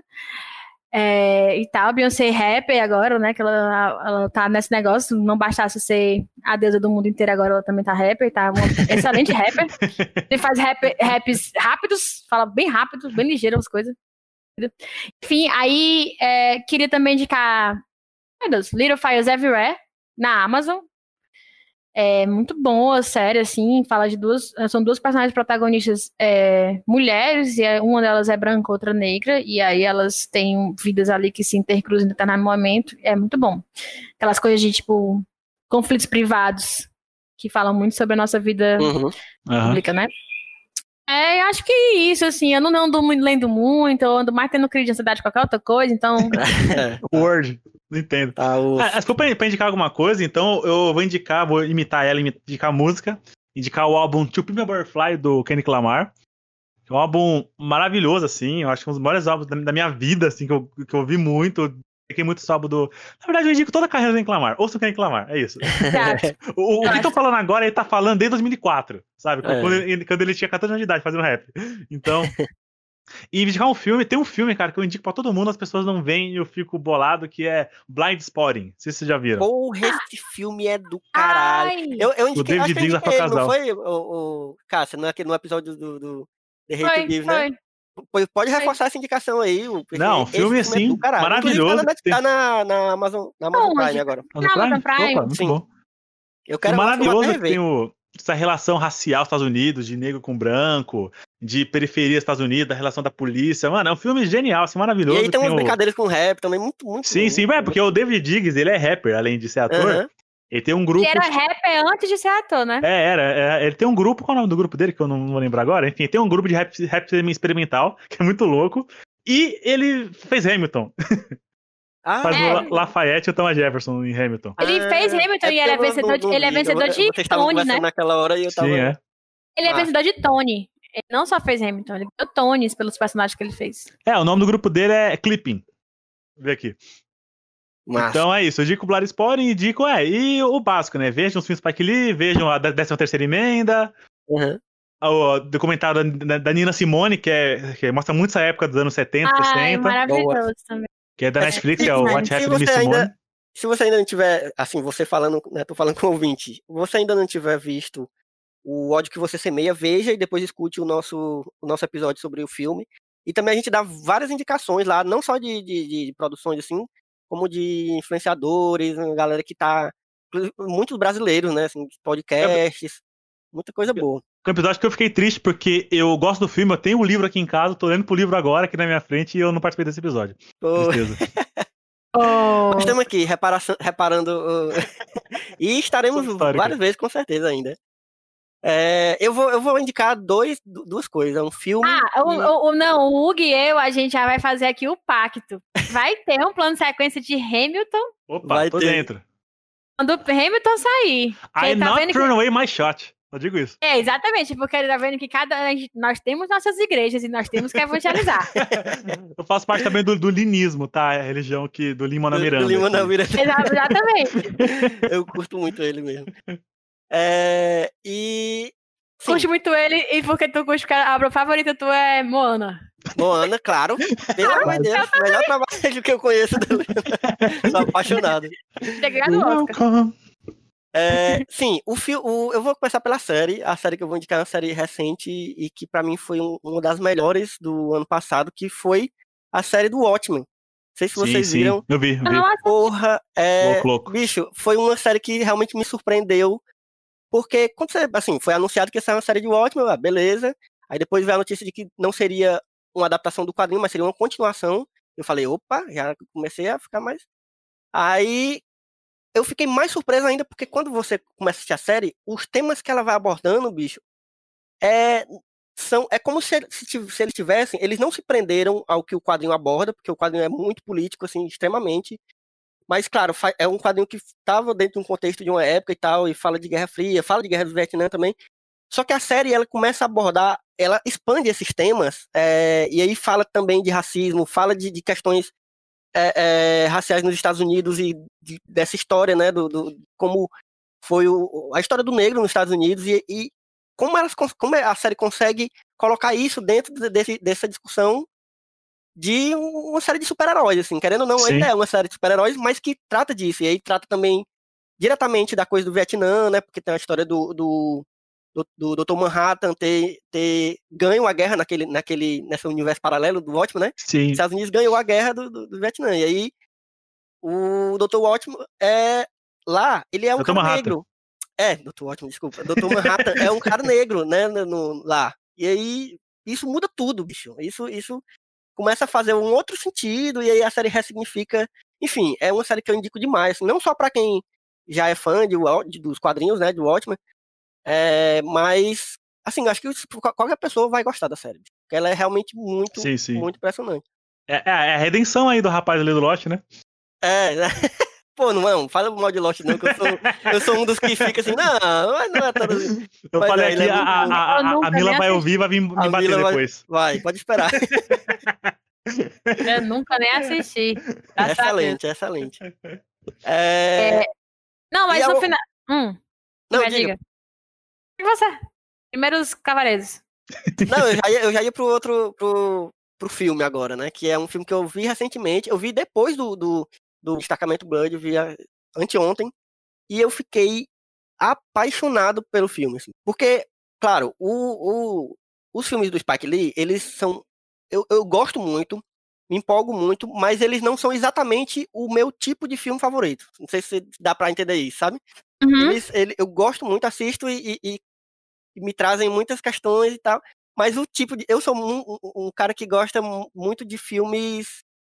É, e tal, Beyoncé rapper agora, né? Que ela, ela tá nesse negócio, não bastasse ser a deusa do mundo inteiro, agora ela também tá rapper, tá uma excelente rapper. Ele faz rap, raps rápidos, fala bem rápido, bem ligeiro as coisas. Enfim, aí é, queria também indicar meu Deus, Little Fires Everywhere, na Amazon. É muito boa a série, assim, fala de duas, são duas personagens protagonistas é, mulheres, e uma delas é branca, outra negra, e aí elas têm vidas ali que se intercruzam em determinado momento, é muito bom. Aquelas coisas de, tipo, conflitos privados, que falam muito sobre a nossa vida Uhum. pública, né? É, eu acho que isso, assim, eu não ando muito, lendo muito, eu ando mais tendo crise de ansiedade que qualquer outra coisa, então... É, Word. Não entendo. tá, o... Ah, se for pra, pra indicar alguma coisa, então eu vou indicar, vou imitar ela, indicar a música, indicar o álbum To Pimp a Butterfly do Kendrick Lamar. É um álbum maravilhoso, assim, eu acho que é um dos maiores álbuns da, da minha vida, assim, que eu, que eu ouvi muito. Fiquei muito álbum do... Na verdade, eu indico toda a carreira do Kendrick Lamar. Ouça o Kendrick Lamar, é isso. Exato. o o que eu tô falando agora, ele tá falando desde dois mil e quatro, sabe? É. Quando, ele, quando ele tinha catorze anos de idade fazendo rap. Então... E indicar um filme, tem um filme, cara, que eu indico pra todo mundo, as pessoas não veem e eu fico bolado, que é Blind Spotting. Não sei se vocês já viram. Porra, esse filme é do caralho. Ai, Eu, eu indiquei, David acho que eu Diggs indiquei ele, Afro não Casal. foi, o, o Cássia, no, no episódio do, do The Hate foi, to Give, né? foi. Pode, pode reforçar essa indicação aí. Porque Não, esse filme, é assim, do caralho. maravilhoso. Inclusive, tá na, tá na, na Amazon, na Amazon Onde? Prime agora. Mas Não, o Prime? Amazon Prime? Opa, muito Sim. bom. Eu É quero maravilhoso até que tem rever. o, essa relação racial dos Estados Unidos, de negro com branco, de periferia dos Estados Unidos, da relação da polícia. Mano, é um filme genial, assim, E maravilhoso. aí tem umas o... brincadeiras com rap também, muito, muito Sim, sim, muito é, porque o David Diggs, ele é rapper, além de ser ator. Aham. Ele tem um grupo... Ele era rapper antes de ser ator, né? É, era. É, ele tem um grupo, qual é o nome do grupo dele, que eu não vou lembrar agora? Enfim, tem um grupo de rap, rap experimental, que é muito louco. E ele fez Hamilton. Ah, Faz é. o La- Lafayette e o Thomas Jefferson em Hamilton. Ele ah, fez Hamilton e ele é porque eu vencedor de- ele é vi. vencedor Eu- de Vocês estavam Tony, conversando né? naquela hora e eu tava... Sim, é. Ele é Ah. vencedor de Tony. Ele não só fez Hamilton, ele ganhou Tonys pelos personagens que ele fez. É, o nome do grupo dele é Clipping. Vê aqui. Massa. Então é isso, eu indico o Blood Sport e indico, é, e o básico, né? Vejam os filmes Spike Lee, vejam a décima terceira emenda, Uhum. o documentário da, da Nina Simone, que, é, que mostra muito essa época dos anos setenta, Ai, sessenta, maravilhoso também. que é da Netflix, que é o What Se Happened to Miss você Simone. ainda, se você ainda não tiver, assim, você falando, né, tô falando com o ouvinte, você ainda não tiver visto o Ódio que Você Semeia, veja e depois escute o nosso, o nosso episódio sobre o filme. E também a gente dá várias indicações lá, não só de, de, de produções assim, como de influenciadores, uma galera que tá, muitos brasileiros, né, assim, podcasts, muita coisa boa. Um episódio que eu fiquei triste porque eu gosto do filme, eu tenho o livro aqui em casa, tô lendo pro livro agora aqui na minha frente e eu não participei desse episódio. Tô- Tristeza. Oh, Nós estamos aqui reparação- reparando uh, e estaremos Histórica. várias vezes com certeza ainda. É, eu, vou, eu vou indicar dois, du- duas coisas, um filme ah, o, e- o, o- não, o Hugo e eu, a gente já vai fazer aqui o pacto. Vai ter um plano de sequência de Hamilton Opa, Vai tô ter. dentro. quando o Hamilton sair. Porque I ele tá not vendo que... turn away my shot. Eu digo isso. É, exatamente, porque ele tá vendo que cada nós temos nossas igrejas e nós temos que evangelizar. Eu faço parte também do, do linismo, tá? É a religião que, do Lima na do- do Miranda. Lima na aqui. Miranda. Exa- Exatamente. Eu curto muito ele mesmo. É, e sim, Curte muito ele e porque tu curte, porque a obra favorita tua é Moana. Moana, claro. Pelo amor de Deus, o melhor trabalho que eu conheço dele. Sou apaixonado. Ter ganhado o Oscar. Welcome. É, sim, o fi- o- eu vou começar pela série. A série que eu vou indicar é uma série recente e que pra mim foi um- uma das melhores do ano passado, que foi a série do Watchmen. Não sei se Sim, vocês sim. viram. Eu vi, Eu vi. não assisti. Porra, é, Louco, louco. bicho, foi uma série que realmente me surpreendeu, porque quando você, assim, foi anunciado que ia sair uma série de Watchmen, ah, beleza. Aí depois veio a notícia de que não seria uma adaptação do quadrinho, mas seria uma continuação. Eu falei, opa, já comecei a ficar mais... Aí eu fiquei mais surpreso ainda, porque quando você começa a assistir a série, os temas que ela vai abordando, bicho, é, são, é como se, se, se eles tivessem... Eles não se prenderam ao que o quadrinho aborda, porque o quadrinho é muito político, assim, extremamente. Mas, claro, é um quadrinho que estava dentro de um contexto de uma época e tal, e fala de Guerra Fria, fala de Guerra do Vietnã também. Só que a série, ela começa a abordar, ela expande esses temas, é, e aí fala também de racismo, fala de, de questões é, é, raciais nos Estados Unidos e de, dessa história, né, do, do, como foi o, a história do negro nos Estados Unidos, e, e como, elas, como a série consegue colocar isso dentro desse, dessa discussão de uma série de super-heróis, assim, querendo ou não, Sim. ainda é uma série de super-heróis, mas que trata disso, e aí trata também diretamente da coisa do Vietnã, né, porque tem a história do, do, do, do doutor Manhattan ter, ter ganho a guerra naquele, naquele, nesse universo paralelo do Watchmen, né, Sim. os Estados Unidos ganhou a guerra do, do, do Vietnã, e aí o doutor Watchmen é, lá, ele é um doutor cara Manhattan. negro, é, doutor Watchmen, desculpa, doutor Manhattan é um cara negro, né, no, lá, e aí isso muda tudo, bicho, isso, isso começa a fazer um outro sentido, e aí a série ressignifica. Enfim, é uma série que eu indico demais, não só pra quem já é fã de, de, dos quadrinhos, né, do Watchmen, é, mas, assim, acho que qualquer pessoa vai gostar da série, porque ela é realmente muito, Sim, sim. muito impressionante. É, é a redenção aí do rapaz ali do Lost, né? É, né? Pô, não, não fala mal de Lost não, que eu sou, eu sou um dos que fica assim, não, não é todo... Eu Mas falei não, aqui, é a, a, a, a, a Mila vai ouvir e vai vir me a bater Mila depois. Vai, vai, pode esperar. Eu nunca nem assisti. É excelente, é excelente. É... É... Não, mas e no a... final... Hum, Não, diga. diga. E você? Primeiro os cavaleiros. Não, eu já ia, eu já ia pro outro, pro, pro filme agora, né? Que é um filme que eu vi recentemente. Eu vi depois do, do, do Destacamento Blood, eu vi a, anteontem. E eu fiquei apaixonado pelo filme, assim. Porque, claro, o, o, os filmes do Spike Lee, eles são... Eu, eu gosto muito, me empolgo muito, mas eles não são exatamente o meu tipo de filme favorito. Não sei se dá pra entender isso, sabe? Uhum. Eles, ele, eu gosto muito, assisto e, e, e me trazem muitas questões e tal. Mas o tipo de... Eu sou um, um, um cara que gosta muito de filmes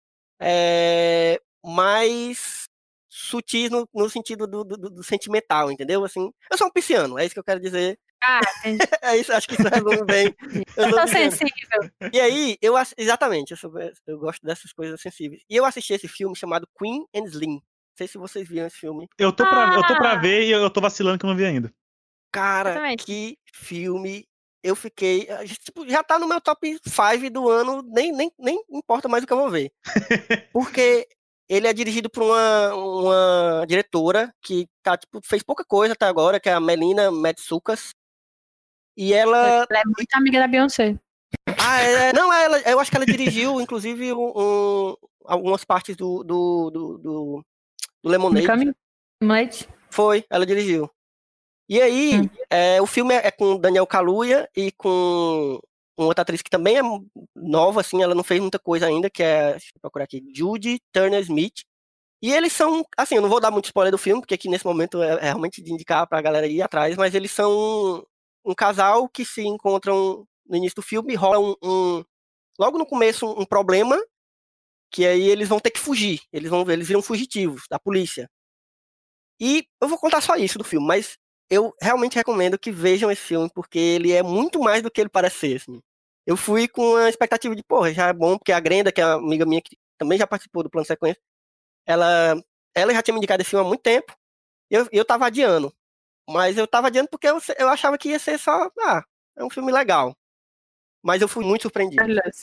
é, mais sutis no, no sentido do, do, do sentimental, entendeu? Assim, eu sou um pisciano, é isso que eu quero dizer. Ah, entendi. É isso, acho que isso resume bem. Eu Eu sou tô pisciano. sensível. E aí, eu exatamente, eu, sou, eu gosto dessas coisas sensíveis. E eu assisti esse filme chamado Queen and Slim. Não sei se vocês viram esse filme. Eu tô pra, Ah. eu tô pra ver e eu tô vacilando que eu não vi ainda. Cara, Exatamente. que filme. Eu fiquei. Tipo, já tá no meu top cinco do ano, nem, nem, nem importa mais o que eu vou ver. Porque ele é dirigido por uma, uma diretora que tá, tipo, fez pouca coisa até agora, que é a Melina Matsoukas. E ela. Ela é muito amiga da Beyoncé. Ah, é, não, ela, eu acho que ela dirigiu, inclusive, um, um, algumas partes do, do, do, do, do Lemonade. Lemonade? Foi, ela dirigiu. E aí, Hum. é, o filme é com Daniel Kaluuya e com uma outra atriz que também é nova, assim, ela não fez muita coisa ainda, que é, deixa eu procurar aqui, Judy Turner-Smith. E eles são, assim, eu não vou dar muito spoiler do filme, porque aqui nesse momento é, é realmente de indicar pra galera ir atrás, mas eles são um, um casal que se encontram no início do filme, rola um, um logo no começo um, um problema, que aí eles vão ter que fugir, eles, vão, eles viram fugitivos da polícia. E eu vou contar só isso do filme, mas eu realmente recomendo que vejam esse filme, porque ele é muito mais do que ele parece ser, assim. Eu fui com a expectativa de, porra, já é bom, porque a Grenda, que é uma amiga minha que também já participou do Plano Sequência, ela, ela já tinha me indicado esse filme há muito tempo, e eu, eu tava adiando. Mas eu tava adiando porque eu, eu achava que ia ser só, ah, é um filme legal. Mas eu fui muito surpreendido.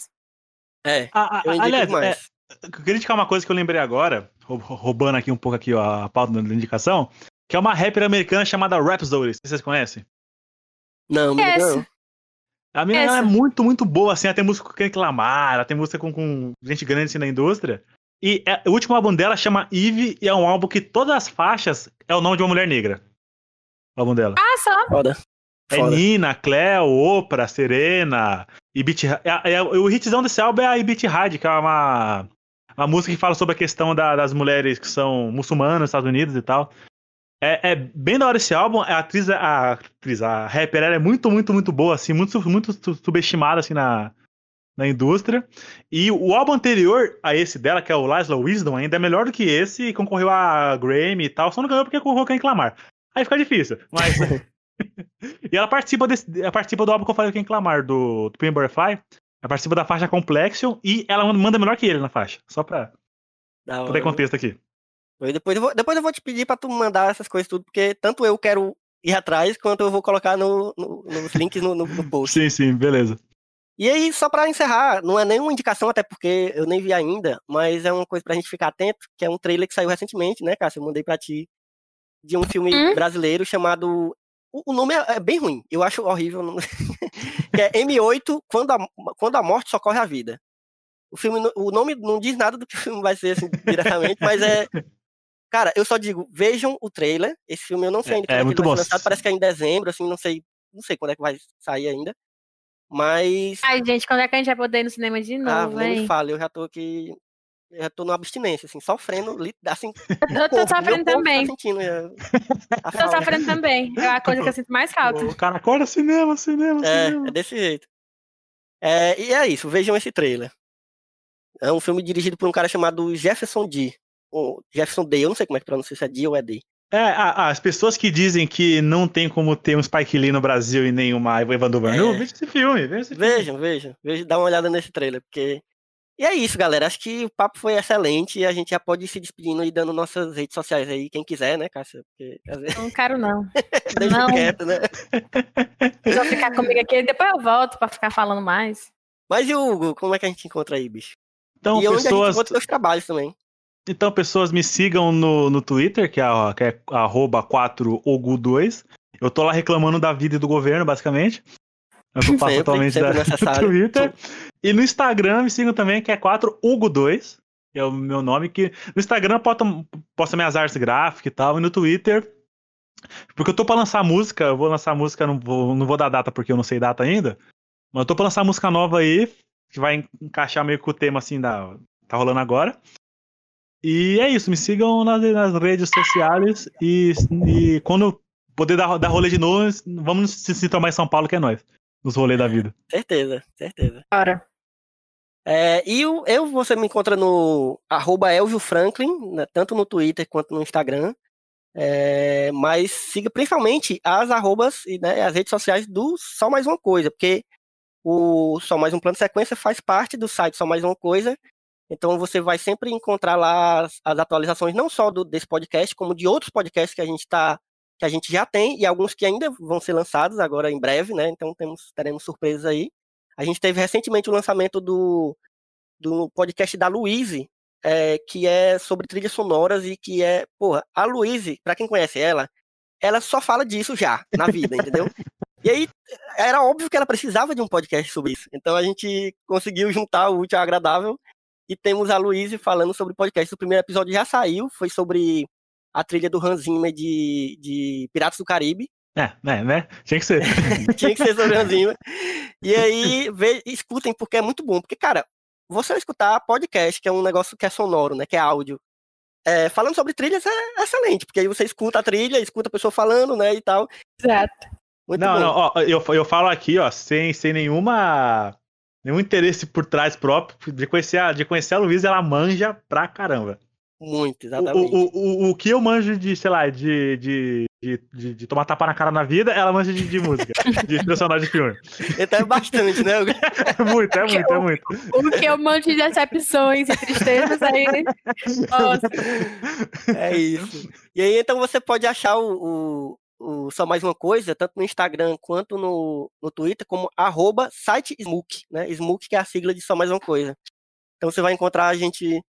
É, Ah, ah, eu indico aliás, demais. é, eu queria indicar uma coisa que eu lembrei agora, roubando aqui um pouco aqui ó, a pauta da indicação, que é uma rapper americana chamada Rhapsody. Vocês conhecem? Não, me Essa. não. A mina ela é Essa. muito, muito boa, assim. Ela tem música com Kendrick Lamar, ela tem música com, com gente grande assim na indústria. E é, o último álbum dela chama Eve, e é um álbum que todas as faixas é o nome de uma mulher negra. O álbum dela. Ah, só. Foda. É Foda. Nina, Cleo, Oprah, Serena, Ibit. É, é, o hitzão desse álbum é a Ibit Hadi, que é uma, uma música que fala sobre a questão da, das mulheres que são muçulmanas nos Estados Unidos e tal. É, é bem da hora esse álbum. A atriz, a atriz, a rapper, ela é muito, muito, muito boa, assim, muito, muito subestimada, assim, na, na indústria. E o álbum anterior a esse dela, que é o Laszlo Wisdom, ainda é melhor do que esse e concorreu a Grammy e tal. Só não ganhou porque concorreu com Kendrick Lamar. Aí fica difícil. Mas. E ela participa, desse, ela participa do álbum que eu falei com Kendrick Lamar, do, do Pimp Butterfly. Ela participa da faixa Complexion e ela manda melhor que ele na faixa. Só pra, Da pra ter hora. contexto aqui. Eu Depois eu, vou, depois eu vou te pedir pra tu mandar essas coisas tudo, porque tanto eu quero ir atrás, quanto eu vou colocar no, no- nos links no, no, no post. Sim, sim, beleza. E aí, só pra encerrar, não é nenhuma indicação, até porque eu nem vi ainda, mas é uma coisa pra gente ficar atento, que é um trailer que saiu recentemente, né, Cássio? Eu mandei pra ti, de um filme Hum? brasileiro chamado... O, o nome é, é bem ruim, eu acho horrível. o nome- que é M oito, quando a, quando a morte socorre a vida. O filme, não- o nome não diz nada do que o filme vai ser, assim, diretamente, mas é... Cara, eu só digo, vejam o trailer. Esse filme eu não sei ainda É, quando é é que muito ele vai bom. ser lançado, parece que é em dezembro, assim, não sei, não sei quando é que vai sair ainda. Mas, Ai, gente, quando é que a gente vai poder ir no cinema de ah, novo, nem me hein? fale, eu já tô aqui, eu já tô numa abstinência, assim, sofrendo, li- assim, Eu o tô corpo, meu sofrendo corpo também. tá sentindo já, a Tô falta. sofrendo também. É a coisa que eu sinto mais falta. O cara acorda cinema, cinema, É, cinema. é desse jeito. É, e é isso, vejam esse trailer. É um filme dirigido por um cara chamado Jefferson D. Ou Jefferson D, eu não sei como é que pronuncia, se é D ou é D. É, a- a- as pessoas que dizem que não tem como ter um Spike Lee no Brasil e nenhuma Eva Duvernay, É. veja esse filme, veja esse filme. Vejam, vejam, vejam, dá uma olhada nesse trailer, porque... E é isso, galera, acho que o papo foi excelente e a gente já pode ir se despedindo e dando nossas redes sociais aí, quem quiser, né, Cássia? Porque, às vezes, Não quero, não. deixa Não. quieto, né? Vocês vão ficar comigo aqui, depois eu volto pra ficar falando mais. Mas e o Hugo, como é que a gente encontra aí, bicho? Então, E onde a gente pessoas, encontra seus trabalhos também. então, pessoas me sigam no, no Twitter, que é, ó, que é arroba quatro O G U dois. Eu tô lá reclamando da vida e do governo, basicamente. É o que eu faço Sempre, atualmente sempre da, necessário. no Twitter. E no Instagram me sigam também, que é quatro O G U dois, que é o meu nome. Que no Instagram eu posto, posto minhas artes gráficas e tal, e no Twitter. Porque eu tô pra lançar música, eu vou lançar música, não vou, não vou dar data porque eu não sei data ainda. Mas eu tô pra lançar música nova aí, que vai encaixar meio com o tema assim da. Tá rolando agora. E é isso, me sigam nas, nas redes sociais e, e quando poder dar, dar rolê de novo, vamos se, se tomar em São Paulo, que é nós. Nos rolês da vida. Certeza, certeza. Bora. É, e o, eu, você me encontra no arroba Elvio Franklin, né, tanto no Twitter quanto no Instagram. É, mas siga principalmente as arrobas e né, as redes sociais do Só Mais Uma Coisa, porque o Só Mais Um Plano de Sequência faz parte do site Só Mais Uma Coisa. Então você vai sempre encontrar lá as, as atualizações não só do, desse podcast, como de outros podcasts que a gente tá, que a gente já tem e alguns que ainda vão ser lançados agora em breve, né? Então temos, teremos surpresas aí. A gente teve recentemente o lançamento do, do podcast da Luíse, é, que é sobre trilhas sonoras e que é, porra, a Luíse, pra quem conhece ela, ela só fala disso já na vida, entendeu? E aí era óbvio que ela precisava de um podcast sobre isso. Então a gente conseguiu juntar o útil ao agradável. E temos a Luíse falando sobre podcast. O primeiro episódio já saiu, foi sobre a trilha do Hans Zimmer de, de Piratas do Caribe. É, né, né? Tinha que ser. Tinha que ser sobre Hans Zimmer. E aí, vê, escutem, porque é muito bom. Porque, cara, você escutar podcast, que é um negócio que é sonoro, né? Que é áudio. É, falando sobre trilhas é excelente, porque aí você escuta a trilha, escuta a pessoa falando, né, e tal. Exato. Muito não, bom. não, ó, eu, eu falo aqui, ó, sem, sem nenhuma. Nenhum interesse por trás próprio. De conhecer a, de conhecer a Luísa, ela manja pra caramba. Muito, O, exatamente. o, o, o que eu manjo de, sei lá, de, de, de, de, de tomar tapa na cara na vida, ela manja de, de música, de personagem de filme. Então é bastante, né? É muito, é muito, é muito. O que eu mando de decepções e tristezas aí. Nossa. É isso. E aí, então, você pode achar o, o, o Só Mais Uma Coisa, tanto no Instagram quanto no, no Twitter, como arroba site Smook, né? Smook, que é a sigla de Só Mais Uma Coisa. Então, você vai encontrar a gente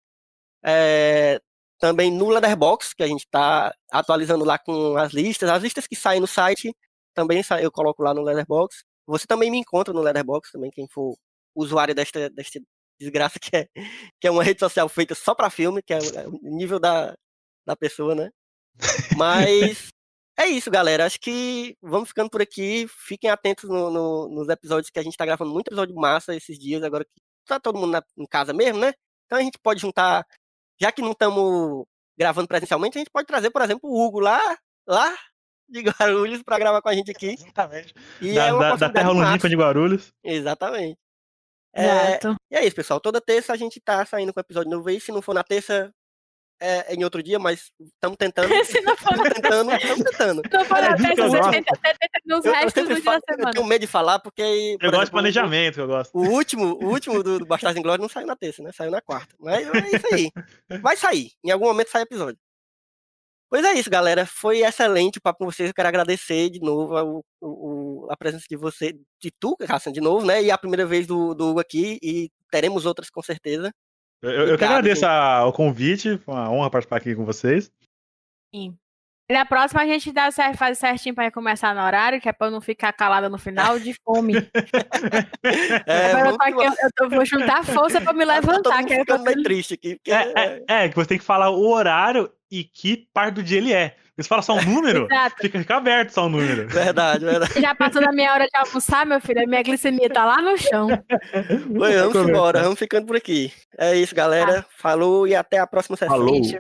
é, também no Letterboxd, que a gente está atualizando lá com as listas. As listas que saem no site, também eu coloco lá no Letterboxd. Você também me encontra no Letterboxd, também, quem for usuário desta, desta desgraça, que é, que é uma rede social feita só para filme, que é o nível da, da pessoa, né? Mas é isso, galera. Acho que vamos ficando por aqui. Fiquem atentos no, no, nos episódios que a gente tá gravando. Muito episódio massa esses dias, agora que tá todo mundo na, em casa mesmo, né? Então a gente pode juntar, já que não estamos gravando presencialmente, a gente pode trazer, por exemplo, o Hugo lá, lá de Guarulhos para gravar com a gente aqui. Exatamente. E Da, é uma da, da oportunidade terra longínqua massa. de Guarulhos. Exatamente. É, Exato. e é isso, pessoal. Toda terça a gente tá saindo com episódio novo aí. Se não for na terça, é, é em outro dia, mas estamos tentando. Se não for na Estamos tentando, estamos tentando. Se não for É, na disso terça, que eu você gosto. tenta, tenta, tenta nos Eu, eu restos do sempre dia falo, da eu semana. tenho medo de falar, porque. por Eu gosto de exemplo, planejamento, que eu gosto. O último, o último do, do Bastardos Inglórios não saiu na terça, né? Saiu na quarta. Mas é isso aí. Vai sair. Em algum momento sai episódio. Pois é isso, galera. Foi excelente o papo com vocês. Eu quero agradecer de novo a, o- o- a presença de você, de tu, Hassan, de novo, né? E a primeira vez do, do Hugo aqui. E teremos outras com certeza. Eu, eu que Obrigado, agradeço gente. a- o convite, foi uma honra participar aqui com vocês. Sim. E na próxima a gente dá, cer- faz certinho pra começar no horário, que é pra eu não ficar calada no final de fome. É, Agora eu, vamos tô aqui, que- eu, eu vou juntar força pra me tá todo levantar. mundo Que eu tô... ficando meio triste aqui. Porque, É, é, é, que você tem que falar o horário e que parte do dia ele é. Você fala só um número, Exato. fica, fica aberto só um número. Verdade, verdade. Já passou da minha hora de almoçar, meu filho. A minha glicemia tá lá no chão. Oi, vamos embora, vamos ficando por aqui. É isso, galera. Falou e até a próxima sessão. Falou. Beijo.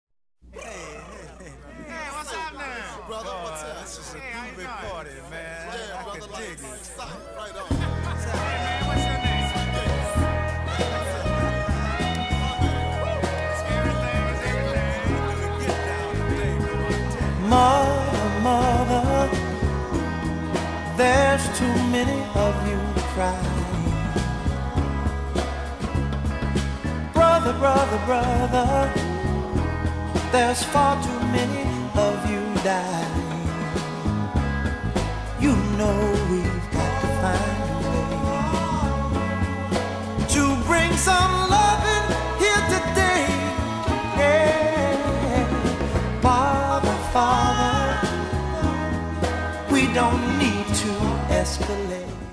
Mother, mother, there's too many of you crying. Brother, brother, brother, there's far too many of you dying. You know we've got to find a way to bring some loving here today. Yeah. Father, Father, we don't need to escalate.